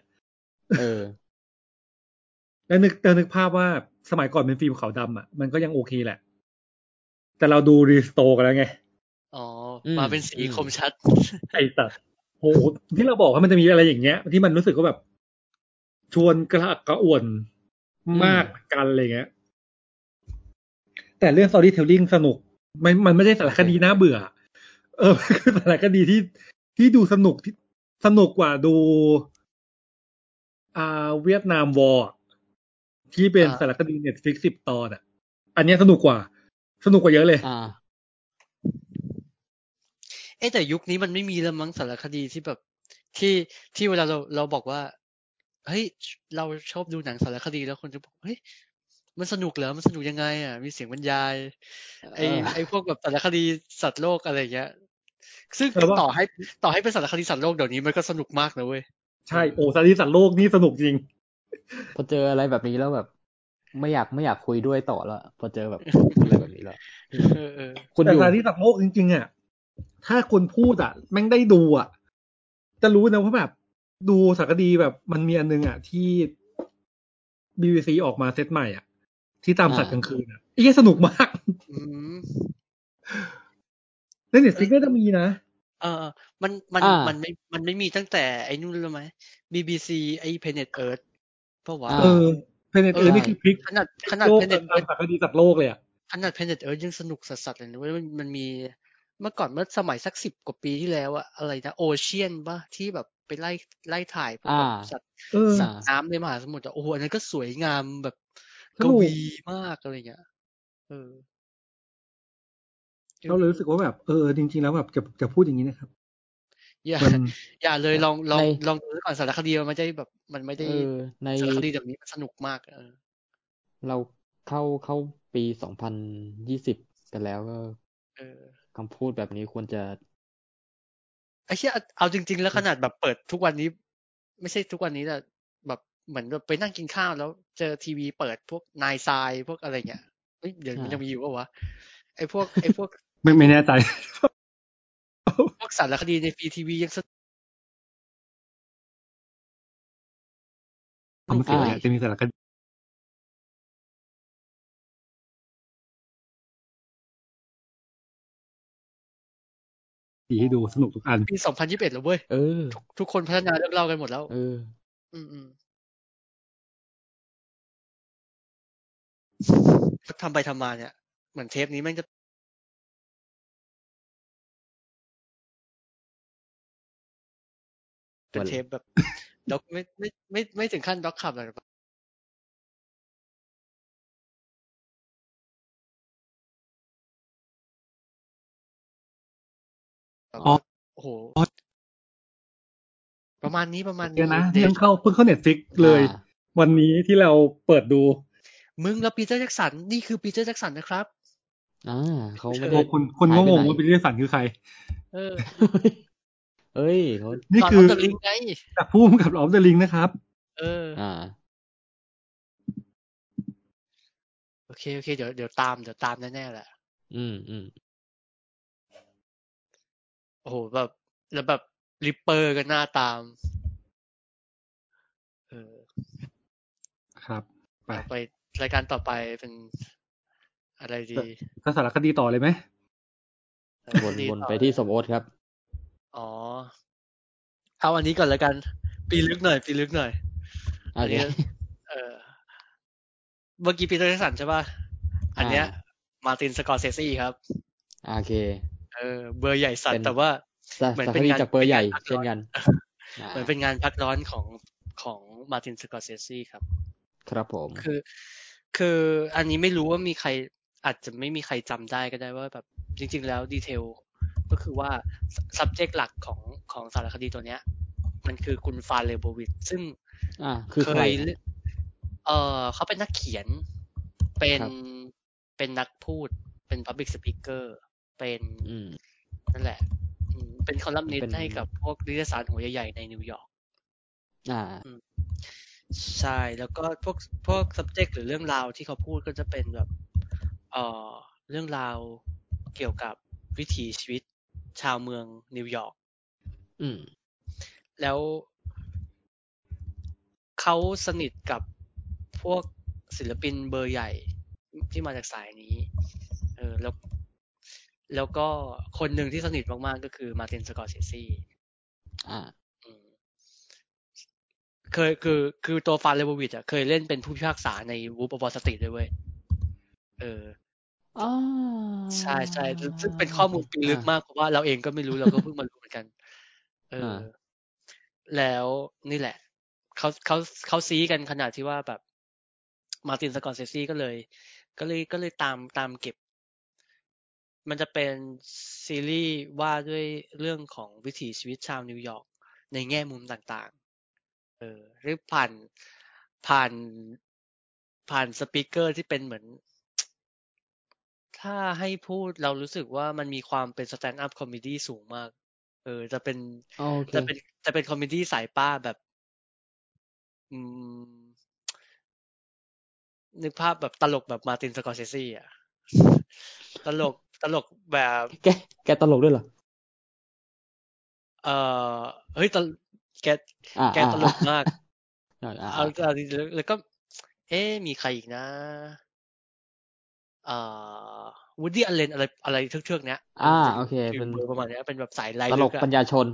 แล้วนึกภาพว่าสมัยก่อนเป็นฟิล์มขาวดำอ่ะมันก็ยังโอเคแหละแต่เราดูรีสโตร์กันแล้วไงมาเป็นสีคมชัดไอ้สัสโหที่เราบอกว่ามันจะมีอะไรอย่างเงี้ยที่มันรู้สึกว่าแบบชวนกระอักกระอ่วนมากกันอะไรเงี้ยแต่เรื่อง storytelling สนุกมันไม่ใช่สารคดีน่าเบื่อคือสารคดีที่ดูสนุกกว่าดูเวียดนามวอร์ที่เป็นสารคดี Netflix 10 ตอนอ่ะอันนี้สนุกกว่าเยอะเลยแต่ยุคนี้มันไม่มีแล้วมั้งสารคดีที่แบบที่เวลาเราบอกว่าเฮ้ยเราชอบดูหนังสารคดีแล้วคนจะบอกเฮ้ยมันสนุกเหรอมันสนุกยังไงอ่ะมีเสียงบรรยายไอ้พวกแบบสารคดีสัตว์โลกอะไรอย่างเงี้ยซึ่งต่อให้เป็นสารคดีสัตว์โลกเดี๋ยวนี้มันก็สนุกมากนะเว้ยใช่สารคดีสัตว์โลกนี่สนุกจริงพอเจออะไรแบบนี้แล้วแบบไม่อยากคุยด้วยต่อแล้วพอเจอแบบพูดอะไรแบบนี้แล้วแต่สารคดีสัตว์โลกจริงๆอ่ะถ้าคนพูดอ่ะแม่งได้ดูอ่ะจะรู้นะว่าแบบดูสารคดีแบบมันมีอันนึงอ่ะที่ BBC ออกมาเซตใหม่อ่ะที่ตามสัตว์กลางคืนอ่ะสนุกมากใน Netflix ก็จะมีนะมันไม่มีตั้งแต่ไอ้นู่นแล้วไหม BBC ไอ้ Planet Earth เพราะว่า Planet Earth นี่คือพลิกขนาด Planet Earth สารคดีสัตว์โลกเลยอ่ะขนาด Planet Earth ยังสนุกสัสๆเลยนะเว้ยมันมีเมื่อก่อนเมื่อสมัยสัก10 กว่าปีที่แล้วอะอะไรนะโอเชียนป่ะที่แบบไปไล่ถ่ายพวกแบบสัตว์น้ำในมหาสมุทรโอ้โหอันนั้นก็สวยงามแบบกวีมากอะไรเงี้ยเราเลยรู้สึกว่าแบบจริงๆแล้วแบบจะพูดอย่างนี้นะครับอย่าเลยลองดูก่อนสารคดีมันไม่ได้แบบมันไม่ได้สารคดีแบบนี้มันสนุกมากเราเข้าปี2020กันแล้วก็คำพูดแบบนี้ควรจะไอ้เหี้ยเอาจริงๆแล้วขนาดแบบเปิดทุกวันนี้ไม่ใช่ทุกวันนี้แต่แบบเหมือนแบบไปนั่งกินข้าวแล้วเจอทีวีเปิดพวกนายทรายพวกอะไรเงี้ยเดี๋ยวมันยังมีอยู่ป่ะวะไอ้พวกไม่แน่ใจพวกสารคดีในฟรีทีวียังสนุกจะมีสารคดีให้ดูสนุกทุกอันปี2021แล้วเว้ยทุกคนพัฒนาเรื่องเล่ากันหมดแล้วทำไปทำมาเนี่ยเหมือนเทปนี้แม่งจะเป็นเทปแบบด็อกไม่ถึงขั้นด็อกขับอะไรโอ้โหประมาณนี้เดี๋ยวนะเพิ่งเข้า Netflix เลยวันนี้ที่เราเปิดดูมึงแล้วปีเตอร์แจ็คสันนี่คือปีเตอร์แจ็คสันนะครับเขาไม่ได้คนงงว่าปีเตอร์แจ็คสันคือใครนี่คือจากผู้กำกับออฟเดอะลิงนะครับโอเคเดี๋ยวตามแน่ๆแหละโอ้โหแบบแล้วแบบริปเปอร์ก็หน้าตามครับไปรายการต่อไปเป็นอะไรดีก็สารคดีต่อเลยไหมวนไปที่สมโอ๊ตครับอ๋อเอาอันนี้ก่อนแล้วกันปีลึกหน่อยอันนี้เมื่อกี้ปีเตอร์แจ็คสันใช่ป่ะอันเนี้ยมาร์ตินสกอร์เซซีครับโอเคเบอร์ใหญ่สัตว์แต่ว่าเหมือนเป็นงานจากเบอร์ใหญ่เช่นกันเหมือนเป็นงานพักร้อนของมาร์ตินสกอร์เซซีครับครับผมคืออันนี้ไม่รู้ว่ามีใครอาจจะไม่มีใครจำได้ก็ได้ว่าแบบจริงๆแล้วดีเทลก็คือว่า subject หลักของสารคดีตัวเนี้ยมันคือคุณฟาเลโบวิชซึ่งเคยเขาเป็นนักเขียนเป็นนักพูดเป็น public speaker เป็นนั่นแหละเป็นคอลัมนิสต์ให้กับพวกนิตยสารหัวใหญ่ๆในนิวยอร์กใช่แล้วก็พวก subject หรือเรื่องราวที่เขาพูดก็จะเป็นแบบเรื่องราวเกี่ยวกับวิถีชีวิตชาวเมืองนิวยอร์กแล้วเขาสนิทกับพวกศิลปินเบอร์ใหญ่ที่มาจากสายนี้แล้วก็คนหนึ่งที่สนิทมากๆก็คือมาร์ตินสกอร์เซซีคือตัวฟานเลโบวิชเคยเล่นเป็นผู้พิพากษาในวูฟออฟวอลสตรีทด้วยเว้ยใช่ซึ่งเป็นข้อมูลปีลึกมากเพราะว่าเราเองก็ไม่รู้เราก็เพิ่งมารู้เหมือนกันแล้วนี่แหละเขาซีกันขนาดที่ว่าแบบมาร์ตินสกอร์เซซีก็เลยตามเก็บมันจะเป็นซีรีส์ว่าด้วยเรื่องของวิถีชีวิตชาวนิวยอร์กในแง่มุมต่างๆหรือผ่านสปีกเกอร์ที่เป็นเหมือนถ้าให้พูดเรารู้สึกว่ามันมีความเป็นสแตนด์อัพคอมเมดี้สูงมากจะเป็นคอมเมดี้สายป้าแบบนึกภาพแบบตลกแบบมาร์ตินสกอร์เซซีอ่ะตลกแบบแกตลกด้วยเหรอเฮ้ยแกตลกมากเอาแล้วก็มีใครอีกนะวูดดี้อัลเลนอะไรเทือกๆเนี้ยโอเคเป็นประมาณนี้เป็นแบบสายไลตลกปัญญาชน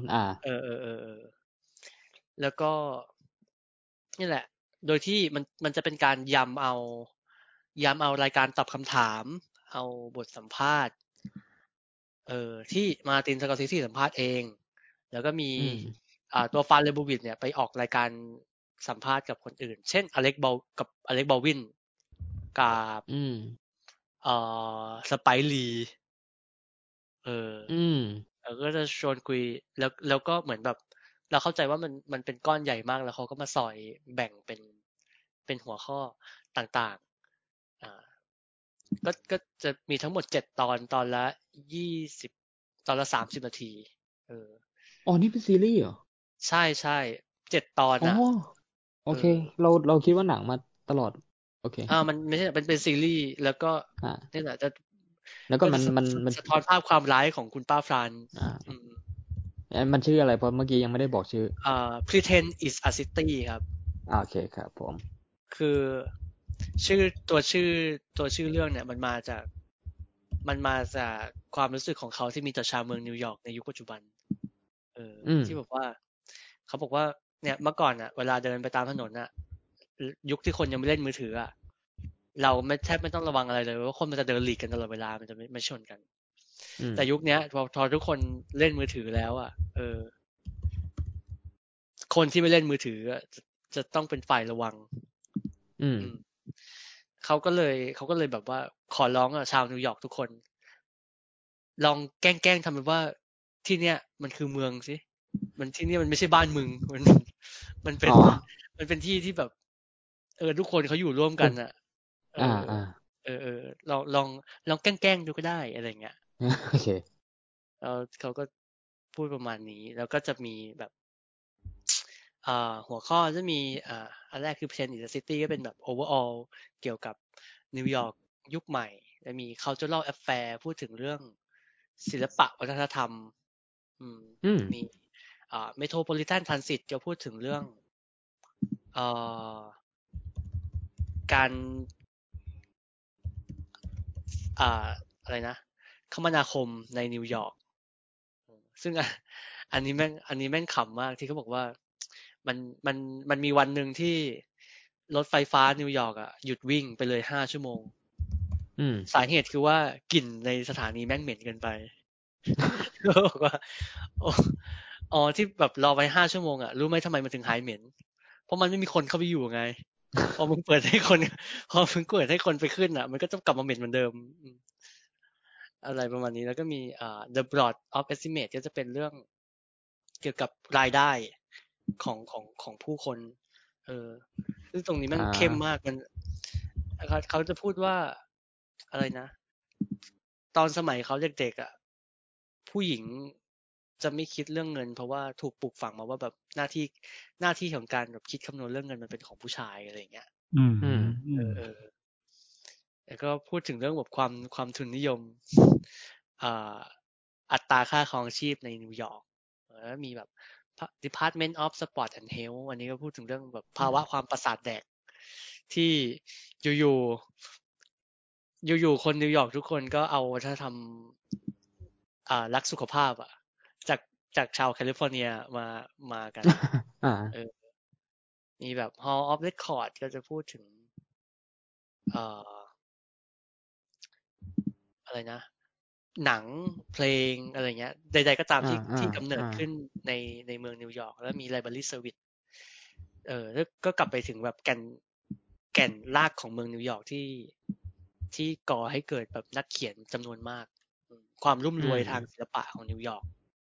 แล้วก็นี่แหละโดยที่มันจะเป็นการย้ำเอารายการตอบคำถามเอาบทสัมภาษณ์ที่มาตินสกอร์ซิสัมภาษณ์เองแล้วก็มีตัวฟานเลบูวิดเนี่ยไปออกรายการสัมภาษณ์กับคนอื่นเช่นอเล็กบอลวินกับสไปลีก็จะชวนคุยแล้วก็เหมือนแบบเราเข้าใจว่ามันเป็นก้อนใหญ่มากแล้วเขาก็มาซอยแบ่งเป็นหัวข้อต่างๆก็จะมีทั้งหมด7 ตอนละ20 ตอนละ30 นาทีนี่เป็นซีรีส์เหรอใช่7 ตอนอ่ะโอเคเราคิดว่าหนังมาตลอดโอเคมันไม่ใช่เป็นซีรีส์แล้วก็นี่แหละจะแล้วก็มันสะท้อนภาพความร้ายของคุณป้าฟรานมันชื่ออะไรเพราะเมื่อกี้ยังไม่ได้บอกชื่อ Pretend is a City ครับโอเคครับผมคือตัวชื่อเรื่องเนี่ยมันมาจากความรู้สึกของเขาที่มีต่อชาวเมืองนิวยอร์กในยุคปัจจุบันที่บอกว่าเขาบอกว่าเนี่ยเมื่อก่อนอ่ะเวลาเดินไปตามถนนอ่ะยุคที่คนยังไม่เล่นมือถืออ่ะเราแทบไม่ต้องระวังอะไรเลยว่าคนมันจะเดินหลีกกันตลอดเวลามันจะไม่ชนกันแต่ยุคนี้พอทุกคนเล่นมือถือแล้วอ่ะคนที่ไม่เล่นมือถือจะต้องเป็นฝ่ายระวังเขาก็เลยแบบว่าขอร้องชาวนิวยอร์กทุกคนลองแกล้งทำเป็นว่าที่เนี้ยมันคือเมืองสิมันที่นี่มันไม่ใช่บ้านมึงมันเป็นที่ที่แบบทุกคนเขาอยู่ร่วมกันอ่ะลองแกล้งดูก็ได้อะไรเงี้ยโอเคเขาก็พูดประมาณนี้แล้วก็จะมีแบบหัวข้อจะมีอันแรกคือ Pretend is a City ก็เป็นแบบ overall เกี่ยวกับนิวยอร์กยุคใหม่และมี cultural affair พูดถึงเรื่องศิลปะวัฒนธรรมมีMetropolitan Transit ก็พูดถึงเรื่องการอะไรนะคมนาคมในนิวยอร์กซึ่งอันนี้แม่งขำมากที่เขาบอกว่ามันมีวันหนึ่งที่รถไฟฟ้านิวยอร์กหยุดวิ่งไปเลย5 ชั่วโมงสาเหตุคือว่ากลิ่นในสถานีแม่งเหม็นเกินไปก็บอกว่าที่แบบรอไป5 ชั่วโมงรู้ไหมทำไมมันถึงหายเหม็นเพราะมันไม่มีคนเข้าไปอยู่ไงพอมึงเปิดให้คนไปขึ้นมันก็จะกลับมาเหม็นเหมือนเดิมอะไรประมาณนี้แล้วก็มีThe Broad of Estimate ก็จะเป็นเรื่องเกี่ยวกับรายได้ของผู้คนซึ่งตรงนี้มันเข้มมากมันเขาจะพูดว่าอะไรนะตอนสมัยเขาเด็กๆผู้หญิงจะไม่คิดเรื่องเงินเพราะว่าถูกปลูกฝังมาว่าแบบหน้าที่ของการแบบคิดคำนวณเรื่องเงินมันเป็นของผู้ชายอะไรอย่างเงี้ยแล้วก็พูดถึงเรื่องแบบความทุนนิยมอัตราค่าครองชีพในนิวยอร์กแล้วมีแบบ Department of Sport and Health อันนี้ก็พูดถึงเรื่องแบบภาวะความประสาทแดกที่อยู่คนนิวยอร์กทุกคนก็เอาวัฒนธรรมรักสุขภาพจากชาวแคลิฟอร์เนียมากันมีแบบ Hall of Record ก็จะพูดถึงอะไรนะหนังเพลงอะไรเงี้ยใดๆก็ตามที่กำเนิดขึ้นในเมืองนิวยอร์กแล้วมี Library Service แล้วก็กลับไปถึงแบบแก่นรากของเมืองนิวยอร์กที่ก่อให้เกิดแบบนักเขียนจำนวนมากความรุ่มรวยทางศิลปะของนิวยอร์ก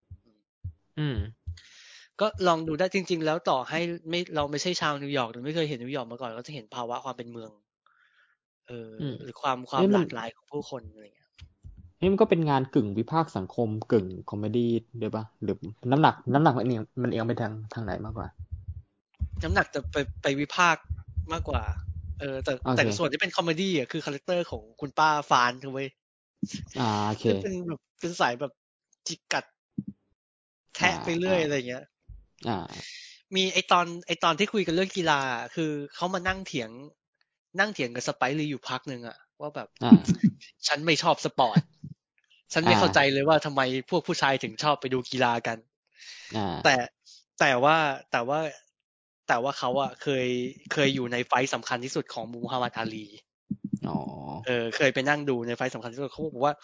ก็ลองดูได้จริงๆแล้วต่อให้เราไม่ใช่ชาวนิวยอร์กหรือไม่เคยเห็นนิวยอร์กมาก่อนก็จะเห็นภาวะความเป็นเมืองหรือความหลากหลายของผู้คนอะไรเงี้ยนี่มันก็เป็นงานกึ่งวิพากษ์สังคมกึ่งคอมเมดี้ด้วยป่ะหรือน้ำหนักมันเอียงไปทางไหนมากกว่าน้ำหนักจะไปวิพากษ์มากกว่าแต่ส่วนที่เป็นคอมเมดี้คือคาแรคเตอร์ของคุณป้าฟานคือเว้ยโอเคเป็นสายแบบจิกกัดแทะไปเรื่อยอะไรเงี้ยมีไอตอนที่คุยกันเรื่องกีฬาคือเขามานั่งเถียงกับสไปร์ลีอยู่พักนึงว่าแบบฉันไม่ชอบสปอร์ตฉันไม่เข้าใจเลยว่าทำไมพวกผู้ชายถึงชอบไปดูกีฬากันแต่ว่าเขาอะเคยอยู่ในไฟท์สำคัญที่สุดของมูฮัมหมัดอาลีเคยไปนั่งดูในไฟท์สำคัญที่สุดเขาบอกว่า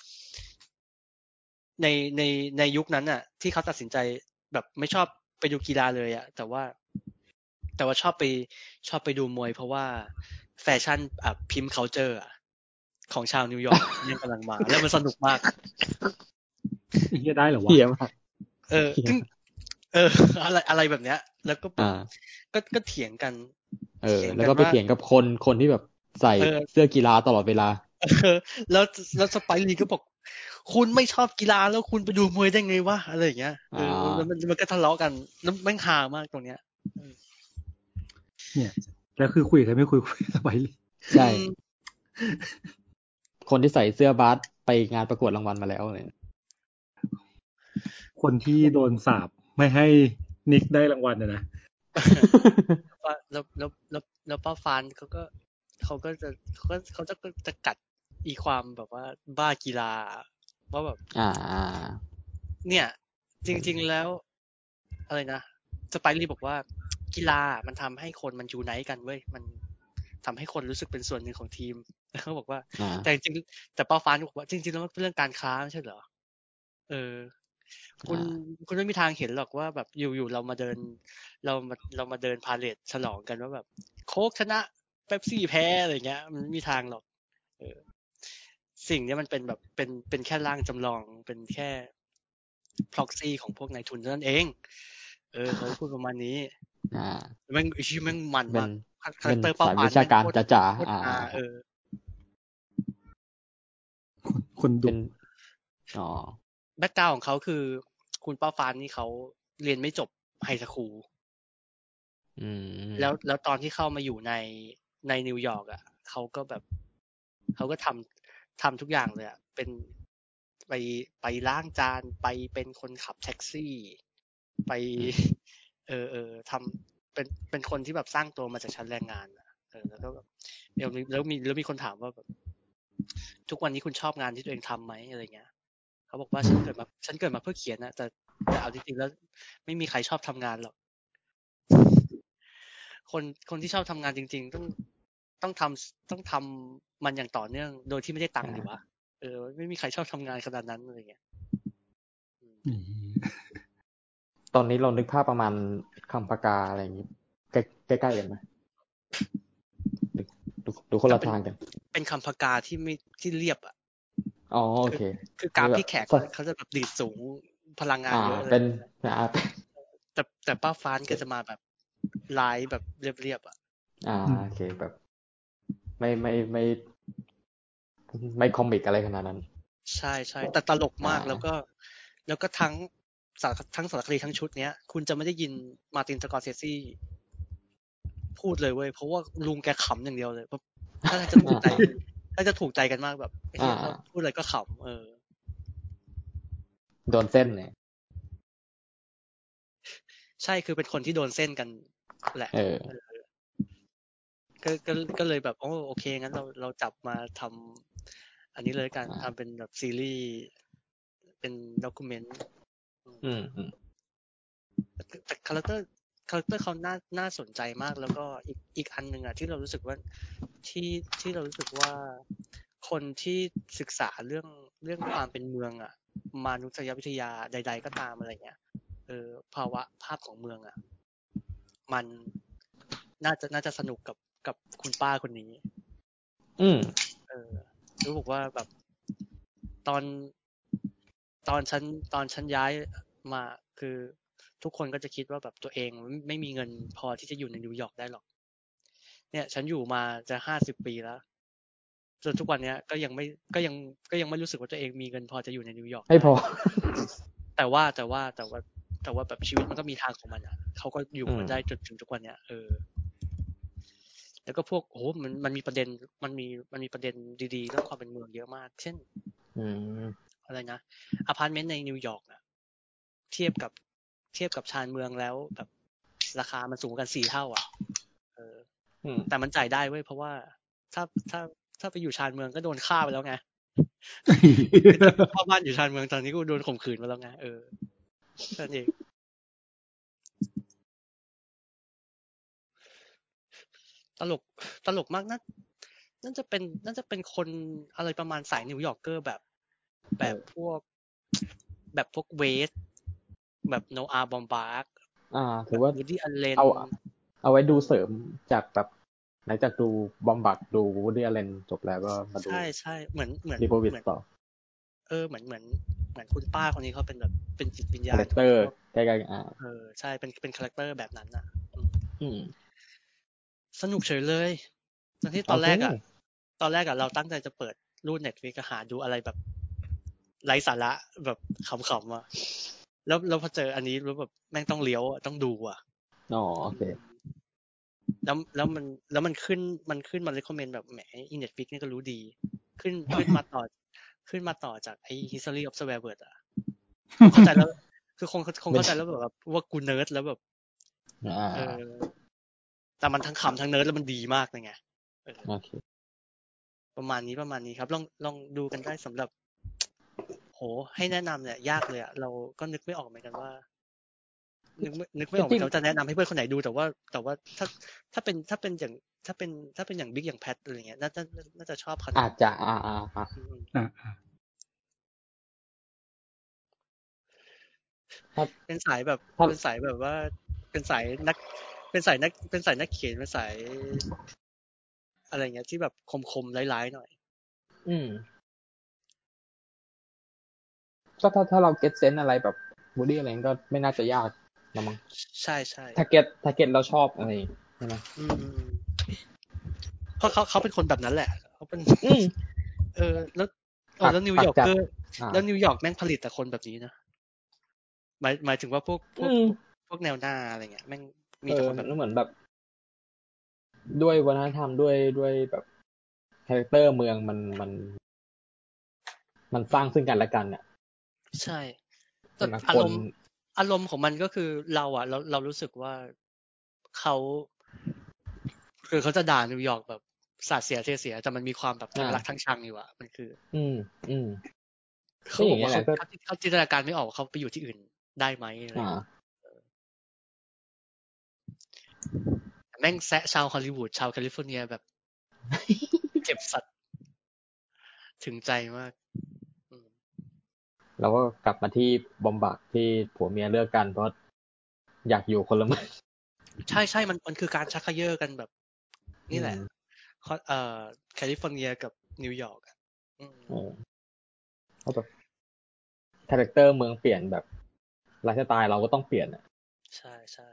ในยุคนั้นน่ะที่เขาตัดสินใจแบบไม่ชอบไปดูกีฬาเลยอะแต่ว่าชอบไปดูมวยเพราะว่าแฟชั่นพิมพ์ culture ของชาวนิวยอร์กยังกำลังมาแล้วมันสนุกมากจะได้เหรอวะอะไรแบบเนี้ยแล้วก็เถียงกันแล้วก็ไปเถียงกับคนที่แบบใส่เสื้อกีฬาตลอดเวลาแล้วสไปร์ลีก็บอกคุณไม่ชอบกีฬาแล้วคุณไปดูมวยได้ไงวะอะไรอย่างเงี้ยแล้วมันก็ทะเลาะกันแล้วแม่งฮามากตรงเนี้ยเนี่ยแล้วคือคุยใครไม่คุยสไปร์ลีใช่คนที่ใส่เสื้อบาสไปงานประกวดรางวัลมาแล้วเนี่ยคนที่โดนสาปไม่ให้นิกได้รางวัลนะแล้วป้าฟานเขาจะกัดอีความแบบว่าบ้ากีฬาว่าแบบเนี่ยจริงๆแล้วอะไรนะสไปรี่บอกว่ากีฬามันทำให้คนมันยูไนต์กันเว้ยมันทำให้คนรู้สึกเป็นส่วนหนึ่งของทีมเขาบอกว่าแต่จริงแต่ป้าฟานบอกว่าจริงๆแล้วมันเป็นเรื่องการค้าไม่ใช่เหรอคุณไม่มีทางเห็นหรอกว่าแบบอยู่เรามาเดินพาเลทฉลองกันว่าแบบโค้กชนะเป๊ปซี่แพ้อะไรเงี้ยมันไม่มีทางหรอกสิ่งนี้มันเป็นแบบเป็นแค่ร่างจำลองเป็นแค่ proxy ของพวกนายทุนนั่นเองเขาพูดประมาณนี้แม่งมันมากคาแรคเตอร์เป้าหมายวิชาการจ๋าคนดุแบ็คกราวด์ของเขาคือคุณป้าฟานนี่เขาเรียนไม่จบไฮสคูลแล้วตอนที่เข้ามาอยู่ในนิวยอร์กอ่ะเขาก็ทำทุกอย่างเลยอ่ะเป็นไปล้างจานไปเป็นคนขับแท็กซี่ไปทำเป็นคนที่แบบสร้างตัวมาจากชั้นแรงงานแล้วก็แบบแล้วมีคนถามว่าแบบทุกวันนี้คุณชอบงานที่ตัวเองทำไหมอะไรเงี้ยเขาบอกว่าฉันเกิดมาเพื่อเขียนนะแต่เอาจริงๆแล้วไม่มีใครชอบทำงานหรอกคนที่ชอบทำงานจริงๆต้องทำมันอย่างต่อเนื่องโดยที่ไม่ได้ตังค์ดีวะไม่มีใครชอบทำงานขนาดนั้นอะไรเงี้ยตอนนี้เรานึกภาพประมาณคำปากาอะไรอย่างนี้ใกล้ๆกันไหมดูคนละทางกันเป็นคำปากาที่เรียบอ่ะโอเคคือกราฟพี่แขกเขาจะแบบดีดสูงพลังงานเยอะเลยแต่ป้าฟ้านก็จะมาแบบไลน์แบบเรียบๆอ่ะโอเคแบบไม่คอมิกอะไรขนาดนั้นใช่แต่ตลกมากแล้วก็ทั้งสารคดีทั้งชุดเนี้ยคุณจะไม่ได้ยินมาร์ติน สกอร์เซซีพูดเลยเว้ยเพราะว่าลุงแกขำอย่างเดียวเลยถ้าจะถูกใจกันมากแบบไอ้ที่เขาพูดอะไรก็ขำโดนเส้นเนี่ยใช่คือเป็นคนที่โดนเส้นกันแหละก็เลยแบบโอเคงั้นเราจับมาทำอันนี้เลยกันทำเป็นแบบซีรีส์เป็นด็อกิเมนต์แต่คาแรคเตอร์เขาน่าสนใจมากแล้วก็อีกอันหนึ่งอ่ะที่เรารู้สึกว่าที่เรารู้สึกว่าคนที่ศึกษาเรื่องความเป็นเมืองอ่ะมนุษยวิทยาใดๆก็ตามอะไรเงี้ยภาวะภาพของเมืองอ่ะมันน่าจะสนุกกับคุณป้าคนนี้รู้บอกว่าแบบตอนฉันย้ายมาคือทุกคนก็จะคิดว่าแบบตัวเองไม่มีเงินพอที่จะอยู่ในนิวยอร์กได้หรอกเนี่ยฉันอยู่มาจะ50 ปีแล้วจนทุกวันนี้ก็ยังไม่รู้สึกว่าตัวเองมีเงินพอจะอยู่ในนิวยอร์กไม่พอแต่ว่าแบบชีวิตมันก็มีทางของมันอ่ะเขาก็อยู่มาได้จนถึงทุกวันเนี้ยแล้วก็พวกมันมีประเด็นมันมีประเด็นดีๆเรื่องความเป็นเมืองเยอะมากเช่นอะไรนะอพาร์ตเมนต์ในนิวยอร์กอ่ะเทียบกับชานเมืองแล้วแบบราคามันสูงกัน4 เท่าอ่ะแต่มันจ่ายได้เว้ยเพราะว่าถ้าถ้าไปอยู่ชานเมืองก็โดนฆ่าไปแล้วไงพ่อบ้านอยู่ชานเมืองตอนนี้กูโดนข่มขืนมาแล้วไงนั่นเองตลกมากน่าจะเป็นคนอะไรประมาณสายนิวยอร์กเกอร์แบบพวกเวสแบบโนอาห์บอมบาร์กถือว่าวูดดี้อัลเลนเอาไว้ดูเสริมจากแบบหลังจากดูบอมบักดูวูดดี้อัลเลนจบแล้วก็มาดูใช่เหมือนดิโบวิสต่อเหมือนคุณป้าคนนี้เขาเป็นแบบเป็นจิตวิญญาณคาแรคเตอร์ใกล้ๆใช่เป็นคาแรคเตอร์แบบนั้นน่ะสนุกเฉยเลยตอนแรกเราตั้งใจจะเปิดรูด Netflix หาดูอะไรแบบไร้สาระแบบขำๆอ่ะแล้วพอเจออันนี้แล้วแบบแม่งต้องเลี้ยวต้องดูอ่ะโอเคแล้วมันขึ้นมา recommend แบบแหมอีNetflix นี่ก็รู้ดีขึ้นมาต่อจากไอ้ History of Swear Word อ่ะเข้าใจแล้วคือคงเข้าใจแล้วแบบว่ากูเนิร์ดแล้วแบบแต่มันทั้งขำทั้งเนิร์ดแล้วมันดีมากเลยไงโอเคประมาณนี้ครับลองดูกันได้สำหรับโหให้แนะนำเนี่ยยากเลยอ่ะเราก็นึกไม่ออกเหมือนกันว่านึกไม่ออกเหมือนกันจะแนะนำให้เพื่อนคนไหนดูแต่ว่าถ้าเป็นอย่างบิ๊กอย่างแพทอะไรเงี้ยน่าจะชอบเขาอาจจะเป็นสายแบบว่าเป็นสายนักเขียนเป็นสายอะไรเงี้ยที่แบบคมๆร้ายๆหน่อยก็ถ้าเราเก็ตเซนส์อะไรแบบวูดดี้อะไรก็ไม่น่าจะยากนะมั้งใช่ถ้าเก็ตเราชอบอะไรใช่ไหมเพราะเขาเป็นคนแบบนั้นแหละเขาเป็นแล้วนิวยอร์กเกอร์แล้วนิวยอร์กแม่งผลิตแต่คนแบบนี้นะหมายถึงว่าพวกแนวหน้าอะไรเงี้ยแม่งมีแต่คนแบบเหมือนแบบด้วยวัฒนธรรมด้วยแบบคาแรคเตอร์เมืองมันสร้างซึ่งกันและกันอ่ะใช่แต่อารมณ์ของมันก็คือเรารู้สึกว่าเขาจะด่านิวยอร์กแบบสาดเสียแต่มันมีความแบบทั้งรักทั้งชังอยู่อ่ะมันคือเขาบอกว่าเขาจินตนาการไม่ออกว่าเขาไปอยู่ที่อื่นได้ไหมอะไรแม่งแซะชาวฮอลลีวูดชาวแคลิฟอร์เนียแบบเจ็บสัตว์ถึงใจมากเราก็กลับมาที่บอมบักที่ผัวเมียเลิกกันเพราะอยากอยู่คนละเมืองใช่มันคือการชักเขย่อกันแบบนี่แหละแคลิฟอร์เนียกับนิวยอร์กเพราะแบบคาแรคเตอร์เมืองเปลี่ยนแบบไลฟ์สไตล์เราก็ต้องเปลี่ยนอ่ะใช่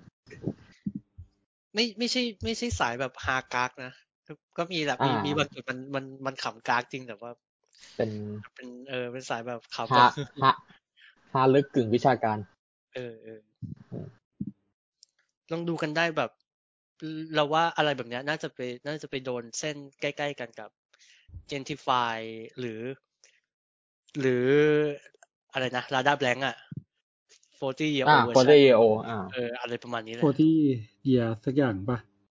ไม่ใช่สายแบบฮากากนะก็มีแหละมีบางจุดมันขำกากจริงแต่ว่าเป็นสายแบบขำแบบฮาลึกกึ่งวิชาการลองดูกันได้แบบเราว่าอะไรแบบนี้น่าจะไปโดนเส้นใกล้ๆกันกับ Gentify หรืออะไรนะ Lada Blanc อ่ะ40 year old version 40 year old อะไรประมาณนี้แหละ 40 year สักอย่างป่ะ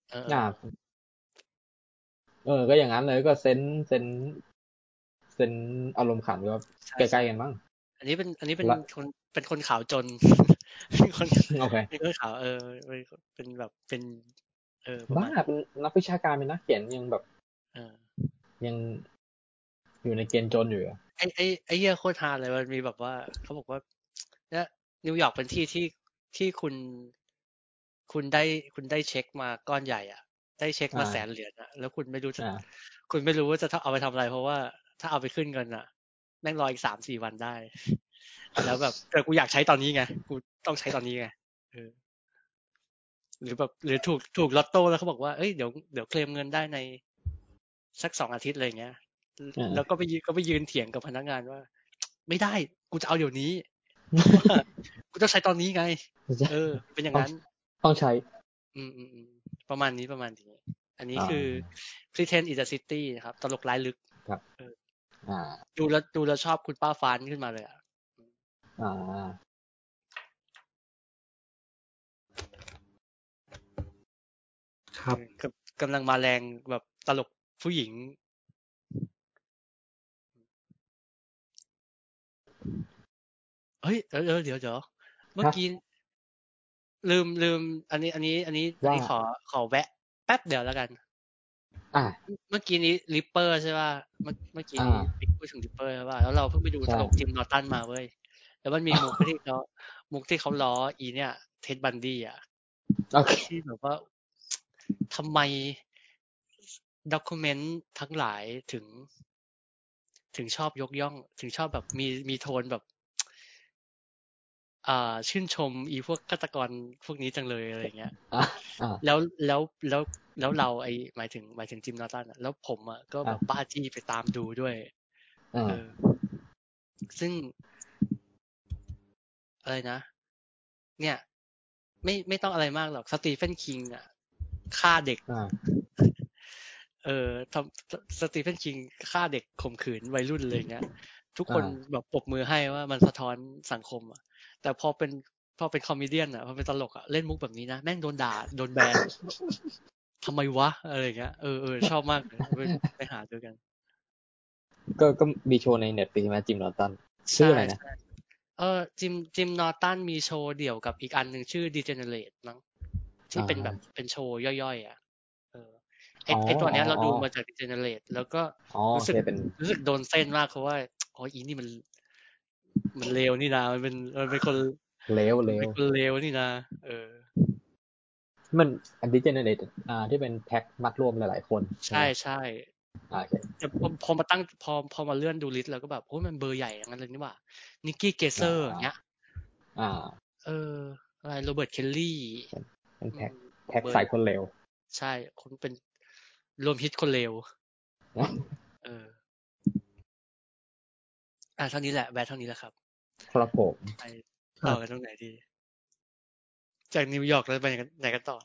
ก็อย่างนั้นเลยก็เซนอารมณ์ขันก็ใกล้ๆกันมั้งอันนี้เป็นคนขาวจนคนขาวเป็นแบบเป็นบ้าเป็นนักวิชาการเป็นนักเขียนยังแบบยังอยู่ในเกณฑ์จนอยู่ไอ้เหี้ยโคตรฮาเลยมันมีแบบว่าเขาบอกว่าเนี่ยนิวยอร์กเป็นที่ที่คุณได้เช็คมาก้อนใหญ่อ่ะได้เช็คมา100,000 เหรียญอ่ะแล้วคุณไม่รู้ว่าจะเอาไปทำอะไรเพราะว่าถ้าเอาไปขึ้นเงินอ่ะแม่งรออีก3-4 วันได้แล้วแบบแต่กูอยากใช้ตอนนี้ไงกูต้องใช้ตอนนี้ไงหรือถูกลอตโต้แล้วเขาบอกว่าเอ้ยเดี๋ยวเคลมเงินได้ในสัก2 อาทิตย์อะไรเงี้ยแล้วก็ไปยืนเถียงกับพนักงานว่าไม่ได้กูจะเอาเดี๋ยวนี้กูต้องใช้ตอนนี้ไงเป็นอย่างนั้นต้องใช้ประมาณนี้อันนี้คือ Pretend is a City นะครับตลกร้ายลึกครับดูแล้วชอบคุณป้าฟานขึ้นมาเลยอ่ะครับกำลังมาแรงแบบตลกผู้หญิงเฮ้ยเดี๋ยวเมื่อกี้ลืมอันนี้ขอแวะแป๊บเดียวแล้วกันเมื่อกี้นี้ริปเปอร์ใช่ป่ะเมื่อกี้นี้พูดถึงริปเปอร์ใช่ป่ะแล้วเราเพิ่งไปดูตลกจิมนอร์ตันมาเว้ยแล้วมันมีมุกที่เขาล้ออีเนี่ยเท็ดบันดี้อ่ะที่แบบว่าทำไมด็อกิเมนต์ทั้งหลายถึงชอบยกย่องถึงชอบแบบมีโทนแบบชื่นชมอีพวกฆาตกรพวกนี้จังเลยอะไรเงี้ยแล้วเราหมายถึงจิมนอร์ตันแล้วผมก็แบบบ้าจี้ไปตามดูด้วยซึ่งอะไรนะเนี่ยไม่ต้องอะไรมากหรอกสตีเฟนคิงฆ่าเด็กสตีเฟนคิงฆ่าเด็กข่มขืนวัยรุ่นเลยเงี้ยทุกคนแบบปรบมือให้ว่ามันสะท้อนสังคมแต่พอเป็นคอมเมเดี้พอเป็นตลกเล่นมุกแบบนี้นะแม่งโดนด่าโดนแบนทำไมวะอะไรเงี้ยชอบมากไปหาดูกันก็มีโชว์ในเน็ตฟลิกซ์ไหมจิมนอร์ตันชื่ออะไรนะจิมนอร์ตันมีโชว์เดี่ยวกับอีกอันหนึ่งชื่อ Degenerate มั้งที่เป็นแบบเป็นโชว์ย่อยๆไอตัวนี้เราดูมาจาก Degenerate แล้วก็รู้สึกโดนเส้นมากเพราะว่าอีนี่มันเลวนี่นะมันเป็นคนเลวเป็นคนเลวนี่นะมันอันดิเจเนเรตที่เป็นแพ็คมัดรวมหลายๆคนใช่แต่พอมาตั้งพอมาเลื่อนดูลิสต์แล้วก็แบบโอ้ยมันเบอร์ใหญ่อย่างนั้นเลยนี่หว่านิกกี้เกเซอร์อย่างเงี้ยอะไรโรเบิร์ตเคลลี่เป็นแพ็คใส่คนเลวใช่คนเป็นรวมฮิตคนเลวเท่านี้แหละแวะเท่านี้แหละครับครับผมไปต่อกันตรงไหนดีจากนิวยอร์กแล้วไปไหนกันต่อ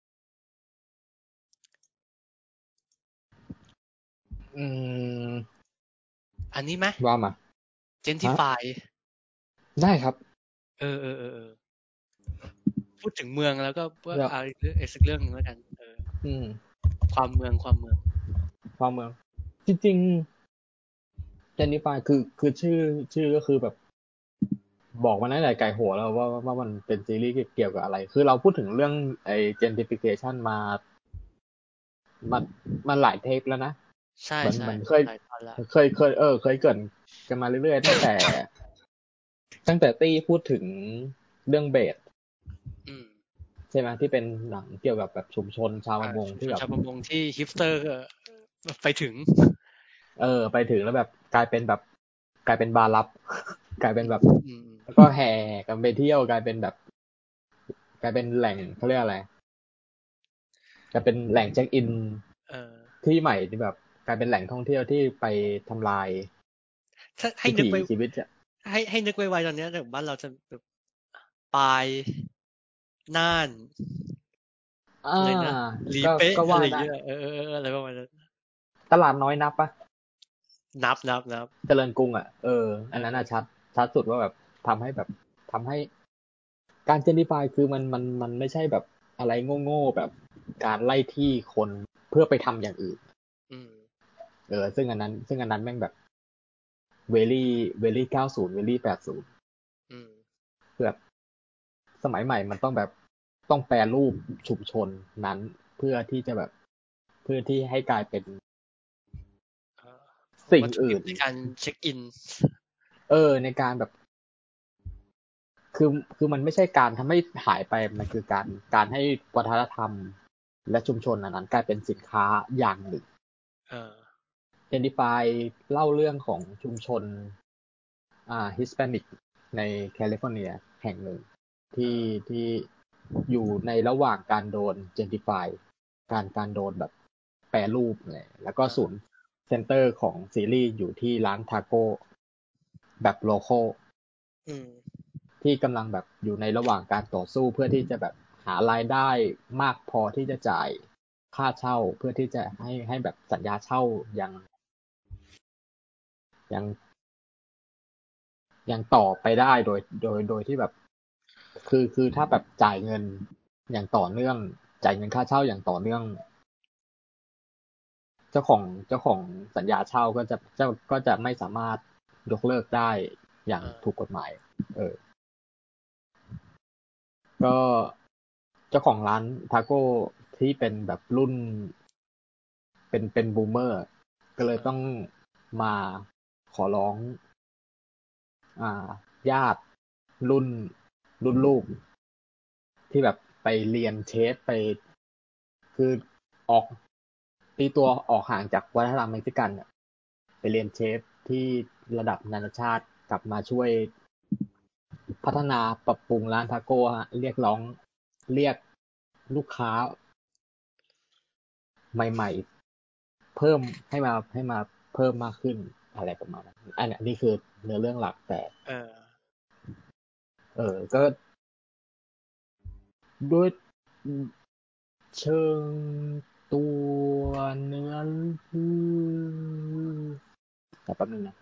อันนี้ไหมว่ามา Gentify ได้ครับพูดถึงเมืองแล้วก็เอาอีกสักเรื่องนึงแล้วกันความเมืองจริงๆ Gentify คือชื่อก็คือแบบบอกมาตั้งแต่ไก่หัวแล้วว่ามันเป็นซีรีส์เกี่ยวกับอะไรคือเราพูดถึงเรื่องไอ้ Gentrification มาหลายเทปแล้วนะใช่มันเคยเกิดกันมาเรื่อยๆตั้งแต่ตี้พูดถึงเรื่องเบสใช่ไหมที่เป็นหนังเกี่ยวกับแบบชุมชนชาวประมงที่แบบชาวประมงที่ฮิปสเตอร์ไปถึงไปถึงแล้วแบบกลายเป็นบาร์ลับกลายเป็นแบบแล้วก็แห่กันไปเที่ยวกลายเป็นแหล่งเขาเรียกอะไรกลายเป็นแหล่งเช็คอินที่ใหม่ที่แบบกลายเป็นแหล่งท่องเที่ยวที่ไปทำลายให้นึกไปชีวิตให้นึกไวๆตอนนี้แต่บ้านเราจะแบบปลายน่านอะไรนะหลีเป๊ะอะไรอย่างเงี้ยอะไรประมาณนั้นตลาดน้อยนับปะนับเจริญกรุงอันนั้นชัดสุดว่าแบบทำให้การเจนนิฟายคือมันไม่ใช่แบบอะไรโง่ๆแบบการไล่ที่คนเพื่อไปทำอย่างอื่นซึ่งอันนั้นแม่งแบบเวลี่90เวลี่80แบบสมัยใหม่มันต้องแบบต้องแปรรูปชุมชนนั้นเพื่อที่ให้กลายเป็นสิ่งอื่นในการเช็คอินในการแบบคือมันไม่ใช่การทำให้หายไปมันคือการให้วัฒนธรรมและชุมชนนั้นกลายเป็นสินค้าอย่างหนึ่งGentify เล่าเรื่องของชุมชนฮิสแปนิกในแคลิฟอร์เนียแห่งหนึ่งที่อยู่ในระหว่างการโดน Gentify การโดนแบบแปรรูปเลยแล้วก็ศูนย์เซ็นเตอร์ของซีรีส์อยู่ที่ร้านทาโก้แบบโลคอลที่กำลังแบบอยู่ในระหว่างการต่อสู้เพื่อที่จะแบบหารายได้มากพอที่จะจ่ายค่าเช่าเพื่อที่จะให้แบบสัญญาเช่ายังต่อไปได้โดยที่แบบคือถ้าแบบจ่ายเงินอย่างต่อเนื่องจ่ายเงินค่าเช่าอย่างต่อเนื่องเจ้าของสัญญาเช่าก็จะไม่สามารถยกเลิกได้อย่างถูกกฎหมายก็เจ้าของร้านทาโก้ที่เป็นแบบรุ่นเป็นบูมเมอร์ก็เลยต้องมาขอร้องญาติรุ่นลูกที่แบบไปเรียนเชฟไปคือออกตีตัวออกห่างจากวัฒนธรรมเม็กซิกันไปเรียนเชฟที่ระดับนานาชาติกลับมาช่วยพัฒนาปรับปรุงร้านทาโก้เรียกร้องเรียกลูกค้าใหม่ๆเพิ่มให้มาเพิ่มมากขึ้นอะไรประมาณนั้นอันนี้คือเนื้อเรื่องหลักแต่ก็ด้วยเชิงตัวเนื้อแต่แป๊บนึงนะ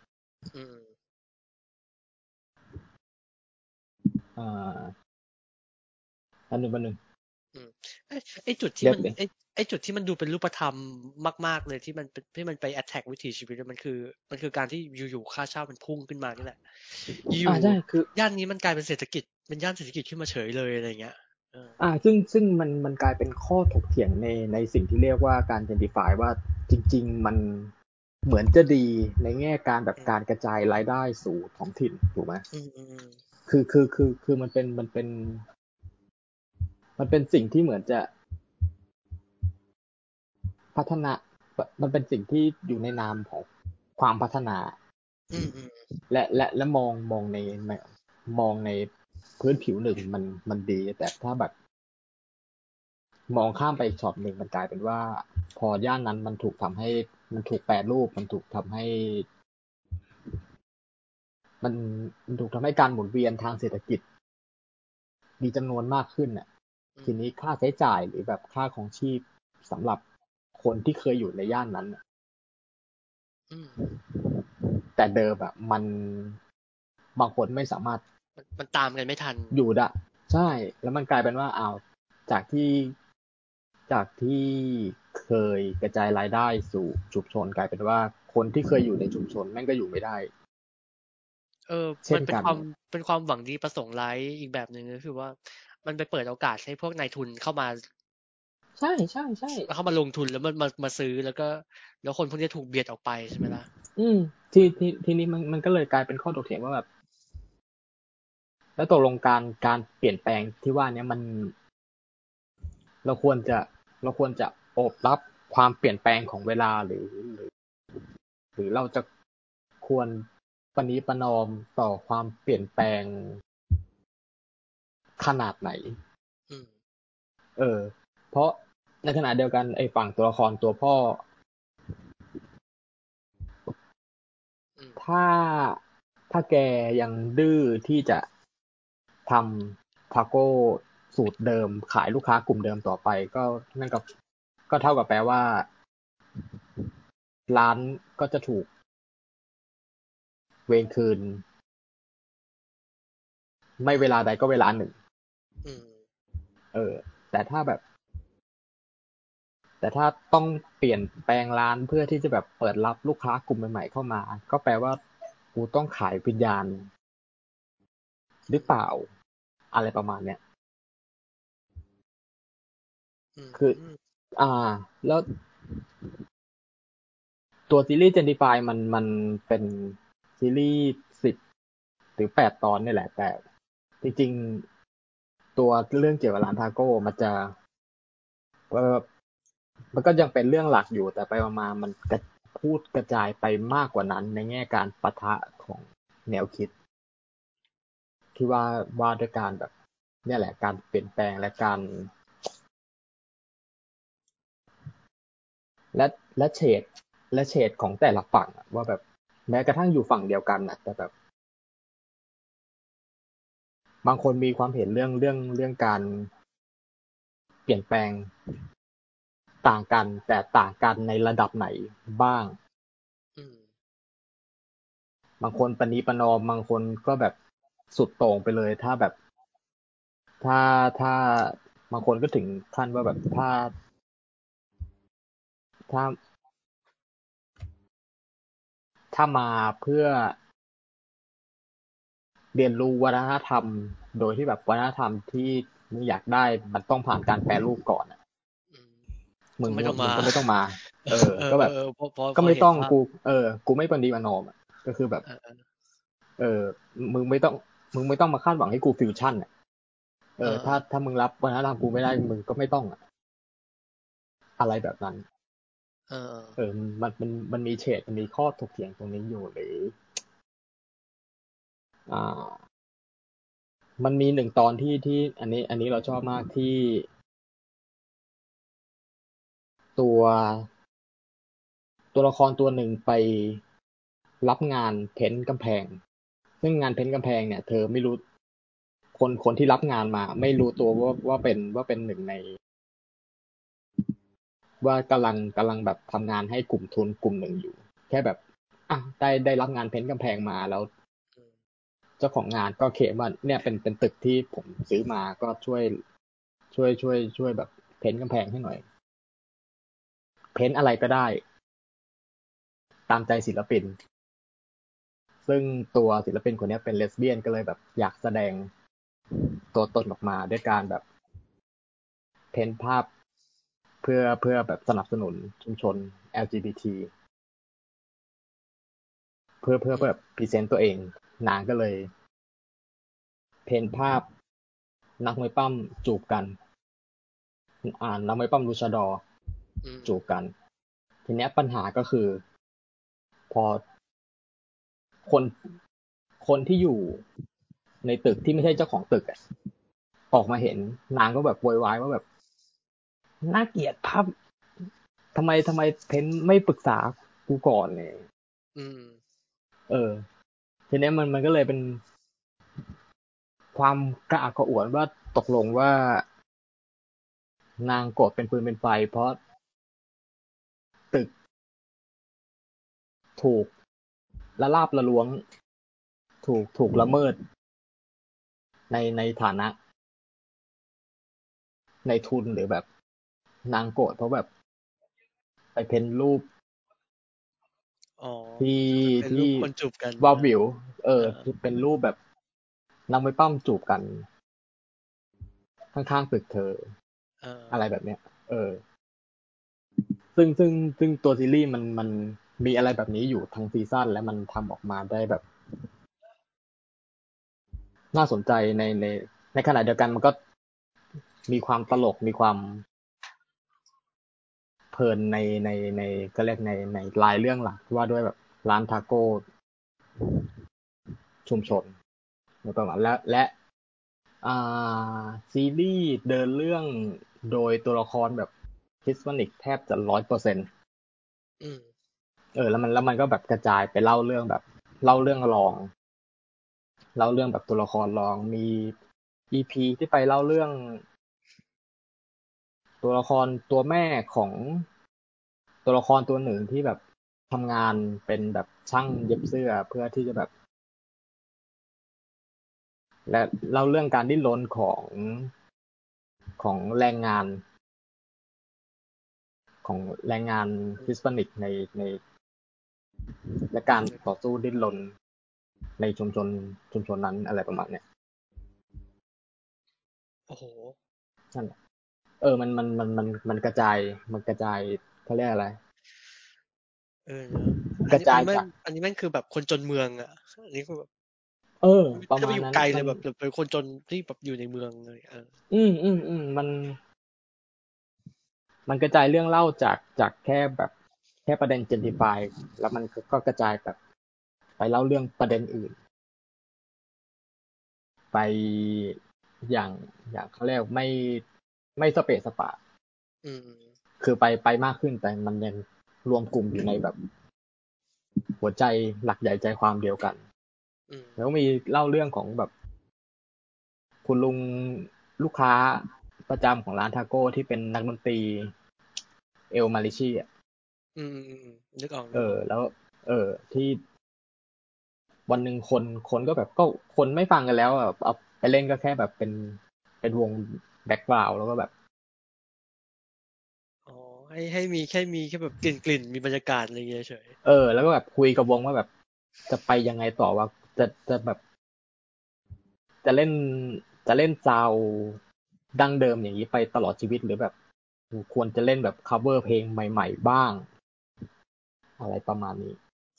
อันหนึ่งไอ้จุดที่มันไอ้จุดที่มันดูเป็นรูปธรรมมากๆเลยที่มันไป attack วิถีชีวิตมันคือการที่อยู่ๆค่าเช่ามันพุ่งขึ้นมานี่แหละอยู่ใช่คือย่านนี้มันกลายเป็นเศรษฐกิจเป็นย่านเศรษฐกิจขึ้นมาเฉยเลยอะไรเงี้ยซึ่งมันกลายเป็นข้อถกเถียงในสิ่งที่เรียกว่าการ gentrify ว่าจริงๆมันเหมือนจะดีในแง่การแบบการกระจายรายได้สู่ท้องถิ่นถูกไหมคือมันเป็นสิ่งที่เหมือนจะพัฒนามันเป็นสิ่งที่อยู่ในนามของความพัฒนาและมองในพื้นผิวหนึ่งมันดีแต่ถ้าแบบมองข้ามไปช็อตหนึ่งมันกลายเป็นว่าพอย่านนั้นมันถูกทำให้มันถูกแปรรูปมันถูกทำให้มันถูกทำให้การหมุนเวียนทางเศรษฐกิจมีจำนวนมากขึ้นทีนี้ค่าใช้จ่ายหรือแบบค่าของชีพสำหรับคนที่เคยอยู่ในย่านนั้นแต่เดิมมันบางคนไม่สามารถมันตามกันไม่ทันอยู่ได้ใช่แล้วมันกลายเป็นว่าจากที่เคยกระจายรายได้สู่ชุมชนกลายเป็นว่าคนที่เคยอยู่ในชุมชนแม่งก็อยู่ไม่ได้มันเป็นความหวังดีประสงค์ร้ายอีกแบบหนึ่งก็คือว่ามันไปเปิดโอกาสให้พวกนายทุนเข้ามาใช่เข้ามาลงทุนแล้วมันมาซื้อแล้วคนพวกนี้ถูกเบียดออกไปใช่ไหมล่ะทีนี้มันก็เลยกลายเป็นข้อถกเถียงว่าแบบแล้วตกลงการเปลี่ยนแปลงที่ว่านี้มันเราควรจะโอบรับความเปลี่ยนแปลงของเวลาหรือเราจะควรประนีประนอมต่อความเปลี่ยนแปลงขนาดไหนเพราะในขณะเดียวกันไอ้ฝั่งตัวละครตัวพ่อถ้าแกยังดื้อที่จะทำทาโก้สูตรเดิมขายลูกค้ากลุ่มเดิมต่อไปก็นั่นก็เท่ากับแปลว่าร้านก็จะถูกเวรคืนไม่เวลาใดก็เวลาหนึ่งแต่ถ้าต้องเปลี่ยนแปลงร้านเพื่อที่จะแบบเปิดรับลูกค้ากลุ่มใหม่ๆเข้ามาก็แปลว่ากูต้องขายวิญญาณหรือเปล่าอะไรประมาณเนี้ยคือแล้วตัวซีรีส์ Gentify มันเป็นซีรีส์10หรือ8ตอนนี่แหละแต่จริงๆตัวเรื่องเกี่ยวกับร้านทาโก้มันก็ยังเป็นเรื่องหลักอยู่แต่ไปมามันพูดกระจายไปมากกว่านั้นในแง่การปะทะของแนวคิดที่ว่าด้วยการแบบเนี่ยแหละการเปลี่ยนแปลงและการและเฉดของแต่ละฝั่งว่าแบบแม้กระทั่งอยู่ฝั่งเดียวกันแต่แบบบางคนมีความเห็นเรื่องการเปลี่ยนแปลงต่างกันแต่ต่างกันในระดับไหนบ้างบางคนประนีประนอมบางคนก็แบบสุดโต่งไปเลยถ้าแบบถ้าบางคนก็ถึงขั้นว่าแบบถ้าถ้ามาเพื่อเรียนรู้วัฒนธรรมโดยที่แบบวัฒนธรรมที่มึงอยากได้มันต้องผ่านการแปรรูปก่อนอ่ะมึงก็ไม่ต้องมาก็แบบก็ไม่ต้องกูไม่ปฏิบัตินอมก็คือแบบมึงไม่ต้องมาคาดหวังให้กูฟิวชั่นอ่ะถ้ามึงรับวัฒนธรรมกูไม่ได้มึงก็ไม่ต้องอะไรแบบนั้นมันมีเฉดมันมีข้อถกเถียงตรงนี้อยู่หรือมันมีหนึ่งตอนที่อันนี้เราชอบมากที่ตัวละครตัวหนึ่งไปรับงานเพ้นท์กำแพงซึ่งงานเพ้นท์กำแพงเนี่ยเธอไม่รู้คนที่รับงานมาไม่รู้ตัวว่าเป็นหนึ่งในว่ากำลังแบบทำงานให้กลุ่มทุนกลุ่มหนึ่งอยู่แค่แบบได้รับงานเพ้นท์กำแพงมาแล้วเจ้าของงานก็เคลมว่าเนี่ยเป็นตึกที่ผมซื้อมาก็ช่วยแบบเพ้นท์กำแพงให้หน่อยเพ้นท์อะไรก็ได้ตามใจศิลปินซึ่งตัวศิลปินคนนี้เป็นเลสเบี้ยนก็เลยแบบอยากแสดงตัวตนออกมาด้วยการแบบเพ้นภาพเพื่อแบบสนับสนุนชุมชน LGBT เพื่อแบบพรีเซนต์ตัวเองนางก็เลยเพ้นภาพนักมวยปั้มจูบกันนักมวยปั้มลูชาดอร์จูบกันทีนี้ปัญหาก็คือพอคนที่อยู่ในตึกที่ไม่ใช่เจ้าของตึกออกมาเห็นนางก็แบบโวยวายว่าแบบน่าเกลียดภาพทำไมเพ้นไม่ปรึกษากูก่อนเนี่ยทีนี้มันก็เลยเป็นความกระอักกระอ่วนว่าตกลงว่านางโกรธเป็นปืนเป็นไฟเพราะตึกถูกละลาบละล้วงถูกละเมิดในฐานะในทุนหรือแบบนางโกรธเพราะแบบไปเพ้นรูปที่คนจูบกันวาวิวเป็นรูปแบบนางมวยปั้มจูบกันข้างๆตึกเธออะไรแบบเนี้ยซึ่งตัวซีรีส์มันมีอะไรแบบนี้อยู่ทั้งซีซั่นและมันทำออกมาได้แบบน่าสนใจในขณะเดียวกันมันก็มีความตลกมีความเพลินในก็เรียกในรายเรื่องหลักว่าด้วยแบบร้านทาโก้ชุมชนประมาณและซีรีส์เดินเรื่องโดยตัวละครแบบฮิสแปนิกแทบจะ100%แล้วมันก็แบบกระจายไปเล่าเรื่องแบบเล่าเรื่องรองเล่าเรื่องแบบตัวละครรองมี EP ที่ไปเล่าเรื่องตัวละครตัวแม่ของตัวละครตัวหนึ่งที่แบบทำงานเป็นแบบช่างเย็บเสื้อเพื่อที่จะแบบและเล่าเรื่องการดิ้นรนของแรงงานฮิสแปนิกในและการต่อสู้ดิ้นรนในชุมชนนั้นอะไรประมาณเนี้ยโอ้โหนั่นแหละมันกระจายเขาเรียกอะไรกระจายจากอันนี้แม่งคือแบบคนจนเมืองอ่ะอันนี้คือแบบประมาณนั้นไกลเลยแบบเป็นคนจนที่แบบอยู่ในเมืองเลยมันกระจายเรื่องเล่าจากแค่แบบแค่ประเด็น gentrify แล้วมันก็กระจายแบบไปเล่าเรื่องประเด็นอื่นไปอย่างเขาเรียกไม่สเปะสปะคือไปมากขึ้นแต่มันยังรวมกลุ่มอยู่ในแบบหัวใจหลักใหญ่ใจความเดียวกันแล้วมีเล่าเรื่องของแบบคุณลุงลูกค้าประจำของร้านทาโก้ที่เป็นนักดนตรีเอลมาริชีนึกออกแล้วที่วันหนึ่งคนก็แบบก็คนไม่ฟังกันแล้วเอาไปเล่นก็แค่แบบเป็นวงแบ็คกราวด์แล้วก็แบบให้มีแค่แบบกลิ่นมีบรรยากาศอะไรเงี้ยเฉยแล้วก็แบบคุยกับวงว่าแบบจะไปยังไงต่อว่าจะแบบจะเล่นซาวด์ดั้งเดิมอย่างนี้ไปตลอดชีวิตหรือแบบควรจะเล่นแบบ cover เพลงใหม่ๆบ้างอะไรประมาณนี้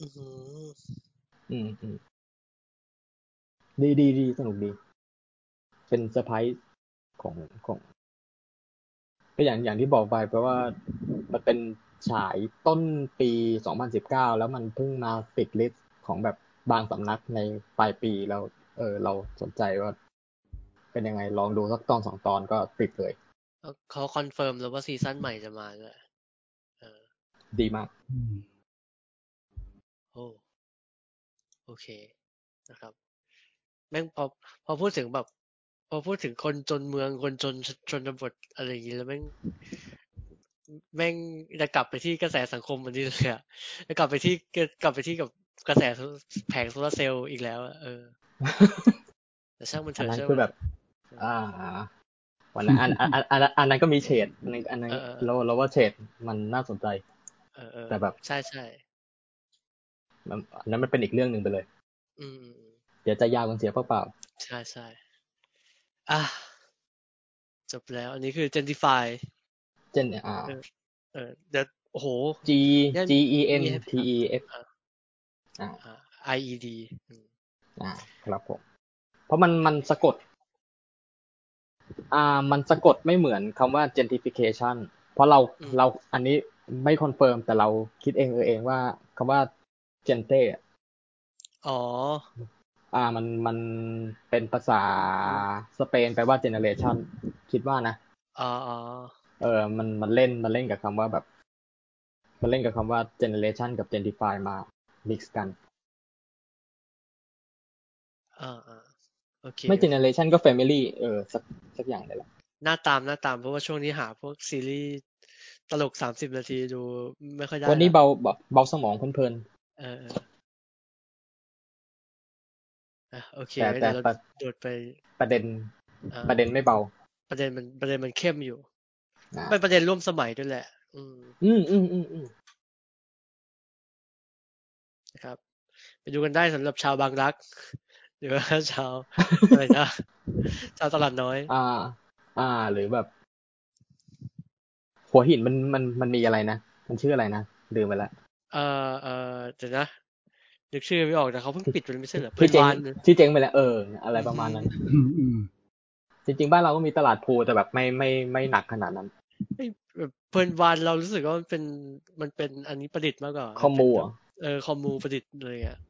ดีสนุกดีเป็นเซอร์ไพรส์ของก็อย่างที่บอกไปแปลว่ามันเป็นฉายต้นปี2019แล้วมันเพิ่งมาติดลิสต์ของแบบบางสำนักในปลายปีแล้วเราสนใจว่าเป็นยังไงลองดูสักตอน2 ตอนก็ติดเลยเขาคอนเฟิร์มแล้วว่าซีซั่นใหม่จะมาด้วยดีมากโอเคนะครับแม่งพอพูดถึงแบบพอพูดถึงคนจนเมืองคนจนชนบทอะไรอย่างนี้แล้วแม่งจะกลับไปที่กระแสสังคมมันนี่เลยอะจะกลับไปที่กับกระแสแผงโซลาร์เซลล์อีกแล้วแต่ช่างมันเถอะอันนั้นคือแบบวันนั้นอันนั้นก็มีเฉดอันนั้นเราว่าเฉดมันน่าสนใจแต่แบบใช่อันนั้นมันเป็นอีกเรื่องนึงไปเลยเดี๋ยวจะยาวกันเสียเปล่าใช่จบแล้วอันนี้คือ Gentify เจนเดี๋ยวโอ้โห GENTEF IED ครับผมเพราะมันสะกดมันสะกดไม่เหมือนคำว่า gentrification เพราะเราอันนี้ไม่คอนเฟิร์มแต่เราคิดเองว่าคำว่า gente มันเป็นภาษาสเปนแปลว่า generation คิดว่านะมันเล่นกับคำว่าแบบมันเล่นกับคำว่า generation กับ gentrify มา mix กันโอเคไม่ generation ก็ family สักอย่างเลยแหละหน้าตามเพราะว่าช่วงนี้หาพวกซีรีส์ตลก30 นาทีดูไม่ค่อยได้วันนี้เบาสมองเพลินโอเคเดี๋ยวเราโดดไปประเด็นไม่เบาประเด็นมันเข้มอยู่เป็นประเด็นร่วมสมัยด้วยแหละนะครับไปดูกันได้สำหรับชาวบางรักหรือว่าชาวอะไรนะชาวตลาดน้อยหรือแบบหัวหินมันมีอะไรนะมันชื่ออะไรนะลืมไปแล้วเดี๋ยวนะนึกชื่อไม่ออกแต่เขาเพิ่งปิดไปไม่ใช่เหรอที่เจ๊งไปแล้วอะไรประมาณนั้นจริงๆบ้านเราก็มีตลาดภูแต่แบบไม่หนักขนาดนั้นเพลินวานเรารู้สึกว่ามันเป็นอันนี้ประดิษฐ์มากกว่าคอมมูคอมมูประดิษฐ์เลยอ่ะ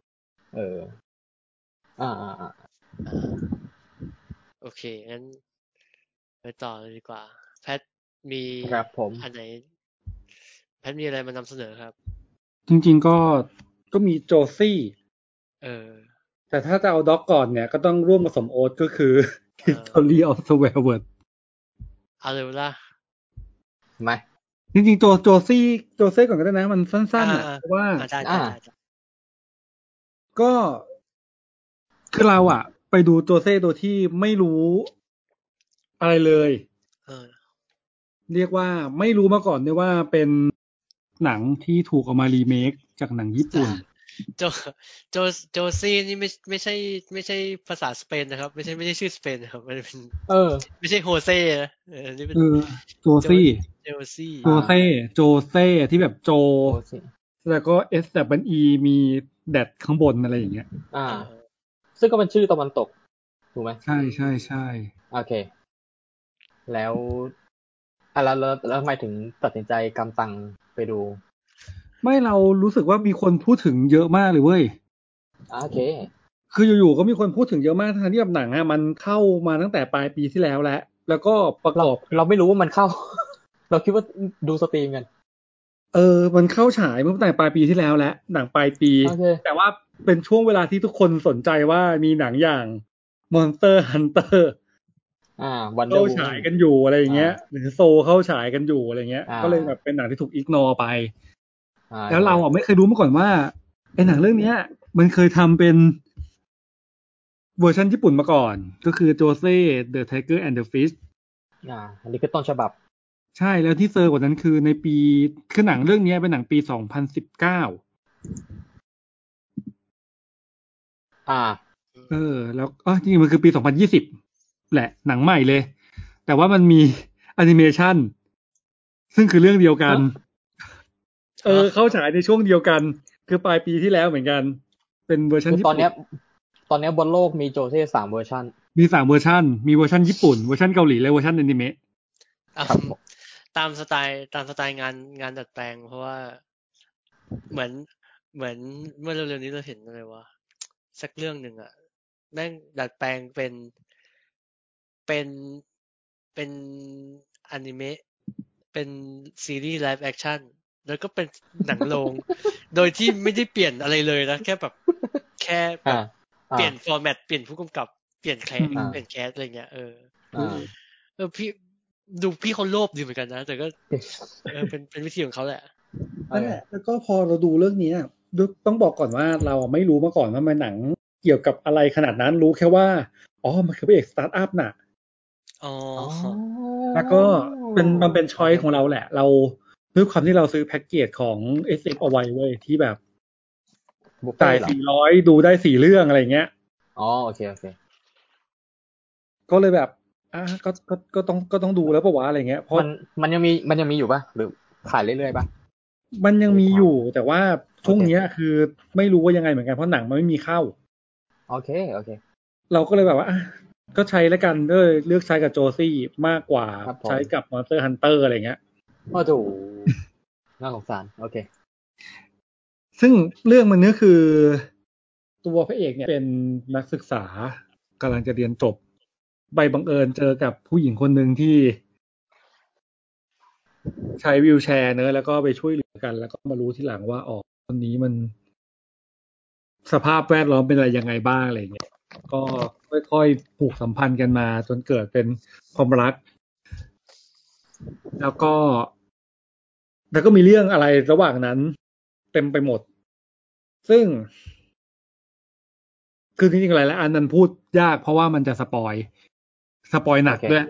โอเคงั้นไปต่อเลยดีกว่าแพทมีอันไหนแพทมีอะไรมานำเสนอครับจริงๆก็มีโจซี่แต่ถ้าจะเอาด็อกก่อนเนี่ยก็ต้องร่วมผสมโอ๊ตก็คือ History of Swear Word เอาเลยล่ะไม่จริงๆโจซี่ก่อนก็ได้นะมันสั้นๆเพราะว่าก็คือเราไปดูโจเซ่โดยที่ไม่รู้อะไรเลยเรียกว่าไม่รู้มาก่อนด้วยว่าเป็นหนังที่ถูกเอามารีเมคจากหนังญี่ปุ่นโจซี่นี่ไม่ใช่ภาษาสเปนนะครับไม่ใช่ชื่อสเปนนะครับมันเป็นไม่ใช่โฮเซ่นะนี่เป็นโจซี่โจเซ่ที่แบบโจแล้วก็ SWE มีแดดข้างบนอะไรอย่างเงี้ยซึ่งก็เป็นชื่อตะวันตกถูกไหมใช่โอเคแล้วแล้วทำไมถึงตัดสินใจกำตังไปดูไม่เรารู้สึกว่ามีคนพูดถึงเยอะมากเลยเว้ยโอเคคืออยู่ๆก็มีคนพูดถึงเยอะมากทั้งที่แบบหนังมันเข้ามาตั้งแต่ปลายปีที่แล้วแล้วก็ประกอบเราไม่รู้ว่ามันเข้าเราคิดว่าดูสตรีมกันมันเข้าฉายเมื่อแต่ปลายปีที่แล้วแล้วหนังปลายปีแต่ว่าเป็นช่วงเวลาที่ทุกคนสนใจว่ามีหนังอย่าง Monster Hunter เข้าฉายกันอยู่อะไรอย่างเงี้ยหรือโซเข้าฉายกันอยู่อะไรเงี้ยก็เลยแบบเป็นหนังที่ถูกอิกนอร์ไปแล้วเราไม่เคยรู้มาก่อนว่าไอ้หนังเรื่องนี้มันเคยทำเป็นเวอร์ชันญี่ปุ่นมาก่อนก็คือโจเซ่ The Tiger and the Fish อันนี้คือต้นฉบับใช่แล้วที่เซอร์กว่านั้นคือในปีคือหนังเรื่องนี้เป็นหนังปี2019 แล้วจริงๆมันคือปี2020แหละหนังใหม่เลยแต่ว่ามันมีแอนิเมชันซึ่งคือเรื่องเดียวกันเข้าฉายในช่วงเดียวกันคือปลายปีที่แล้วเหมือนกันเป็นเวอร์ชันญี่ปุ่นตอนนี้บนโลกมีโจเซ่3เวอร์ชันมี3เวอร์ชันมีเวอร์ชันญี่ปุ่นเวอร์ชันเกาหลีและเวอร์ชันอนิเมะตามสไตล์งานดัดแปลงเพราะว่าเหมือนเมื่อเร็วๆนี้เราเห็นอะไรวะสักเรื่องหนึ่งอะแม่งดัดแปลงเป็นอนิเมะเป็นซีรีส์ไลฟ์แอคชั่นแล้วก็เป็นหนังโรงโดยที่ไม่ได้เปลี่ยนอะไรเลยนะแค่แบบเปลี่ยนฟอร์แมตเปลี่ยนผู้กำกับเปลี่ยนแคสอะไรเงี้ยพี่เขาโลภดีเหมือนกันนะแต่ก็เป็นวิธีของเขาแหละนั่นแหละแล้วก็พอเราดูเรื่องนี้ต้องบอกก่อนว่าเราไม่รู้มาก่อนว่ามันหนังเกี่ยวกับอะไรขนาดนั้นรู้แค่ว่ามันคือพระเอกสตาร์ทอัพน่ะแล้วก็มันเป็นช้อยของเราแหละเราด้วยความที่เราซื้อแพ็กเกจของ SF เอาไว้เว้ยที่แบบจ่าย400ดูได้4เรื่องอะไรเงี้ยโอเคก็เลยแบบก็ต้องดูแล้วป่ะวะอะไรเงี้ยเพราะมันยังมีอยู่ป่ะหรือขายเรื่อยๆป่ะมันยังมีอยู่แต่ว่าช่วงนี้คือไม่รู้ว่ายังไงเหมือนกันเพราะหนังมันไม่มีเข้าโอเคเราก็เลยแบบว่าก็ใช้แล้วกันเลยเลือกใช้กับโจซี่มากกว่าใช้กับ Monster Hunter อะไรเงี้ยถูกน่าสงสารโอเคซึ่งเรื่องมันก็คือตัวพระเอกเนี่ยเป็นนักศึกษากำลังจะเรียนจบใบบังเอิญเจอกับผู้หญิงคนหนึ่งที่ใช้วีลแชร์เนอะแล้วก็ไปช่วยเหลือกันแล้วก็มารู้ทีหลังว่าคนนี้มันสภาพแวดล้อมเป็นอะไรยังไงบ้างอะไรเงี้ยก็ค่อยๆผูกสัมพันธ์กันมาจนเกิดเป็นความรักแล้วก็มีเรื่องอะไรระหว่างนั้นเต็มไปหมดซึ่งคือจริงๆหลายๆอันนั้นพูดยากเพราะว่ามันจะสปอยหนักด้วย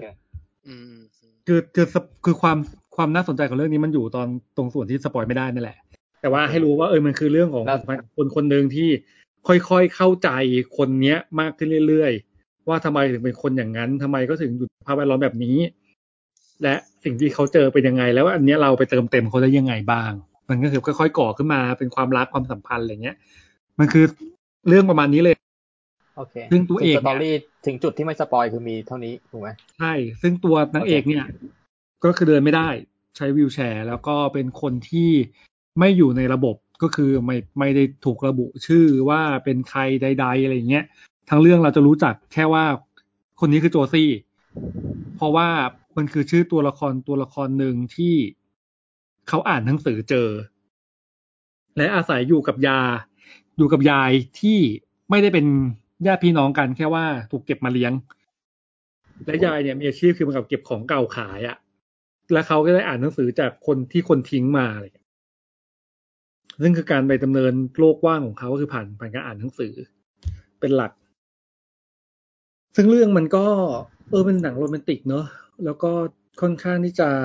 คือความน่าสนใจของเรื่องนี้มันอยู่ตรงส่วนที่สปอยไม่ได้นั่นแหละแต่ว่าให้รู้ว่ามันคือเรื่องของคนหนึ่งที่ค่อยๆเข้าใจคนเนี้ยมากขึ้นเรื่อยๆว่าทำไมถึงเป็นคนอย่างนั้นทำไมก็ถึงอยู่สภาพแวดล้อมแบบนี้และสิ่งที่เขาเจอเป็นยังไงแล้วอันนี้เราไปเติมเต็มเขาได้ยังไงบ้างมันก็คือค่อยๆก่อขึ้นมาเป็นความรักความสัมพันธ์อะไรเงี้ยมันคือเรื่องประมาณนี้เลยโอเคซึ่งตัวเอกสตอรี่ถึงจุดที่ไม่สปอยคือมีเท่านี้ถูกไหมใช่ซึ่งตัวนางเอกเนี่ยก็คือเดินไม่ได้ใช้วีลแชร์แล้วก็เป็นคนที่ไม่อยู่ในระบบก็คือไม่ได้ถูกระบุชื่อว่าเป็นใครใดๆอะไรอย่างเงี้ยทั้งเรื่องเราจะรู้จักแค่ว่าคนนี้คือโจซี่เพราะว่ามันคือชื่อตัวละครหนึ่งที่เขาอ่านหนังสือเจอและอาศัยอยู่กับยายที่ไม่ได้เป็นญาติพี่น้องกันแค่ว่าถูกเก็บมาเลี้ยงและยายเนี่ยมีอาชีพคือเหมือนกับเก็บของเก่าขายอ่ะแล้วเขาก็ได้อ่านหนังสือจากคนที่คนทิ้งมาอะไรซึ่งคือการไปดำเนินโลกว่างของเขาก็คือผ่านการอ่านหนังสือเป็นหลักซึ่งเรื่องมันก็เป็นหนังโรแมนติกเนอะแล้วก็ค่อนข้างที่จะ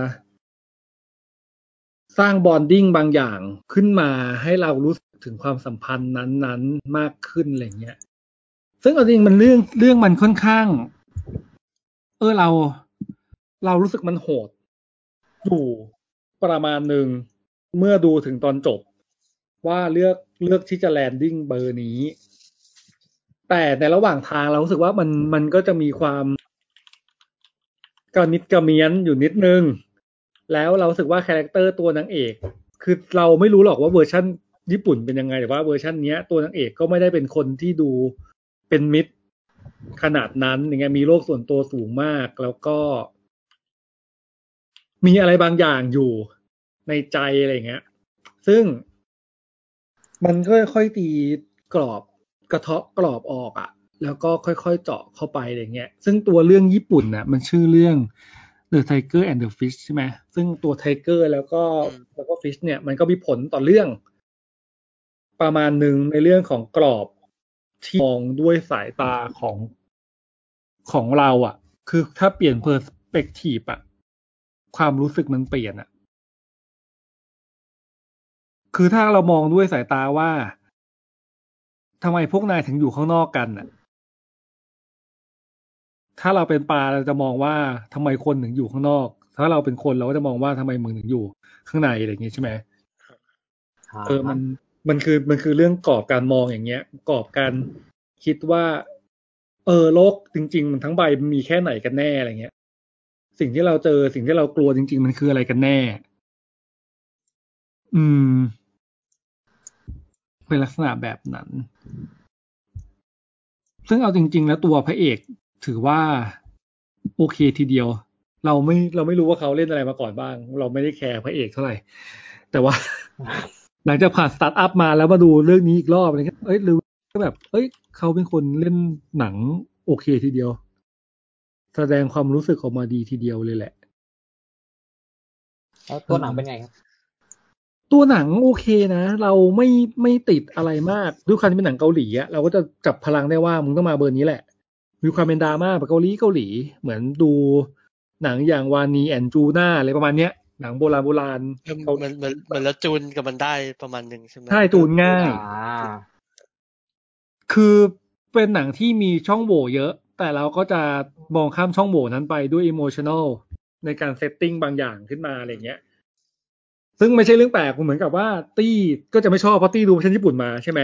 สร้างบอนดิ้งบางอย่างขึ้นมาให้เรารู้สึกถึงความสัมพันธ์นั้นๆมากขึ้นอะไรเงี้ยซึ่งเอาจริงมันเรื่องมันค่อนข้างเรารู้สึกมันโหดอยู่ประมาณหนึ่งเมื่อดูถึงตอนจบว่าเลือกที่จะแลนดิ้งเบอร์นี้แต่ในระหว่างทางเรารู้สึกว่ามันก็จะมีความกระมิดกระเมียนอยู่นิดนึงแล้วเรารู้สึกว่าคาแรคเตอร์ตัวนางเอกคือเราไม่รู้หรอกว่าเวอร์ชั่นญี่ปุ่นเป็นยังไงแต่ว่าเวอร์ชันนี้ตัวนางเอกก็ไม่ได้เป็นคนที่ดูเป็นมิตรขนาดนั้นอย่างเงี้ยมีโลกส่วนตัวสูงมากแล้วก็มีอะไรบางอย่างอยู่ในใจอะไรเงี้ยซึ่งมันก็ค่อยๆตีกรอบกระเทาะกรอบออกอ่ะแล้วก็ค่อยๆเจาะเข้าไปอะไรเงี้ยซึ่งตัวเรื่องญี่ปุ่นน่ะมันชื่อเรื่อง The Tiger and the Fish ใช่ไหมซึ่งตัว Tiger แล้วก็ Fish เนี่ยมันก็มีผลต่อเรื่องประมาณหนึ่งในเรื่องของกรอบที่มองด้วยสายตาของเราอ่ะคือถ้าเปลี่ยน perspective อ่ะความรู้สึกมันเปลี่ยนอ่ะคือถ้าเรามองด้วยสายตาว่าทำไมพวกนายถึงอยู่ข้างนอกกันอ่ะถ้าเราเป็นปลาเราจะมองว่าทำไมคนถึงอยู่ข้างนอกถ้าเราเป็นคนเราก็จะมองว่าทำไมมึงถึงอยู่ข้างในอะไรอย่างงี้ใช่ไหมมันคือเรื่องกรอบการมองอย่างเงี้ยกรอบการคิดว่าโลกจริงๆมันทั้งใบมันมีแค่ไหนกันแน่อะไรเงี้ยสิ่งที่เราเจอสิ่งที่เรากลัวจริงๆมันคืออะไรกันแน่เป็นลักษณะแบบนั้นซึ่งเอาจริงๆแล้วตัวพระเอกถือว่าโอเคทีเดียวเราไม่รู้ว่าเขาเล่นอะไรมาก่อนบ้างเราไม่ได้แคร์พระเอกเท่าไหร่แต่ว่า หลังจากผ่านสตาร์ทอัพมาแล้วมาดูเรื่องนี้อีกรอบอะไรเงี้ยหรือก็แบบเขาเป็นคนเล่นหนังโอเคทีเดียวแสดงความรู้สึกออกมาดีทีเดียวเลยแหละแล้วตัวหนังเป็นไงครับตัวหนังโอเคนะเราไม่ติดอะไรมากด้วยความที่เป็นหนังเกาหลีอะเราก็จะจับพลังได้ว่ามึงต้องมาเบอร์นี้แหละมีความเป็นดราม่าแบบเกาหลีเหมือนดูหนังอย่างวานีแอนจูน่าอะไรประมาณเนี้ยหนังโบราณมันแล้วจูนกับมันได้ประมาณนึงใช่ไหมใช่จูนง่ายคือเป็นหนังที่มีช่องโหว่เยอะแต่เราก็จะมองข้ามช่องโหว่นั้นไปด้วยอิโมชัน a ลในการเซตติ้งบางอย่างขึ้นมาอะไรเงี้ยซึ่งไม่ใช่เรื่องแปลกเหมือนกับว่าตี้ก็จะไม่ชอบเพราะตี้ดูเวอร์ชันญี่ปุ่นมาใช่ไหม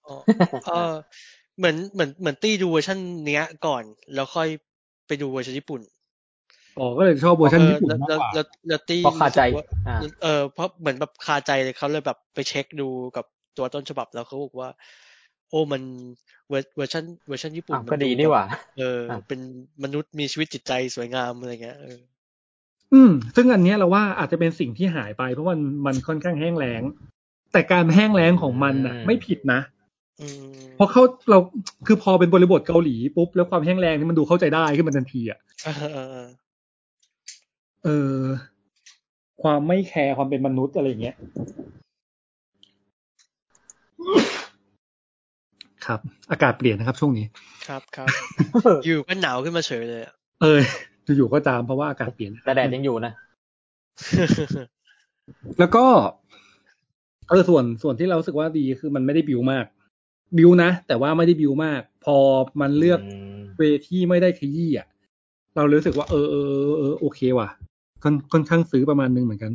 เหมือนตี้ดูเวอร์ชันเนี้ยก่อนแล้วค่อยไปดูเวอร์ชันญี่ปุ่นก็เลยชอบเวอร์ชันญี่ปุ่นมากกว่าแล้วตี้เพราะคาใจเพราะเหมือนแบบคาใจเลยเขาเลยแบบไปเช็คดูกับตัวต้นฉบับแล้วเขาบอกว่าโอ้มันเวอร์ชันญี่ปุ่นก็ดีนี่หว่าเป็นมนุษย์มีชีวิตจิตใจสวยงามอะไรเงี้ยซึ่งอันนี้เราว่าอาจจะเป็นสิ่งที่หายไปเพราะมันค่อนข้างแห้งแล้งแต่การแห้งแล้งของมันน่ะไม่ผิดนะเพราะเราคือพอเป็นบริบทเกาหลีปุ๊บแล้วความแห้งแล้งนี่มันดูเข้าใจได้ขึ้นมาทันทีอ่ะความไม่แคร์ความเป็นมนุษย์อะไรอย่างเงี้ยครับอากาศเปลี่ยนนะครับช่วงนี้ครับอยู่ก็หนาวขึ้นมาเฉยเลยอยู่ก็ตามเพราะว่าอากาศเปลี่ยนแต่แดดยังอยู่นะแล้วก็ส่วนที่เรารู้สึกว่าดีคือมันไม่ได้บิวมากบิวนะแต่ว่าไม่ได้บิวมากพอมันเลือกเวที่ไม่ได้ขยี้อ่ะเรารู้สึกว่าโอเคว่ะค่อนข้างซื้อประมาณนึงเหมือนกัน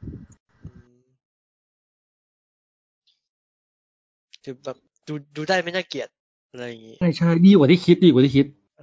คือแบบดูได้ไม่น่าเกลียดอะไรอย่างงี้ใช่ดีกว่าที่คิด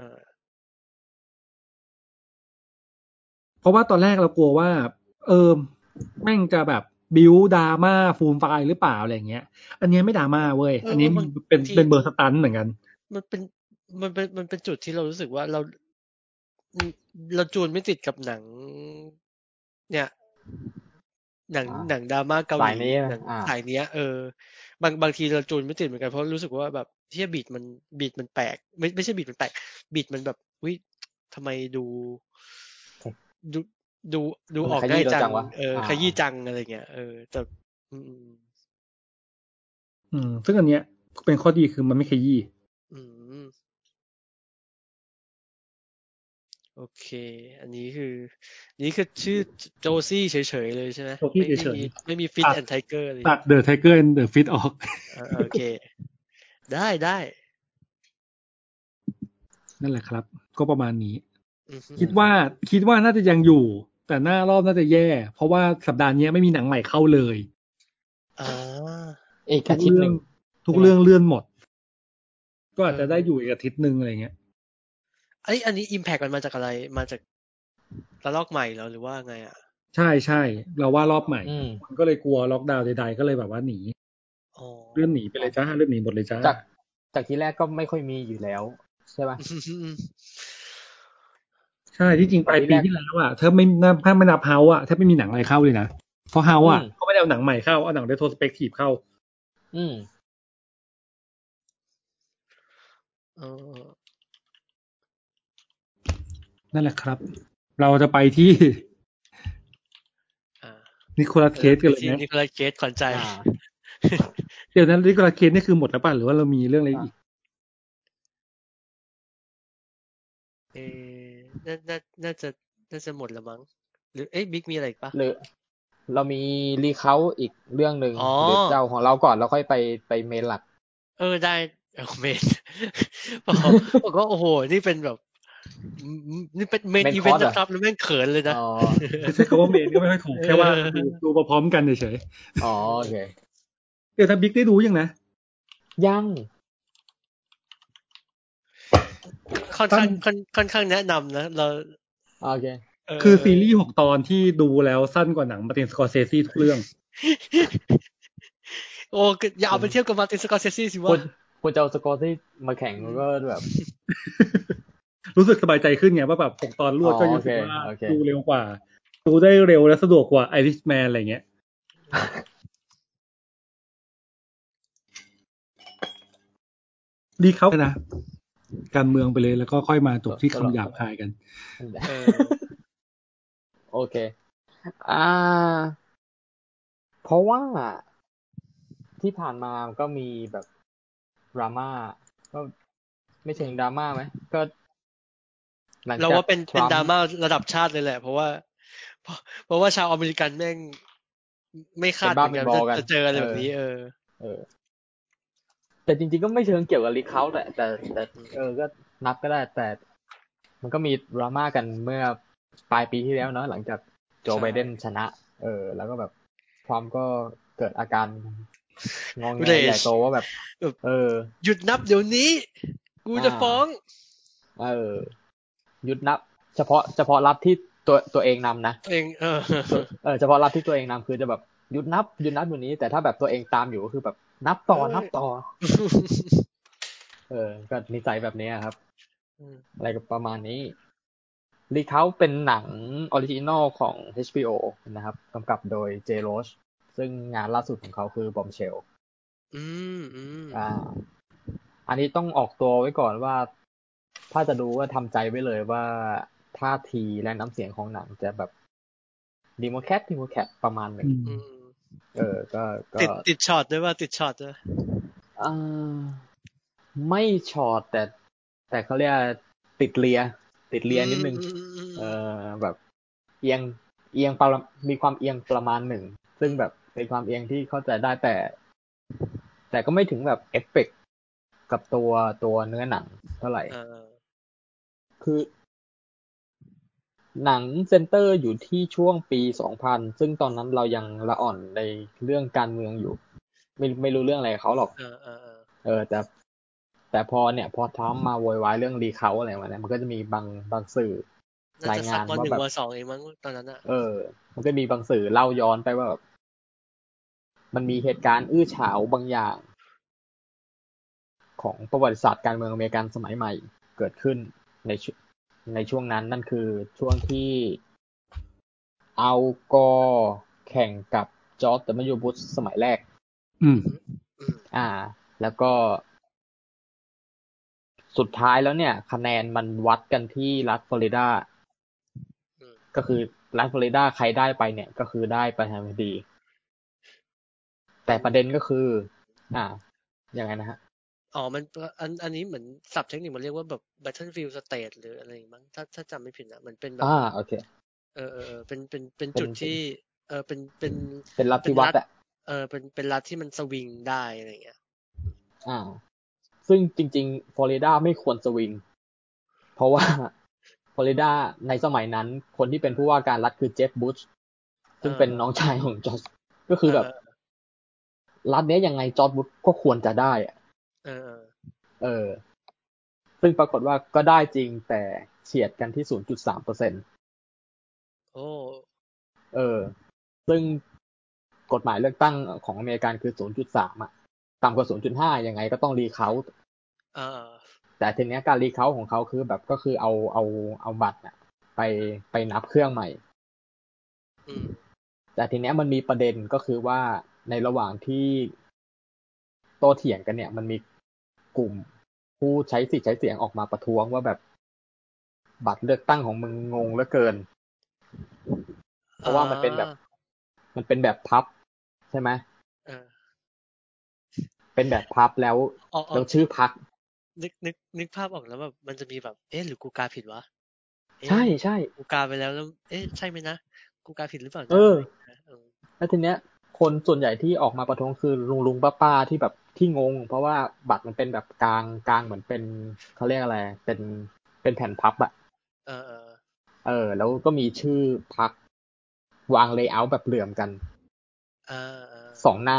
เพราะว่าตอนแรกเรากลัวว่าแม่งจะแบบบิวดราม่าฟูมไฟหรือเปล่าอะไรเงี้ยอันนี้ไม่ดราม่าเว้ยอันนี้เป็นเบอร์สตันเหมือนกันมันเป็นจุดที่เรารู้สึกว่าเราจูนไม่ติดกับหนังเนี่ยหนังดราม่าเกาหลีหนังสายนี้บางทีเราจูนไม่ติดเหมือนกันเพราะรู้สึกว่าแบบที่บีทมันแปลกไม่ใช่บีทมันแปลกบีทมันแบบวิทำไมดูออกได้จังขยี้จังอะไรเงี้ยแต่ซึ่งอันเนี้ยเป็นข้อดีคือมันไม่ขยี้โอเคอันนี้คือชื่อโจซี่เฉยๆเลยใช่ไหมโจซี่เฉยๆไม่มีฟิตแอนด์ไทเกอร์เลยตัดเดอะไทเกอร์แอนด์เดอะฟิตออกโอเคได้นั่นแหละครับก็ประมาณนี้คิดว่าน่าจะยังอยู่แต่หน้ารอบน่าจะแย่เพราะว่าสัปดาห์นี้ไม่มีหนังใหม่เข้าเลยอีกอาทิตย์นึงทุกเรื่องเลื่อนหมดก็อาจจะได้อยู่อีกอาทิตย์นึงอะไรเงี้ยอันนี้ impact มันมาจากอะไรมาจากระลอกใหม่เหรอหรือว่าไงอ่ะใช่เราว่ารอบใหม่มันก็เลยกลัวล็อกดาวน์ใดๆก็เลยแบบว่าหนีเลื่อนหนีไปเลยจ้าเลื่อนหนีหมดเลยจ้าจากที่แรกก็ไม่ค่อยมีอยู่แล้วใช่ป่ะใช่ที่จริงปลายปีที่แล้วอ่ะถ้าไม่นับเฮาอ่ะถ้าไม่มีหนังอะไรเข้าเลยนะเพราะเฮาอ่ะเขาไม่ได้เอาหนังใหม่เข้าเอาหนังเรโทรสเปกทีฟเข้านั่นแหละครับเราจะไปที่นิโคลัสเคจกันเลยนะนิโคลัสเคจขวัญใจเดี๋ยวนั้นนิโคลัสเคจนี่คือหมดแล้วป่ะหรือว่าเรามีเรื่องอะไรอีกน่าจะหมดแล้วมั้งหรือบิ๊กมีอะไรอีกปะหรือเรามีรีเคาท์อีกเรื่องนึงเดี๋ยวเจ้าของเราก่อนแล้วค่อยไปเมนหลักได้เมนบอกว่าโอ้โหนี่เป็นแบบนี่เป็นเมนอีเวนต์นะครับแล้วแม่งเขินเลยนะใช้คำว่าเมนก็ไม่ค่อยถูกแค่ว่าดูมาพร้อมกันเฉยๆอ๋อโอเคเดี๋ยวถ้าบิ๊กได้ดูยังนะยังค่อนข้างแนะนำนะเราโอเคคือซีรีส์6 ตอนที่ดูแล้วสั้นกว่าหนังมาร์ตินสกอร์เซซีทุกเรื่องโอ้อย่าเอาไปเทียบกับมาร์ตินสกอร์เซซีสิวะคุณจะเอาสกอร์เซซีมาแข่งก็แบบรู้สึกสบายใจขึ้นไงว่าแบบ6 ตอนรวดก็รู้สึกว่าดูเร็วกว่าดูได้เร็วและสะดวกกว่าไอริชแมนอะไรเงี้ยดีเขานะการเมืองไปเลยแล้วก็ค่อยมาจบที่คำหยาบคายกันโอเคเพราะว่าที่ผ่านมาก็มีแบบดราม่าก็ไม่เชิงดราม่าไหมก็เราว่าเป็นดราม่าระดับชาติเลยแหละเพราะว่าชาวอเมริกันแม่งไม่คาดเหมือนกันจะเจออะไรแบบนี้แต่จริงๆก็ไม่เชิงเกี่ยวกับรีเคาท์แต่ก็นับก็ได้แต่มันก็มีดราม่ากันเมื่อปลายปีที่แล้วเนาะหลังจากโจไบเดนชนะแล้วก็แบบทรัมป์ก็เกิดอาการงงแงใหญ่โตว่าแบบหยุดนับเดี๋ยวนี้กูจะฟ้องหยุดนับเฉพาะรัฐที่ตัวเองนำนะเฉพาะรัฐที่ตัวเองนำคือจะแบบหยุดนับอยู่นี้แต่ถ้าแบบตัวเองตามอยู่ก็คือแบบนับต่อก็นิสัยแบบนี้ครับอะไรกับประมาณนี้รีเคาท์เป็นหนังออริจินอลของ HBO นะครับกำกับโดยเจโรชซึ่งงานล่าสุดของเขาคือบอมเชลอันนี้ต้องออกตัวไว้ก่อนว่าถ้าจะดูว่าทำใจไว้เลยว่าท่าทีและน้ำเสียงของหนังจะแบบดีโมแคทประมาณหนึ่งก็ติดช็อตด้วยว่าติดช็อตด้วยไม่ช็อตแต่เขาเรียกติดเลียนิดนึงแบบเอียงมีความเอียงประมาณหนึ่งซึ่งแบบเป็นความเอียงที่เข้าใจได้แต่ก็ไม่ถึงแบบเอฟเฟกต์กับตัวเนื้อหนังเท่าไหร่คือหนังเซนเตอร์อยู่ที่ช่วงปี2000ซึ่งตอนนั้นเรายังละอ่อนในเรื่องการเมืองอยู่ไม่รู้เรื่องอะไรเขาหรอกแต่พอทรัมป์มาโวยวายเรื่องรีเคาท์อะไรมาเนี่ยมันก็จะมีบางสื่อรายงานว่าแบบ 1 2เองมั้งตอนนั้นมันก็มีบางสื่อเล่าย้อนไปว่าแบบมันมีเหตุการณ์อื้อฉาวบางอย่างของประวัติศาสตร์การเมืองอเมริกันสมัยใหม่เกิดขึ้นในช่วงนั้นนั่นคือช่วงที่อัลกอร์แข่งกับจอร์จ W. บุชสมัยแรกแล้วก็สุดท้ายแล้วเนี่ยคะแนนมันวัดกันที่รัฐฟลอริดาก็คือรัฐฟลอริดาใครได้ไปเนี่ยก็คือได้ประธานาธิบดีแต่ประเด็นก็คือยังไงนะฮะมันอันนี้เหมือนศัพท์เทคนิคมันเรียกว่าแบบ Battlefield State หรืออะไรมั้งถ้าจำไม่ผิดนะมันเป็นแบบโอเคเป็นจุดที่เป็นรัฐที่วัดเป็นรัฐที่มันสวิงได้อะไรเงี้ยซึ่งจริงๆฟลอริดาไม่ควรสวิงเพราะว่าฟลอริดาในสมัยนั้นคนที่เป็นผู้ว่าการรัฐคือเจฟบุชซึ่งเป็นน้องชายของจอร์จก็คือแบบรัฐนี้ยังไงจอร์จบุชก็ควรจะได้ซึ่งปรากฏว่าก็ได้จริงแต่เฉียดกันที่ 0.3% ซึ่งกฎหมายเลือกตั้งของอเมริกันคือ 0.3 ต่ำกว่า 0.5 ยังไงก็ต้องรีเคาท์แต่ทีนี้การรีเคาท์ของเขาคือแบบก็คือเอาบัตรไปนับเครื่องใหม่แต่ทีนี้มันมีประเด็นก็คือว่าในระหว่างที่โต้เถียงกันเนี่ยมันมีกลุ่มผู้ใช้สิทธิ์ใช้เสียงออกมาประท้วงว่าแบบบัตรเลือกตั้งของมึงงงเหลือเกินเพราะว่ามันเป็นแบบพับใช่ไหมเป็นแบบพับแล้วชื่อพรรคนึกภาพออกแล้วแบบมันจะมีแบบหรือกูกาผิดวะใช่กูกาไปแล้วใช่ไหมนะกูกาผิดหรือเปล่าแล้วทีเนี้ยคนส่วนใหญ่ที่ออกมาประท้วงคือลุงป้าที่แบบที่งงเพราะว่าบัตรมันเป็นแบบกลางเหมือนเป็นเขาเรียกอะไรเป็นแผ่นพับแล้วก็มีชื่อพรรควางเลเยอร์แบบเหลื่อมกัน2หน้า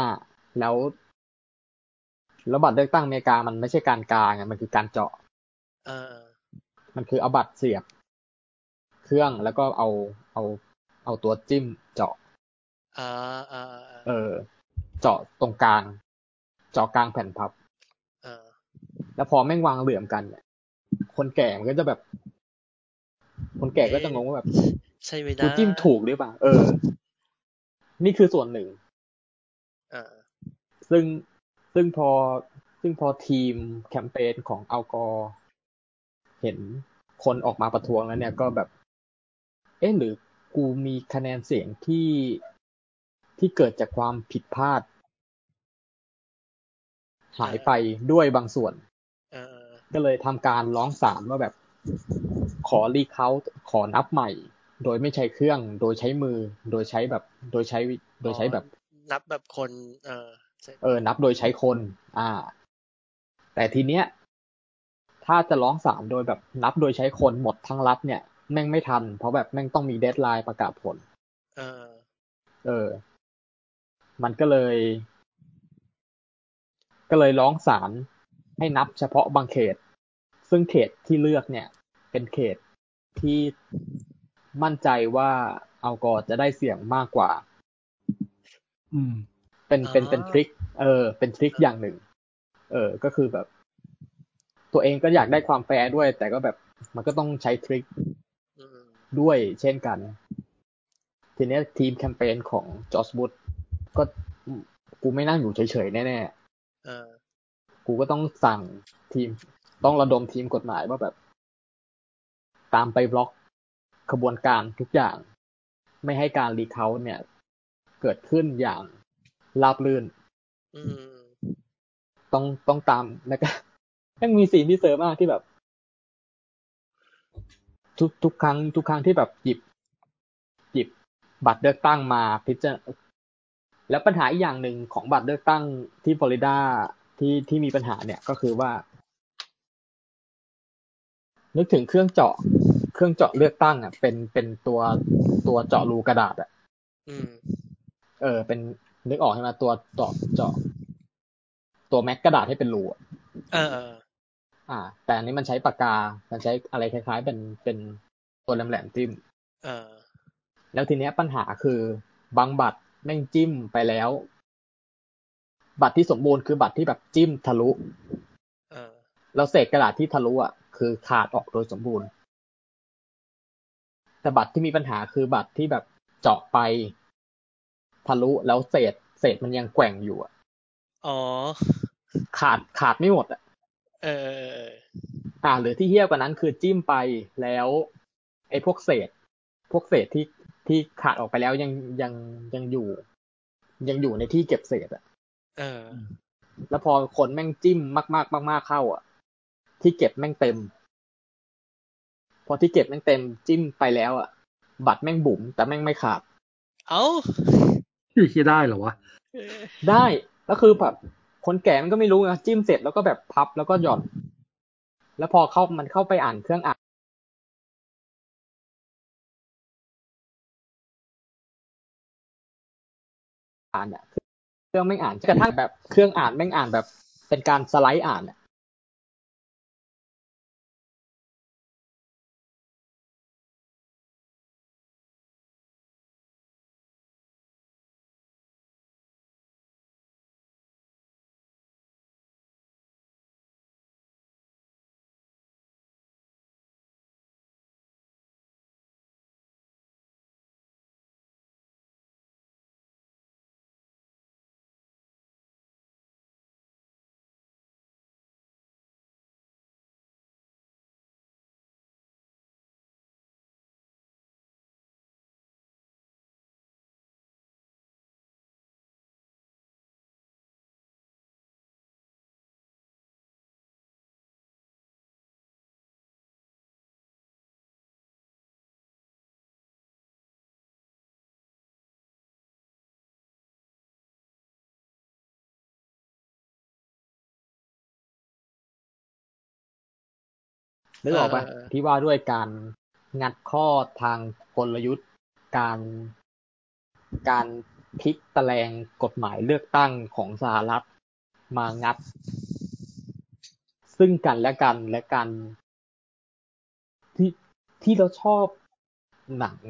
แล้วบัตรเลือกตั้งอเมริกามันไม่ใช่การกาไงมันคือการเจาะมันคือเอาบัตรเสียบเครื่องแล้วก็เอาตัวจิ้มเจาะเจาะตรงกลางเจาะกลางแผ่นพับแล้วพอแม่งวางเหลื่อมกันเนี่ยคนแก่มันก็จะแบบคนแก่ก็จะงงว่าแบบใช่ไหมนะกูจิ้มถูกหรือเปล่านี่คือส่วนหนึ่งซึ่งพอทีมแคมเปญของอัลกอร์เห็นคนออกมาประท้วงแล้วเนี่ยก็แบบหรือกูมีคะแนนเสียงที่เกิดจากความผิดพลาดหายไปด้วยบางส่วนก็เลยทำการร้องศาลว่าแบบขอรีเคาท์ขอนับใหม่โดยไม่ใช้เครื่องโดยใช้มือโดยใช้แบบนับแบบคนนับโดยใช้คนแต่ทีเนี้ยถ้าจะร้องศาลโดยแบบนับโดยใช้คนหมดทั้งรัฐเนี่ยแม่งไม่ทันเพราะแบบแม่งต้องมีเดดไลน์ประกาศผลมันก็เลยร้องศาลให้นับเฉพาะบางเขตซึ่งเขตที่เลือกเนี่ยเป็นเขตที่มั่นใจว่าอัลกอร์จะได้เสียงมากกว่าเป็นทริคเป็นทริคอย่างหนึ่งก็คือแบบตัวเองก็อยากได้ความแฟร์ด้วยแต่ก็แบบมันก็ต้องใช้ทริคด้วยเช่นกันทีนี้ทีมแคมเปญของจอร์จบุชก็กูไม่นั่งอยู่เฉยๆแน่ๆกูก็ต้องสั่งทีมต้องระดมทีมกฎหมายว่าแบบตามไปบล็อกขบวนการทุกอย่างไม่ให้การรีเคาท์เนี่ยเกิดขึ้นอย่างราบรื่นต้องตามแล้วก็ยังมีซีนที่เซอร์มากที่แบบทุกครั้งที่แบบหยิบบัตรเลือกตั้งมาพิจารณาแล้วปัญหาอีกอย่างหนึ่งของบัตรเลือกตั้งที่ฟลอริดาที่มีปัญหาเนี่ยก็คือว่านึกถึงเครื่องเจาะเลือกตั้งเป็นตัวเจาะรูกระดาษเป็นนึกออกใช่ไหมตัวเจาะตัวแม็กกระดาษให้เป็นรูแต่อันนี้มันใช้ปากกามันใช้อะไรคล้ายๆเป็นตัวแหลมๆจิ้มแล้วทีเนี้ยปัญหาคือบางบัตรแม่งจิ้มไปแล้วบัตรที่สมบูรณ์คือบัตรที่แบบจิ้มทะลุแล้วเศษกระดาษที่ทะลุคือขาดออกโดยสมบูรณ์แต่บัตรที่มีปัญหาคือบัตรที่แบบเจาะไปทะลุแล้วเศษมันยังแกว่งอยู่ขาดไม่หมดหรือที่เหี้ยกว่านั้นคือจิ้มไปแล้วไอ้พวกเศษที่ขาดออกไปแล้วยังอยู่ในที่เก็บเศษแล้วพอคนแม่งจิ้มมากเข้าที่เก็บแม่งเต็มพอที่เก็บแม่งเต็มจิ้มไปแล้วบัตรแม่งบุ๋มแต่แม่งไม่ขาดที่ได้เหรอวะได้ก็คือแบบคนแก่มันก็ไม่รู้นะจิ้มเสร็จแล้วก็แบบพับแล้วก็หย่อนแล้วพอมันเข้าไปอ่านเครื่องอ่านเครื่องไม่อ่านกระทั่งแบบเครื่องอ่านแม่งอ่านแบบเป็นการสไลด์อ่านนึกออกปะที่ว่าด้วยการงัดข้อทางกลยุทธ์การพลิกตะแลงกฎหมายเลือกตั้งของสหรัฐมางัดซึ่งกันและกันที่เราชอบหนัง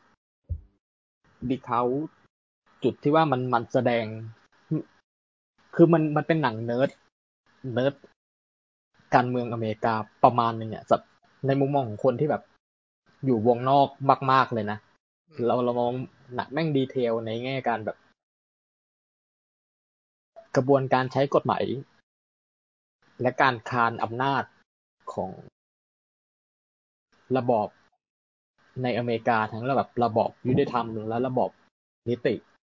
ดิเขาจุดที่ว่ามันแสดงคือมันเป็นหนังเนิร์ดการเมืองอเมริกาประมาณนึงอ่ะในมุมมองของคนที่แบบอยู่วงนอกมากๆเลยนะเรามองหนังแม่งดีเทลในแง่การแบบกระบวนการใช้กฎหมายและการคานอำนาจของระบอบในอเมริกาทั้งระบอบยุติธรรมและระบอบนิติ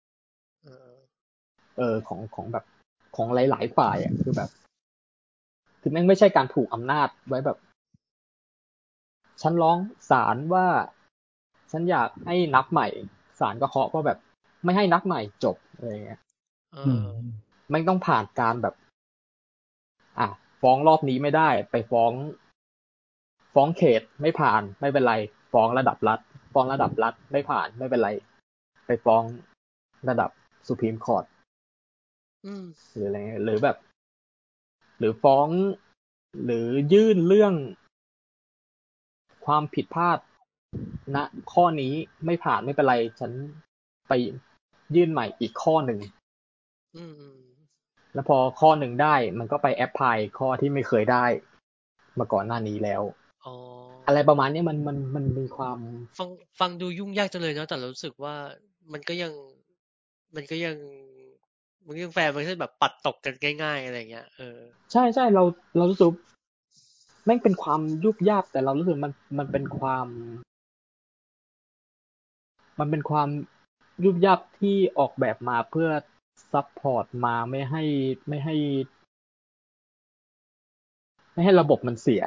ของแบบของหลายๆฝ่ายอ่ะคือแบบคือแม่งไม่ใช่การผูกอำนาจไว้แบบฉันร้องศาลว่าฉันอยากให้นับใหม่ศาลก็เคาะว่าแบบไม่ให้นับใหม่จบอะไรเงี้ยแม่งต้องผ่านการแบบฟ้องรอบนี้ไม่ได้ไปฟ้องเขตไม่ผ่านไม่เป็นไรฟ้องระดับรัฐไม่ผ่านไม่เป็นไรไปฟ้องระดับสุพรีมคอร์ตหรืออะไรหรือแบบหรือฟ้องหรือยื่นเรื่องความผิดพลาดณข้อนี้ไม่ผ่านไม่เป็นไรฉันไปยื่นใหม่อีกข้อหนึ่งแล้วพอข้อหนึ่งได้มันก็ไปแอพพลายข้อที่ไม่เคยได้มาก่อนหน้านี้แล้วอะไรประมาณนี้มันมีความฟังดูยุ่งยากจังเลยเนาะแต่รู้สึกว่ามันก็ยังแฟร์มันไม่ใช่แบบปัดตกกันง่ายๆอะไรเงี้ยใช่เรารู้สึกแม่งเป็นความยุ่งยากแต่เรารู้สึกมันเป็นความยุ่งยากที่ออกแบบมาเพื่อซัพพอร์ตมาไม่ให้ระบบมันเสีย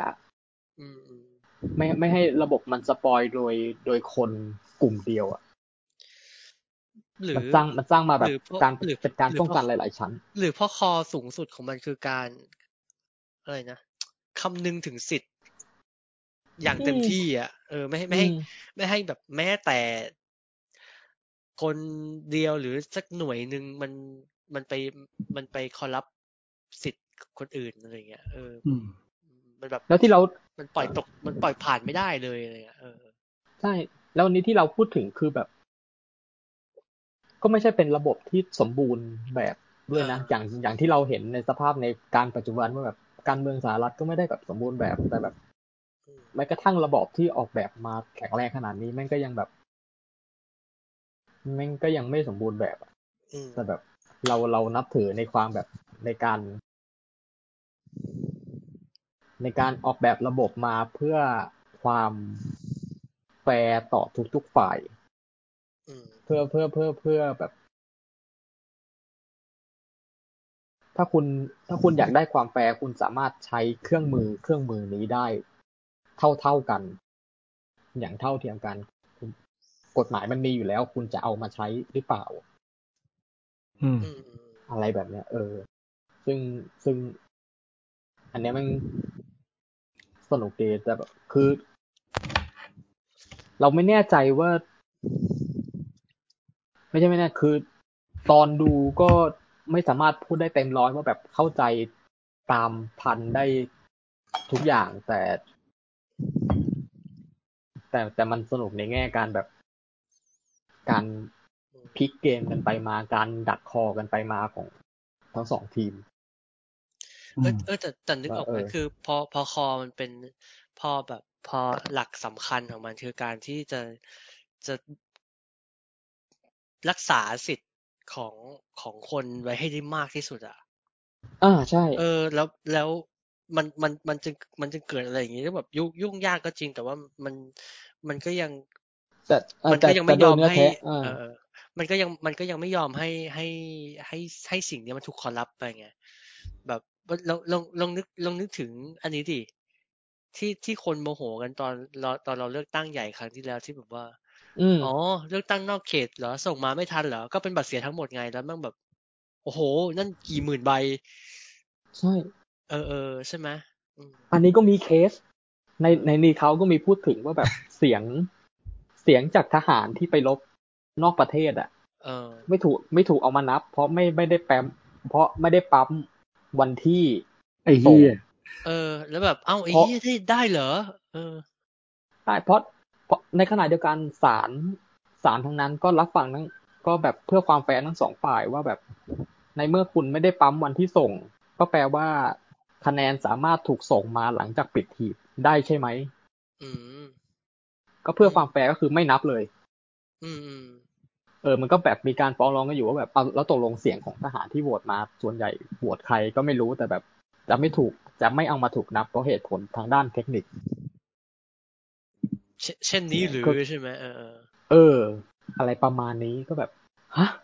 ไม่ให้ระบบมันสปอยโดยคนกลุ่มเดียวอ่ะมันสร้างมาแบบการเป็นการป้องกันหลายๆชั้นหรือเพราะคอสูงสุดของมันคือการอะไรนะคำนึงถึงสิทธิ์อย่างเต็มที่อ่ะไม่ให้แบบแม้แต่คนเดียวหรือสักหน่วยนึงมันไปคอร์รัปสิทธิ์คนอื่นอะไรเงี้ยมันแบบแล้วที่เรามันปล่อยผ่านไม่ได้เลยอะไรเงี้ยใช่แล้วนี้ที่เราพูดถึงคือแบบก็ไม่ใช่เป็นระบบที่สมบูรณ์แบบด้วยนะอย่างที่เราเห็นในสภาพในการปัจจุบันว่าแบบการเมืองสหรัฐก็ไม่ได้แบบสมบูรณ์แบบแต่แบบแม้กระทั่งระบอบที่ออกแบบมาแข็งแรงขนาดนี้แม่งก็ยังไม่สมบูรณ์แบบแต่แบบเรานับถือในความแบบในการออกแบบระบบมาเพื่อความแฟร์ต่อทุกๆฝ่ายเพื่อแบบถ้าคุณอยากได้ความแฟร์คุณสามารถใช้เครื่องมือนี้ได้เท่ากันอย่างเท่าเทียมกันกฎหมายมันมีอยู่แล้วคุณจะเอามาใช้หรือเปล่าอะไรแบบเนี้ยซึ่งอันเนี้ยมันสนุกดีแต่แบบคือเราไม่แน่ใจว่าไม่แน่คือตอนดูก็ไม่สามารถพูดได้เต็มร้อยว่าแบบเข้าใจตามทันได้ทุกอย่างแต่มันสนุกในแง่การแบบการพลิกเกมกันไปมาการดักคอกันไปมาของทั้งสองทีมแต่นึกออกไหมคือพอคอมันเป็นพอหลักสำคัญของมันคือการที่จะรักษาสิทธิ์ของคนไว้ให้ได้มากที่สุดอ่ะใช่แล้วมันจะเกิดอะไรอย่างงี้แบบยุ่งยากก็จริงแต่ว่ามันก็ยังไม่ยอมให้มันก็ยังไม่ยอมให้สิ่งนี้มันถูกคอร์รัปไปไงแบบลองนึกถึงอันนี้ดิที่คนโมโหกันตอนเราเลือกตั้งใหญ่ครั้งที่แล้วที่แบบว่าอ๋อเลือกตั้งนอกเขตเหรอส่งมาไม่ทันเหรอก็เป็นบัตรเสียทั้งหมดไงแล้วมันแบบโอ้โหนั่นกี่หมื่นใบใช่ใช่ไหมอันนี้ก็มีเคสในนี้เขาก็มีพูดถึงว่าแบบเสียงจากทหารที่ไปรบนอกประเทศไม่ถูกเอามานับเพราะไม่ได้แปมเพราะไม่ได้ปั๊มวันที่ไอ้เหี้ยแล้วแบบไอ้เหี้ยได้เหรอได้เพราะในขณะเดียวกันศาลทั้งนั้นก็รับฟังทั้งก็แบบเพื่อความแฟร์ทั้งสองฝ่ายว่าแบบในเมื่อคุณไม่ได้ปั๊มวันที่ส่งก็แปลว่าคะแนนสามารถถูกส่งมาหลังจากปิดหีบได้ใช่ไหมก็เพื่อความแฟร์ก็คือไม่นับเลยมันก็แบบมีการฟ้องร้องกันอยู่ว่าแบบแล้วตกลงเสียงของทหารที่โหวตมาส่วนใหญ่โหวตใครก็ไม่รู้แต่แบบจะไม่เอามาถูกนับเพราะเหตุผลทางด้านเทคนิคเช่นนี้หรือใช่ไหมอะไรประมาณนี้ก็แบบฮะ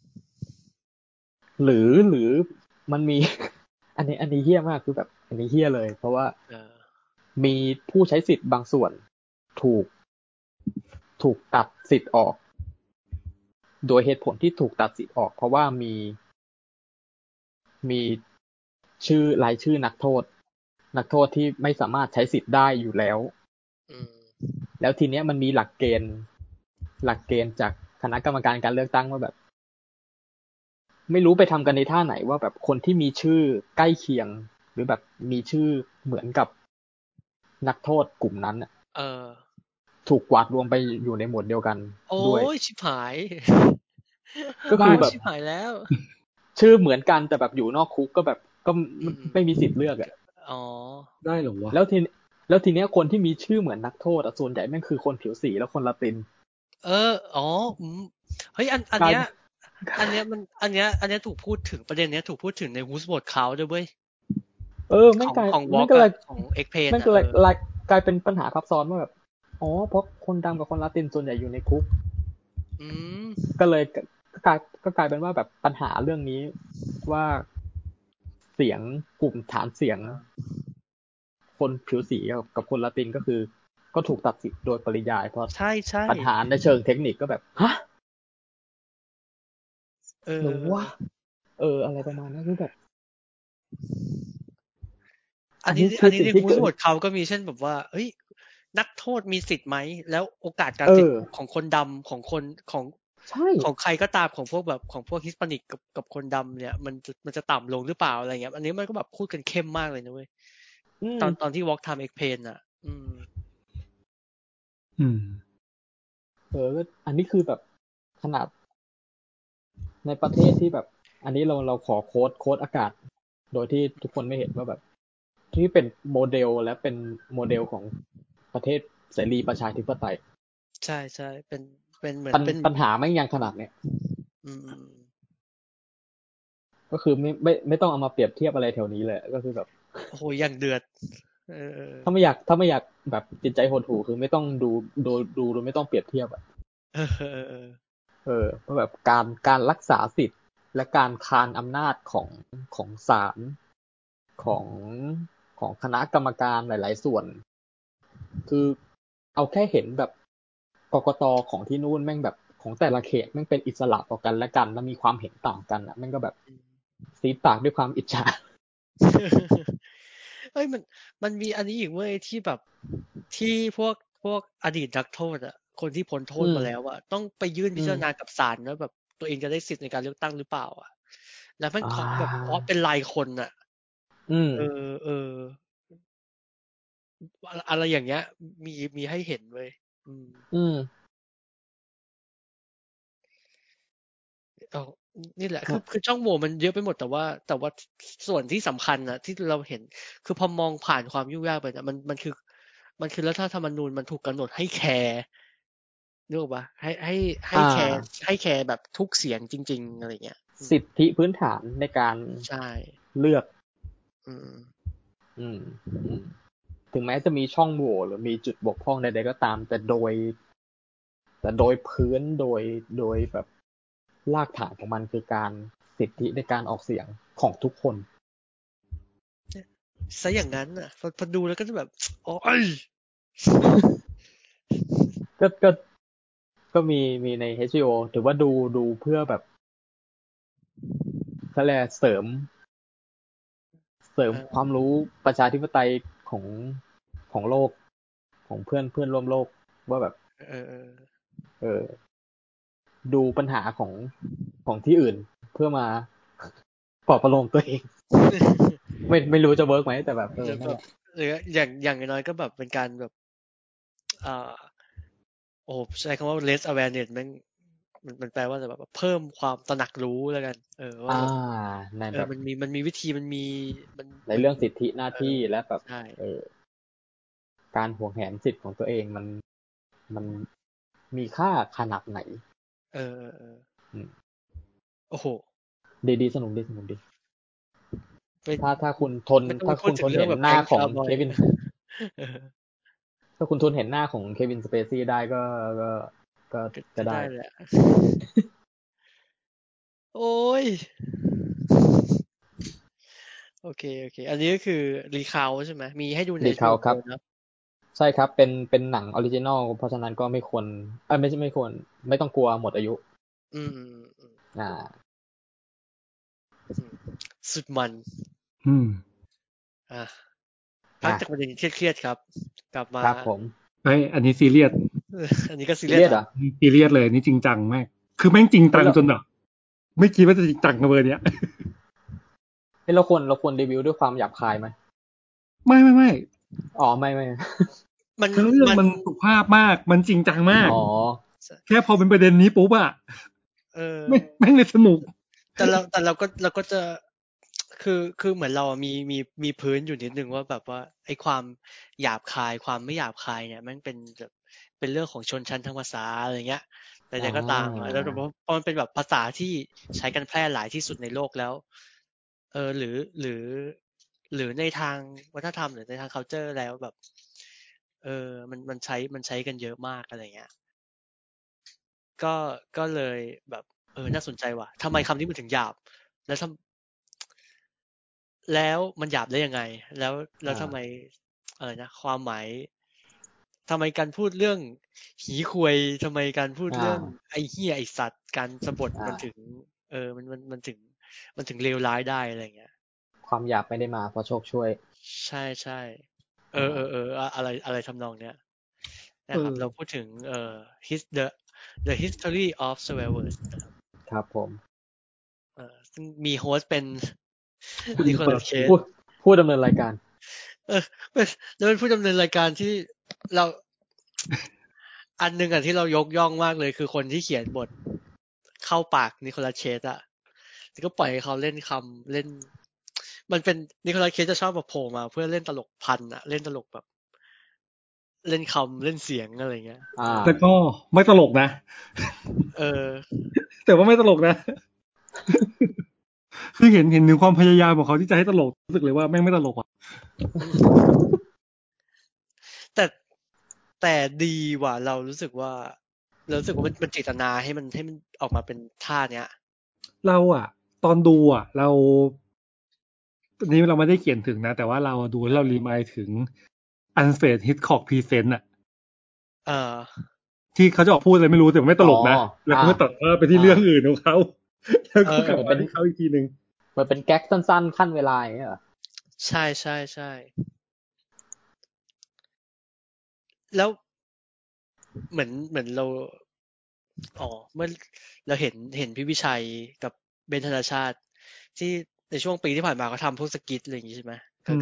หรือมันมี อันนี้เหี้ยมากคือแบบอันนี้เหี้ยเลยเพราะว่ามีผู้ใช้สิทธิ์บางส่วนถูกตัดสิทธิ์ออกโดยเหตุผลที่ถูกตัดสิทธิ์ออกเพราะว่ามีชื่อรายชื่อนักโทษที่ไม่สามารถใช้สิทธิ์ได้อยู่แล้วแล้วทีเนี้ยมันมีหลักเกณฑ์จากคณะกรรมการการเลือกตั้งว่าแบบไม่รู้ไปทำกันในท่าไหนว่าแบบคนที่มีชื่อใกล้เคียงหรือแบบมีชื่อเหมือนกับนักโทษกลุ่มนั้นถูกกวาดรวมไปอยู่ในหมวดเดียวกันด้วยโอ้ยชิบหายก็คือแบบชิบหายแล้วชื่อเหมือนกันแต่แบบอยู่นอกคุกก็แบบก็ไม่มีสิทธิ์เลือกได้หรอวะแล้วทีเนี้ยคนที่มีชื่อเหมือนนักโทษส่วนใหญ่แม่งคือคนผิวสีแล้วคนละตินเฮ้ยอันเนี้ยอันเนี้ยถูกพูดถึงประเด็นเนี้ยถูกพูดถึงใน Whose Cloud ด้วยเว้ยไม่กลายของ Walk ของ X-Pain มันก็กลายเป็นปัญหาซับซ้อนว่าแบบเพราะคนดำกับคนละตินส่วนใหญ่อยู่ในคุกก็เลยก็กลายเป็นว่าแบบปัญหาเรื่องนี้ว่าเสียงกลุ่มฐานเสียงคนผิวสีกับคนละตินก็คือก็ถูกตัดสิทธิ์โดยปริยายเพราะปัญหาในเชิงเทคนิคก็แบบฮะหรือว่าอะไรประมาณนั้นคือแบบอันนี้ใน Whose Vote เขาก็มีเช่นแบบว่าเฮ้ยนักโทษมีสิทธิ์ไหมแล้วโอกาสการติดของคนดำของคนของใครก็ตามของพวกแบบของพวกฮิสปานิกกับคนดำเนี่ยมันจะต่ำลงหรือเปล่าอะไรเงี้ยอันนี้มันก็แบบพูดกันเข้มมากเลยนะเว้ยตอนที่ Walk Time X-Pain อ่ะอันนี้คือแบบขนาดในประเทศที่แบบอันนี้เราขอโค้ดอากาศโดยที่ทุกคนไม่เห็นว่าแบบที่เป็นโมเดลและเป็นโมเดลของประเทศเสรีประชาธิปไตยใช่ใช่เป็นเหมือนเป็นปัญหาไม่ยังขนาดเนี้ยก็คือไม่ต้องเอามาเปรียบเทียบอะไรแถวนี้เลยก็คือแบบโอ้โหอย่างเดือดถ้าไม่อยากแบบจิตใจหดหู่คือไม่ต้องดูโดยไม่ต้องเปรียบเทียบเพราะแบบการรักษาสิทธิ์และการคานอำนาจของศาลของคณะกรรมการหลายๆส่วนคือเอาแค่เห็นแบบกกต.ของที่นู่นแม่งแบบของแต่ละเขตแม่งเป็นอิสระต่อกันและกันแล้วมีความเห็นต่างกันแม่งก็แบบซีดปากด้วยความอิจฉาเฮ้ยมันมีอันนี้อีกเว้ยที่แบบที่พวกอดีตนักโทษอ่ะคนที่พ้นโทษมาแล้วอ่ะต้องไปยื่นพิจารณากับศาลว่าแบบตัวเองจะได้สิทธิ์ในการเลือกตั้งหรือเปล่าอ่ะแล้วมันเคาะแบบเคาะเป็นรายคนอ่ะอะไรอย่างเงี้ยมีให้เห็นเว้ยนี่แหละคือช่องโหว่มันเยอะไปหมดแต่ว่าส่วนที่สำคัญนะที่เราเห็นคือพอมองผ่านความยุ่งยากไปเนี่ยมันคือรัฐธรรมนูญมันถูกกำหนดให้แคร์นึกออกปะให้แคร์แบบทุกเสียงจริงๆอะไรเงี้ยสิทธิพื้นฐานในการเลือกถึงแม้จะมีช่องโหว่หรือมีจุดบกพร่องใดๆก็ตามแต่โดยพื้นโดยแบบรากฐานของมันคือการสิทธิในการออกเสียงของทุกคนซะอย่างนั้นอ่ะพอดูแล้วก็จะแบบโอ้ยก็มีใน HBO ถือว่าดูเพื่อแบบเขาเรียกเสริมความรู้ประชาธิปไตยของโลกของเพื่อนร่วมโลกว่าแบบดูปัญหาของที่อื่นเพื่อมาปลอบประโลมตัวเอง ไม่รู้จะเวิร์กไหมแต่แบบนั่นแหละหรืออย่างน้อยก็แบบเป็นการแบบโอ้ใช้คำว่า raise awareness มันแปลว่าจะแบบเพิ่มความตระหนักรู้แล้วกันว่าแบบมันมีวิธีมันในเรื่องสิทธิหน้าที่และแบบการห่วงแหนสิทธิของตัวเองมันมีค่าขนาดไหนโอ้โหดีสนุกดีถ้าคุณทนเห็นหน้าของเควินถ้าคุณทนเห็นหน้าของเควินสเปซี่ได้ก็ได้แหละโอ้ยโอเคอันนี้ก็คือรีคาวใช่ไหมมีให้ดูใน HBO ครับใช่ครับเป็นหนังออริจินอลเพราะฉะนั้นก็ไม่ควรไม่ควรไม่ต้องกลัวหมดอายุสุดมันพักจากประเด็นเครียดครับกลับมาครับผมอันนี้ซีเรียสอันนี้ก็ซีเรียสอ่ะซีเรียสเลยนี่จริงจังมากคือแม่งจริงจังจนแบบไม่คิดว่าจะจริงจังกับเบอร์เนี้ยเราควรรีวิวด้วยความหยาบคายไหมไม่อ๋อไม่มันเรื่องมันสุภาพมากมันจริงจังมากแค่พอเป็นประเด็นนี้ปุ๊บอะแม่งเลยสนุกแต่เราก็จะคือเหมือนเรามีพื้นอยู่นิดนึงว่าแบบว่าไอ้ความหยาบคายความไม่หยาบคายเนี่ยมันเป็นเรื่องของชนชั้นทางภาษาอะไรเงี้ยแต่ยังก็ตามแล้วเพราะมันเป็นแบบภาษาที่ใช้กันแพร่หลายที่สุดในโลกแล้วหรือในทางวัฒนธรรมหรือในทาง culture แล้วแบบมันใช้กันเยอะมากอะไรเงี้ยก็เลยแบบน่าสนใจว่ะทำไมคำนี้มันถึงหยาบแล้วมันหยาบได้ยังไงแล้วทำไมความหมายทำไมการพูดเรื่องหีควยทำไมการพูดเรื่องไอ้เหี้ยไอ้สัตว์การสะบดมันถึงมันถึงเลวร้ายได้อะไรเงี้ยความหยาบไม่ได้มาเพราะโชคช่วยใช่อะไรทำนองเนี้ยนะครับเราพูดถึงthe history of swear words ครับผมซึ่งมีโฮสต์เป็นนิโคลัสเคจผู้ดำเนินรายการแล้วเป็นผู้ดำเนินรายการที่เราอันนึงที่เรายกย่องมากเลยคือคนที่เขียนบทเข้าปากนิโคลัสเคจแล้วก็ปล่อยให้เขาเล่นคำเล่นมันเป็นนิโคลัสเคจจะชอบแบบโผล่มาเพื่อเล่นตลกพันเล่นตลกแบบเล่นคำเล่นเสียงอะไรเงี้ยแต่ก็ไม่ตลกนะแต่ว่าไม่ตลกนะคือเห็นถึงความพยายามของเขาที่จะให้ตลกรู้สึกเลยว่าแม่งไม่ตลกอ่ะแต่ดีว่ะเรารู้สึกว่ามันเจตนาให้มันออกมาเป็นท่าเนี้ยเราตอนดูเรานี้เราไม่ได้เขียนถึงนะแต่ว่าเราดูเรารีมายถึง Alfred Hitchcock Presents ที่เขาจะออกพูดอะไรไม่รู้แต่ไม่ตลกนะแล้วก็ตัดไปที่เรื่องอื่นของเขาแล้วก็กลับมาที่เขาอีกทีนึงมันเป็นแก๊กสั้นๆขั้นเวลาอย่างเงี้ยเหรอใช่แล้วเหมือนเราเมื่อเราเห็นพี่วิชัยกับเบนธนาชาติที่ในช่วงปีที่ผ่านมาเขาทำพวกสกิทอะไรอย่างงี้ใช่ไหมเขา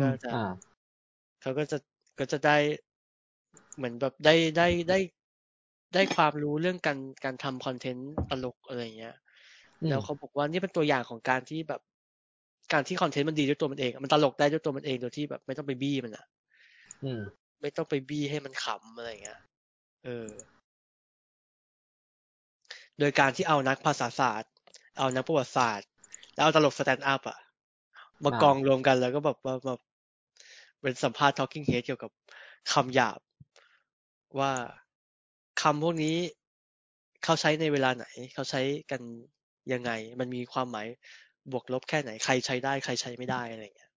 ก็จะได้เหมือนแบบได้ความรู้เรื่องการทำคอนเทนต์ตลกอะไรเงี้ยแล้วเขาบอกว่านี่เป็นตัวอย่างของการที่แบบการที่คอนเทนต์มันดีด้วยตัวมันเองมันตลกได้ด้วยตัวมันเองโดยที่แบบไม่ต้องไปบี้มันไม่ต้องไปบี้ให้มันขำอะไรเงี้ยโดยการที่เอานักภาษาศาสตร์เอานักประวัติศาสตร์แล้วเอาตลกสแตนด์อัพมากองรวมกันแล้วก็แบบมาเป็นสัมภาษณ์ Talking Head เกี่ยวกับคำหยาบว่าคำพวกนี้เขาใช้ในเวลาไหนเขาใช้กันยังไงมันมีความหมายบวกลบแค่ไหนใครใช้ได้ใครใช้ไม่ได้อะไรเงี้ย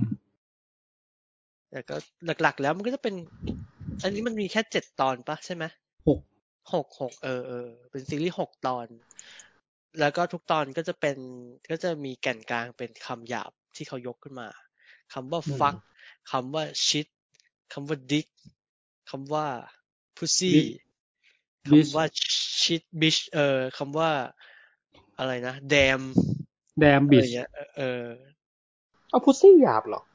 แต่ก็หลักๆแล้วมันก็จะเป็นอันนี้มันมีแค่7 ตอนปะใช่ไหม6เป็นซีรีส์6 ตอนแล้วก็ทุกตอนก็จะมีแก่นกลางเป็นคำหยาบที่เขายกขึ้นมาคำว่า fuck คำว่า shit คำว่า dick คำว่า pussy คำว่า shit bitch คำว่าอะไรนะ damn bitch เอา pussy หยาบเหรอ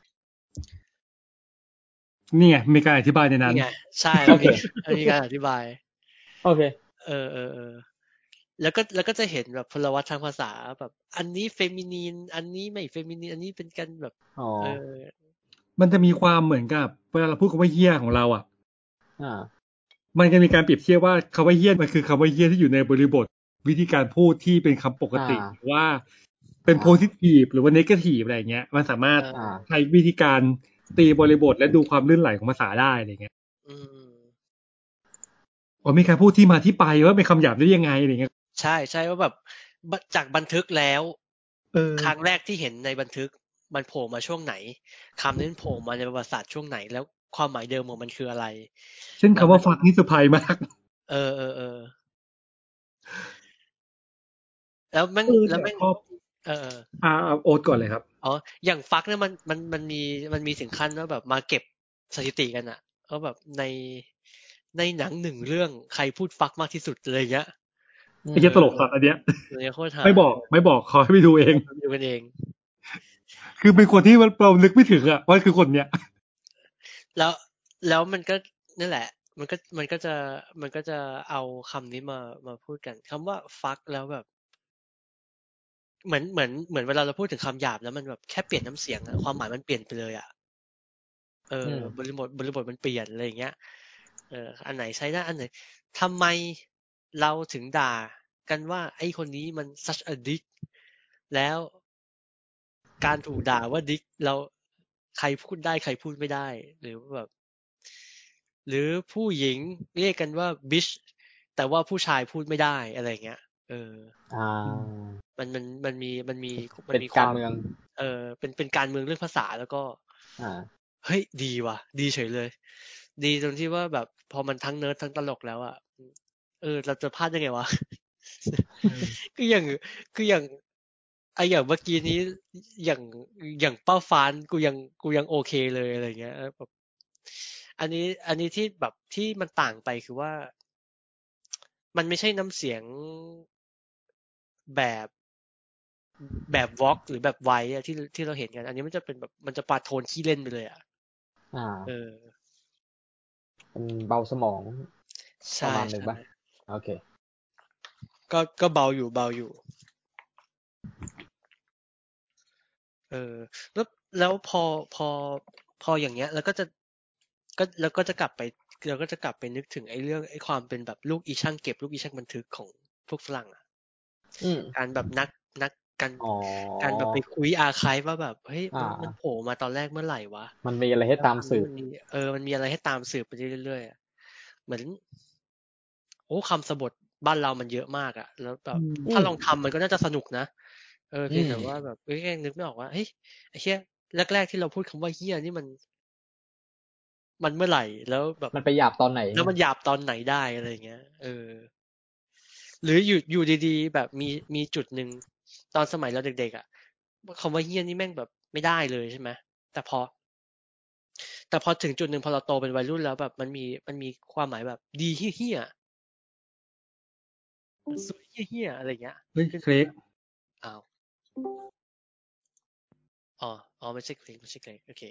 นี่ไงมีการอธิบายในนั้นนี่ไงใช่มีการอธิบายโอเคแล้วก็จะเห็นแบบพลวัตทางภาษาแบบอันนี้เฟมินีนอันนี้ไม่เฟมินีนอันนี้เป็นกันแบบมันจะมีความเหมือนกับเวลาเราพูดคำว่าเหี้ยของเรามันจะมีการเปรียบเทียบว่าคำว่าเหี้ยมันคือคำว่าเหี้ยที่อยู่ในบริบทวิธีการพูดที่เป็นคำปกติหรือว่าเป็นโพซิทีฟหรือว่าเนกาทีฟอะไรเงี้ยมันสามารถใช้วิธีการตีบริบทและดูความลื่นไหลของภาษาได้อะไรเงี้ยมีการพูดที่มาที่ไปว่าเป็นคำหยาบได้ยังไงอะไรเงี้ยใช่ว่าแบบจากบันทึกแล้วครั้งแรกที่เห็นในบันทึกมันโผล่มาช่วงไหนคำนี้โผล่มาในประวัติศาสตร์ช่วงไหนแล้วความหมายเดิมของมันคืออะไรเช่นคำว่าฟักนี่เซอร์ไพรส์มากแล้วแม่งโอ๊ตก่อนเลยครับอย่างฟักเนี่ยมันมีถึงขั้นว่าแบบมาเก็บสถิติกันอ่ะก็แบบในหนังหนึ่งเรื่องใครพูดฟักมากที่สุดอะไรเงี้ยไอ้เหี้ยตลกสัตว์อันเนี้ยไม่บอกขอให้ไปดูเองดูกันเองคือเป็นคนที่เรานึกไม่ถึงอ่ะว่าคือคนเนี้ยแล้วมันก็นั่นแหละมันก็จะเอาคำนี้มาพูดกันคำว่าฟักแล้วแบบเหมือนเวลาเราพูดถึงคำหยาบแล้วมันแบบแค่เปลี่ยนน้ำเสียงอะความหมายมันเปลี่ยนไปเลยอะบริบทมันเปลี่ยนอะไรอย่างเงี้ยอันไหนใช้ได้อันไหนทำไมเราถึงด่ากันว่าไอ้คนนี้มัน such a dick แล้วการถูกด่าว่า dick เราใครพูดได้ใครพูดไม่ได้หรือแบบหรือผู้หญิงเรียกกันว่า bitch แต่ว่าผู้ชายพูดไม่ได้อะไรเงี้ยมันมีการเมืองเป็นการเมืองเรื่องภาษาแล้วก็เฮ้ยดีว่ะดีเฉยเลยดีตรงที่ว่าแบบพอมันทั้งเนิร์ดทั้งตลกแล้วอ่ะเราจะพลาดยังไงวะคืออย่างไออย่างเมื่อกี้นี้อย่างเป้าฟานกูยังโอเคเลยอะไรเงี้ยแบบอันนี้ที่แบบที่มันต่างไปคือว่ามันไม่ใช่น้ำเสียงแบบวอล์กหรือแบบไวอะที่เราเห็นกันอันนี้มันจะเป็นแบบมันจะปาโทนขี้เล่นไปเลยอ่ะเป็นเบาสมองประมาณนึงป่ะโอเคก็เบาอยู่แล้วพออย่างเงี้ยแล้วก็จะกลับไปเราก็จะกลับไปนึกถึงไอ้เรื่องไอ้ความเป็นแบบลูกอีช่างเก็บลูกอีช่างบันทึกของพวกฝรั่งอ่ะการแบบนักการแบบไปคุยอาร์ไคฟ์ว่าแบบเฮ้ยมันโผล่มาตอนแรกเมื่อไหร่วะมันมีอะไรให้ตามสืบมันมีอะไรให้ตามสืบไปเรื่อยๆเหมือนคำสบทบ้านเรามันเยอะมากอ่ะแล้วแบบถ้าลองทำมันก็น่าจะสนุกนะเพียงแต่ว่าแบบยังนึกไม่ออกว่าเฮ้ยไอ้เหี้ยแรกๆที่เราพูดคำว่าเหี้ยนี่มันเมื่อไหร่แล้วแบบมันไปหยาบตอนไหนแล้วมันหยาบตอนไหนได้อะไรเงี้ยหรืออยู่ดีๆแบบมีจุดหนึ่งตอนสมัยเราเด็กๆอ่ะคำว่าเหี้ยนี่แม่งแบบไม่ได้เลยใช่ไหมแต่พอถึงจุดหนึ่งพอเราโตเป็นวัยรุ่นแล้วแบบมันมีความหมายแบบดีเหี้ยสวยเหี้ยอะไรเงี้ยเฮ้ยเครกอ้าวอ๋อไม่ใช่เครกโอเค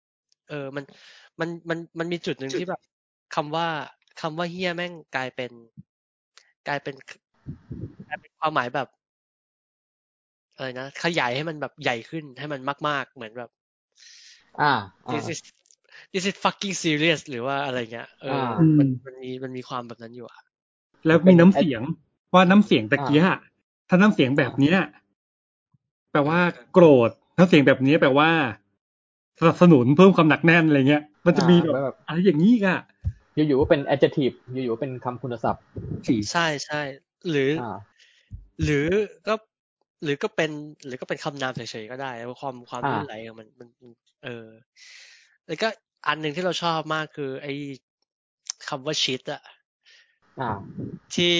มันมีจุดหนึ่งที่แบบคำว่าเฮียแม่งกลายเป็นความหมายแบบอะไรนะขยายให้มันแบบใหญ่ขึ้นให้มันมากๆเหมือนแบบthis is fucking serious หรือว่าอะไรเงี้ยมันมีความแบบนั้นอยู่อะแล้วมีน้ำเสียงว่าน้ำเสียงตะกี้ถ้าน้ำเสียงแบบเนี้ยแปลว่าโกรธน้ำเสียงแบบนี้แปลว่าสนับสนุนเพิ่มความหนักแน่นอะไรเงี้ยมันจะมีแบบอะไรอย่างนี้อ่ะอยู่ๆก็เป็น adjective อยู่ๆเป็นคำคุณศัพท์ใช่หรือก็เป็นคำนามเฉยๆก็ได้ความลื่นไหลของมันแล้วก็อันหนึ่งที่เราชอบมากคือไอ้คำว่าชิดอะที่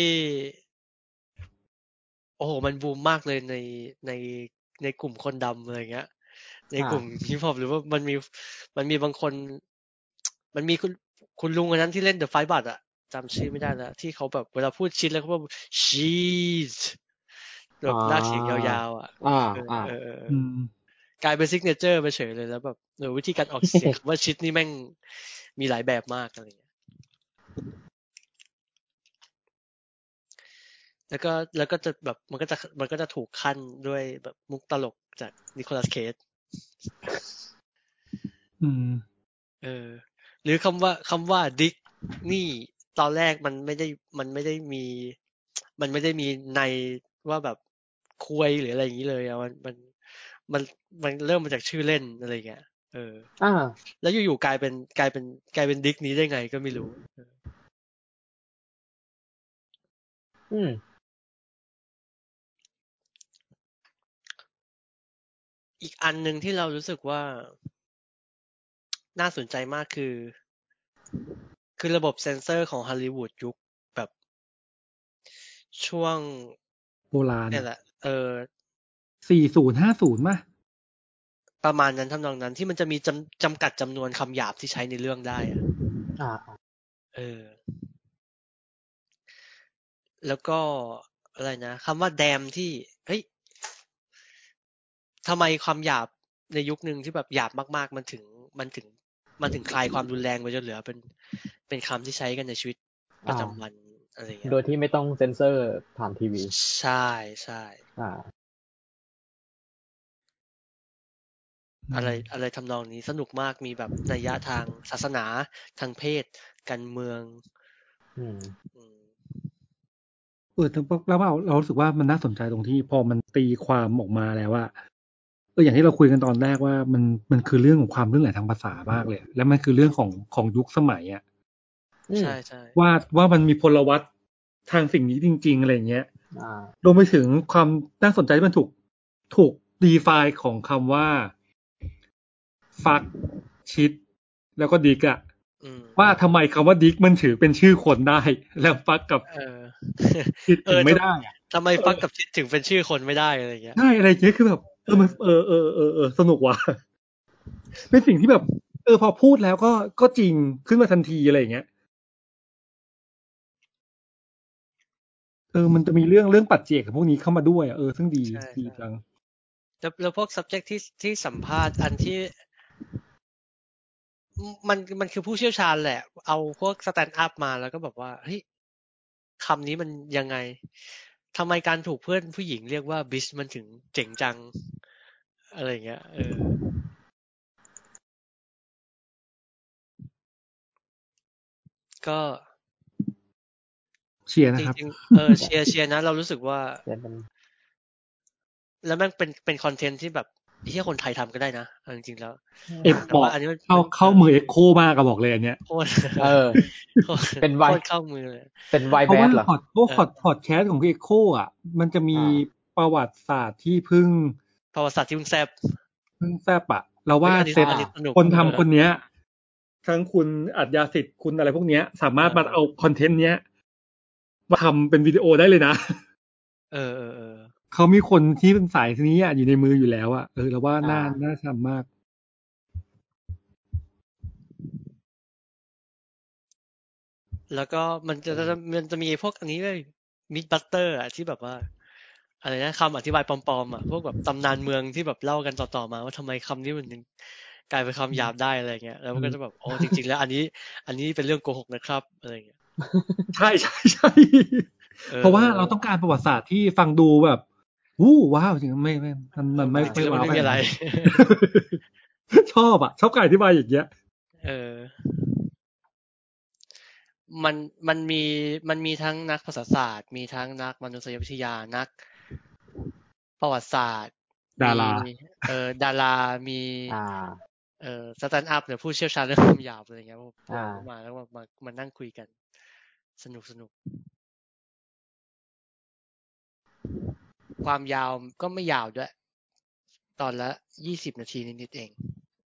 โอ้โหมันบูมมากเลยในกลุ่มคนดำอะไรเงี้ยในกลุ่มฮิปฮอปหรือว่ามันมีบางคนมันมีคุณลุงคนนั้นที่เล่น The Fight Bud อะจำชื่อไม่ได้แล้วที่เขาแบบเวลาพูดชิดแล้วเขาบอก cheese แบบลากเสียงยาวๆอ่ะกลายเป็นซิกเนเจอร์ไปเฉยเลยแล้วแบบวิธีการออกเสียงว่าชิดนี่แม่งมีหลายแบบมากอะไรอย่างเงี้ยแล้วก็จะแบบมันก็จะถูกขั้นด้วยแบบมุกตลกจากนิโคลัสเคจหรือคำว่าดิกนี่ตอนแรกมันไม่ได้มีในว่าแบบคุยหรืออะไรอย่างนี้เลยอ่ะมันเริ่มมาจากชื่อเล่นอะไรเงี้ยแล้วอยู่ๆกลายเป็นดิกนี้ได้ไงก็ไม่รู้อีกอันนึงที่เรารู้สึกว่าน่าสนใจมากคือระบบเซ็นเซอร์ของฮอลลีวูดยุคแบบช่วงโบราณนี่แหละ 40-50ป่ะประมาณนั้นทำนองนั้นที่มันจะมีจำกัดจำนวนคำหยาบที่ใช้ในเรื่องได้แล้วก็อะไรนะคำว่าแดมที่เฮ้ยทำไมความหยาบในยุคนึงที่แบบหยาบมากๆมันถึงคลายความรุนแรงไปจนเหลือเป็นคำที่ใช้กันในชีวิตประจำวันอะไรเงี้ยโดยที่ไม่ต้องเซ็นเซอร์ผ่านทีวีใช่อะไรทำนองนี้สนุกมากมีแบบนัยยะทางศาสนาทางเพศการเมืองแล้วเรารู้สึกว่ามันน่าสนใจตรงที่พอมันตีความออกมาแล้วว่าอย่างที่เราคุยกันตอนแรกว่ามันคือเรื่องของความลื่นไหลทางภาษามากเลยแล้วมันคือเรื่องของยุคสมัยอ่ะใช่ใช่ว่ามันมีพลวัตทางสิ่งนี้จริงๆอะไรเงี้ยรวมไปถึงความน่าสนใจที่มันถูกดีไฟน์ของคำว่าฟักชิดแล้วก็ดิกอะว่าทำไมคำว่าดิกมันถือเป็นชื่อคนได้แล้วฟักกับชิดถึงไม่ได้อะทำไมฟักกับชิดถึงเป็นชื่อคนไม่ได้อะไรเงี้ยใช่อะไรเงี้ยคือแบบมันสนุกว่ะเป็นสิ่งที่แบบพอพูดแล้วก็จริงขึ้นมาทันทีอะไรเงี้ยมันจะมีเรื่องปัจเจกกับพวกนี้เข้ามาด้วยซึ่งดีจังแล้วพวก subject ที่สัมภาษณ์อันที่มันคือผู้เชี่ยวชาญแหละเอาพวก stand up มาแล้วก็แบบว่าเฮ้ยคำนี้มันยังไงทำไมการถูกเพื่อนผู้หญิงเรียกว่า bitch มันถึงเจ๋งจังอะไรเงี้ยก็เชียร์นะครับจริงเชียร์นะเรารู้สึกว่าแล้วแม่งเป็นคอนเทนต์ที่แบบที่คนไทยทำก็ได้นะจริงๆแล้วแต่ว่าอันนี้เข้ามือเอ็กโคมากก็บอกเลยอันเนี้ยเป็นไวเข้ามือเลยเป็นไวแบดเหรอพอดแคสต์ของเอ็กโคอ่ะมันจะมีประวัติศาสตร์ที่ประวัติศาสตร์ที่เพิ่งแซบอ่ะเราว่าเซตคนทำคนเนี้ยทั้งคุณอัจยาสิทธิ์คุณอะไรพวกเนี้ยสามารถมาเอาคอนเทนต์เนี้ยมาทำเป็นวิดีโอได้เลยนะเขามีคนที่เป็นสายนี้อยู่ในมืออยู่แล้วเราว่าน่าทำมากแล้วก็มันจะมีพวกอันนี้ด้วยมิดบัสเตอร์ที่แบบว่าอะไรนะคำอธิบายปลอมๆพวกแบบตำนานเมืองที่แบบเล่ากันต่อๆมาว่าทำไมคำนี้มันกลายเป็นคำหยาบได้อะไรเงี้ยแล้วมันก็จะแบบโอ้จริงๆแล้วอันนี้เป็นเรื่องโกหกนะครับอะไรเงี้ยใช่เพราะว่าเราต้องการประวัติศาสตร์ที่ฟังดูแบบว้าวจริงไม่มันไม่ว้าวไม่มีอะไรชอบการอธิบายอย่างเงี้ยมันมีทั้งนักภาษาศาสตร์มีทั้งนักมนุษยวิทยานักประวัติศาสตร์ดาราดารามีสแตนด์อัพเนี่ยผู้เชี่ยวชาญเรื่องคำหยาบอะไรเงี้ยมาแล้วมานั่งคุยกันสนุกความยาวก็ไม่ยาวด้วยตอนละ20 นาทีนิดๆเอง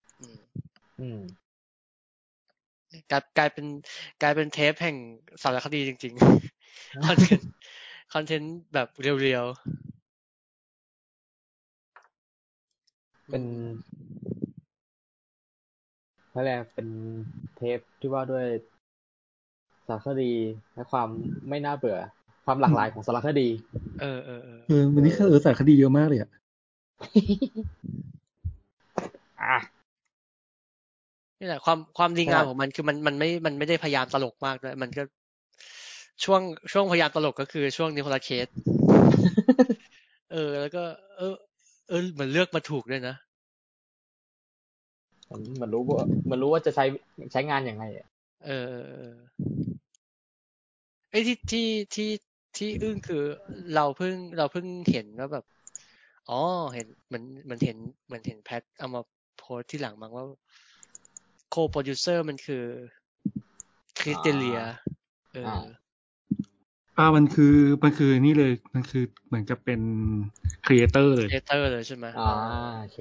กลายเป็นเทปแห่งสารคดีจริงๆคอนเทนต์แบบเรียวเป็นเขาเรียกเป็นเทปที่ว่าด้วยสารคดีและความไม่น่าเบื่อความหลากหลายของสารคดีวันนี้สารคดีเยอะมากเลยนี่แหละความดีงามของมันคือมันไม่ได้พยายามตลกมากด้วยมันก็ช่วงพยายามตลกก็คือช่วงนิโคลัสเคจแล้วก็เหมือนเลือกมาถูกด้วยนะมันรู้ว่าจะใช้งานยังไงไอ้ที่อึ้งคือเราเพิ่งเห็นว่าแบบเห็นเหมือนเห็นแพทเอามาโพสที่หลังมั้งว่าโคโปรดิวเซอร์มันคือคริสเดเลียมันคือนี่เลยมันคือเหมือนกับเป็นครีเอเตอร์เลยใช่ไหมโอเค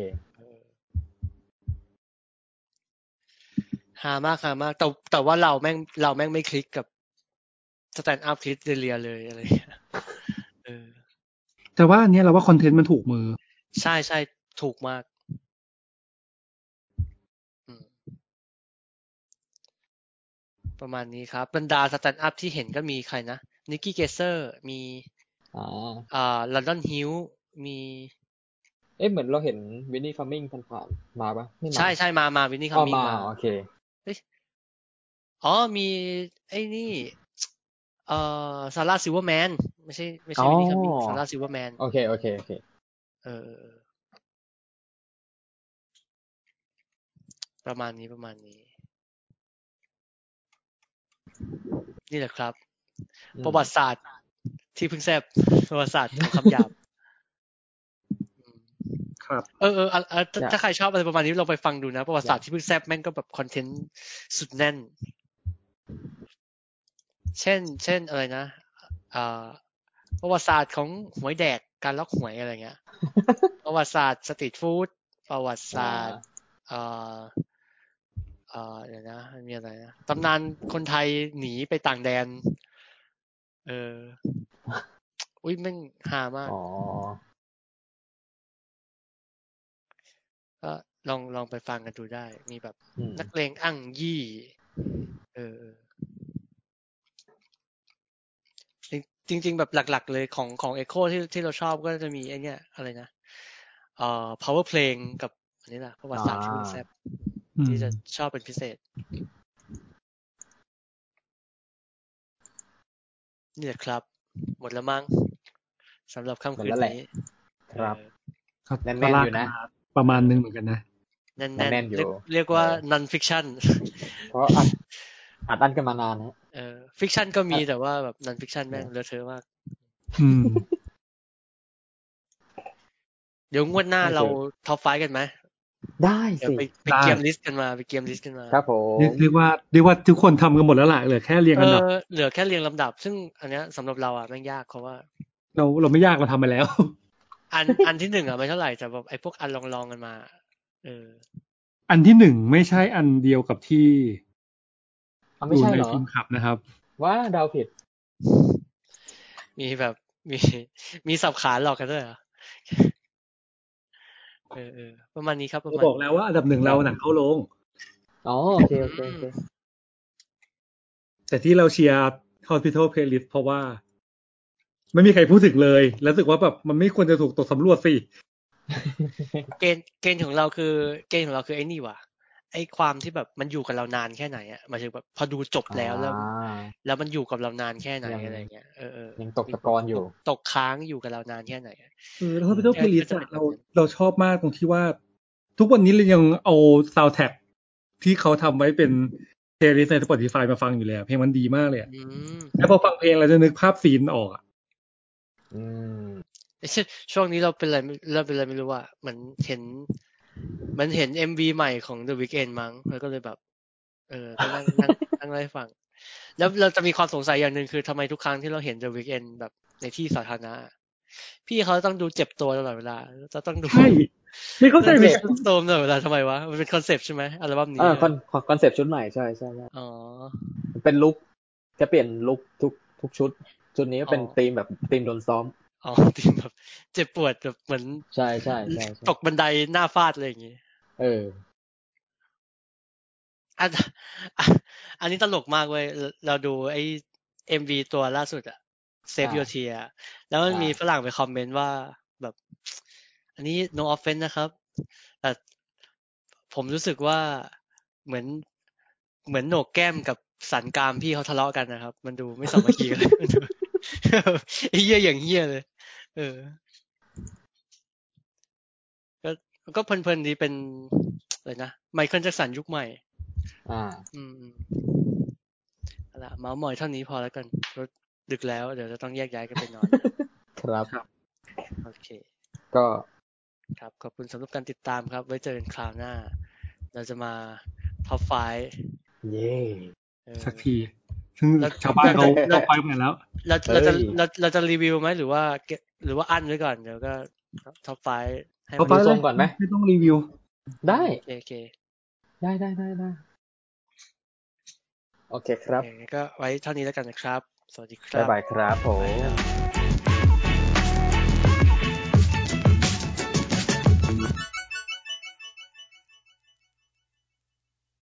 ฮามากแต่ว่าเราแม่งไม่คลิกกับสแตนด์อัพคริสเดเลียเลยอะไรแต่ว่าอันนี้เราว่าคอนเทนต์มันถูกมือใช่ถูกมากประมาณนี้ครับบรรดาสแตนด์อัพที่เห็นก็มีใครนะนิกกี้เกเซอร์มีลอนดอนฮิลมีเหมือนเราเห็นวินนี่คัมมิ่งผ่านมาปะใช่มาวินนี่คัมมิ่งมาโอเคมีไอ้นี่ซาร่าซิลเวอร์แมนไม่ใช่วินนี่คัมมิ่งซาร่าซิลเวอร์แมนโอเคประมาณนี้นี่แหละครับประวัติศาสตร์ที่เพิ่งแซ่บประวัติศาสตร์ของคำหยาบครับถ้าใครชอบอะไรประมาณนี้เราไปฟังดูนะประวัติศาสตร์ที่เพิ่งแซ่บแม่งก็แบบคอนเทนต์สุดแน่นเช่นอะไรนะประวัติศาสตร์ของหวยแดกการล็อกหวยอะไรเงี้ยประวัติศาสตร์สตรีทฟู้ดประวัติศาสตร์เดี๋ยวนะมีอะไรนะตำนานคนไทยหนีไปต่างแดนอุ้ยแม่งฮามากก็ลองไปฟังกันดูได้มีแบบนักเลงอั่งยี่จริงๆแบบหลักๆเลยของ Echo ที่เราชอบก็จะมีไอ้เนี่ยอะไรนะpower playing กับอันนี้แหละประวัติศาสตร์ที่เพิ่งแซ่บที่จะชอบเป็นพิเศษนี่แหละครับหมดแล้วมั้งสำหรับค่ำคืนนี้ครับแน่นๆอยู่นะประมาณนึงเหมือนกันนะแน่นๆอยู่เรียกว่า non fiction เพราะอัดกันมานานนะฟิกชันก็มีแต่ว่าแบบ non fiction แม่งเลอะเทอะมากเดี๋ยวงวดหน้าเราท็อป5กันไหมได้สิไปเกียมลิสต์กันมาครับผมเรียกว่าทุกคนทำกันหมดแล้วล่ะเหลือแค่เรียงลำดับเหลือแค่เรียงลำดับซึ่งอันเนี้ยสำหรับเราแม่งยากเพราะว่าเราไม่ยากเราทำไปแล้วอันที่1ไม่เท่าไหร่แต่แบบไอ้พวกอันลองกันมาอันที่1ไม่ใช่อันเดียวกับที่ไม่ใช่เหรอฟิล์มขับนะครับว่าเดาผิดมีแบบมีสับขาหลอกกันด้วยเหรอประมาณนี้ครับเราบอกแล้วว่าอันดับ1เราหนังเข้าโรงโอเคแต่ที่เราเชียร์ Hospital Playlist เพราะว่าไม่มีใครพูดถึงเลยแล้วรู้สึกว่าแบบมันไม่ควรจะถูกตกสำรวจสิเกณฑ์ของเราคือไอ้นี่ว่ะไอ้ความที่แบบมันอยู่กับเรานานแค่ไหนอ่ะหมายถึงแบบพอดูจบแล้วมันอยู่กับเรานานแค่ไหนอะไรเงี้ยยังตกตะกอนอยู่ตกค้างอยู่กับเรานานแค่ไหนแล้ว Hospital Playlist เราชอบมากตรงที่ว่าทุกวันนี้เรายังเอา soundtrack ที่เขาทำไว้เป็นเพลย์ลิสต์ใน Spotify มาฟังอยู่เลยเพลงมันดีมากเลยแล้วพอฟังเพลงเราจะนึกภาพซีนออกช่วงนี้เราเป็นอะไรไม่รู้ว่ามันเห็นMV ใหม่ของ The Weeknd มั้งแล้วก็เลยแบบก็นั่งไล่ฟังแล้วเราจะมีความสงสัยอย่างนึงคือทำไมทุกครั้งที่เราเห็น The Weeknd แบบในที่สาธารณะพี่เขาต้องดูเจ็บตัวตลอดเวลาจะต้องดูใช่ไม่เข้าใจเลยโซมตลอดเวลาทำไมวะมันเป็นคอนเซปต์ใช่ไหมอัลบั้มนี้คอนเซปต์ชุดใหม่ใช่เป็นลุคจะเปลี่ยนลุคทุกชุดนี้เป็นธีมแบบธีมโดนซ้อมธีมแบบเจ็บปวดแบบเหมือนใช่ตกบันไดหน้าฟาดอะไรอย่างงี้อันนี้ตลกมากเว้ยเราดูไอ้ MV ตัวล่าสุดอะ Save Your Tear แล้วมันมีฝรั่งไปคอมเมนต์ว่าแบบอันนี้ no offense นะครับแต่ผมรู้สึกว่าเหมือนโหนกแก้มกับสันกรามพี่เขาทะเลาะกันนะครับมันดูไม่สามัคคีกันเลยไอ้เหี้ยอย่างเหี้ยเลยก็เพลินๆดีเป็นอะไรนะไมเคิลแจ็คสันยุคใหม่ละเมาส์มอยเท่านี้พอแล้วกันดึกแล้วเดี๋ยวจะต้องแยกย้ายกันไปนอนครับโอเคก็ครับขอบคุณสำหรับการติดตามครับไว้เจอกันคราวหน้าเราจะมาท็อป5 เย้สักทีซึ่งชาวบ้านเขาไปหมดแล้วเราจะรีวิวไหมหรือว่าอั้นไว้ก่อนเดี๋ยวก็ท็อป5ให้มันดูทรงก่อนไหมไม่ต้องรีวิวได้โอเคได้โอเคครับก็ไว้เท่านี้แล้วกันนะครับสวัสดีครับบ๊ายบายครับผม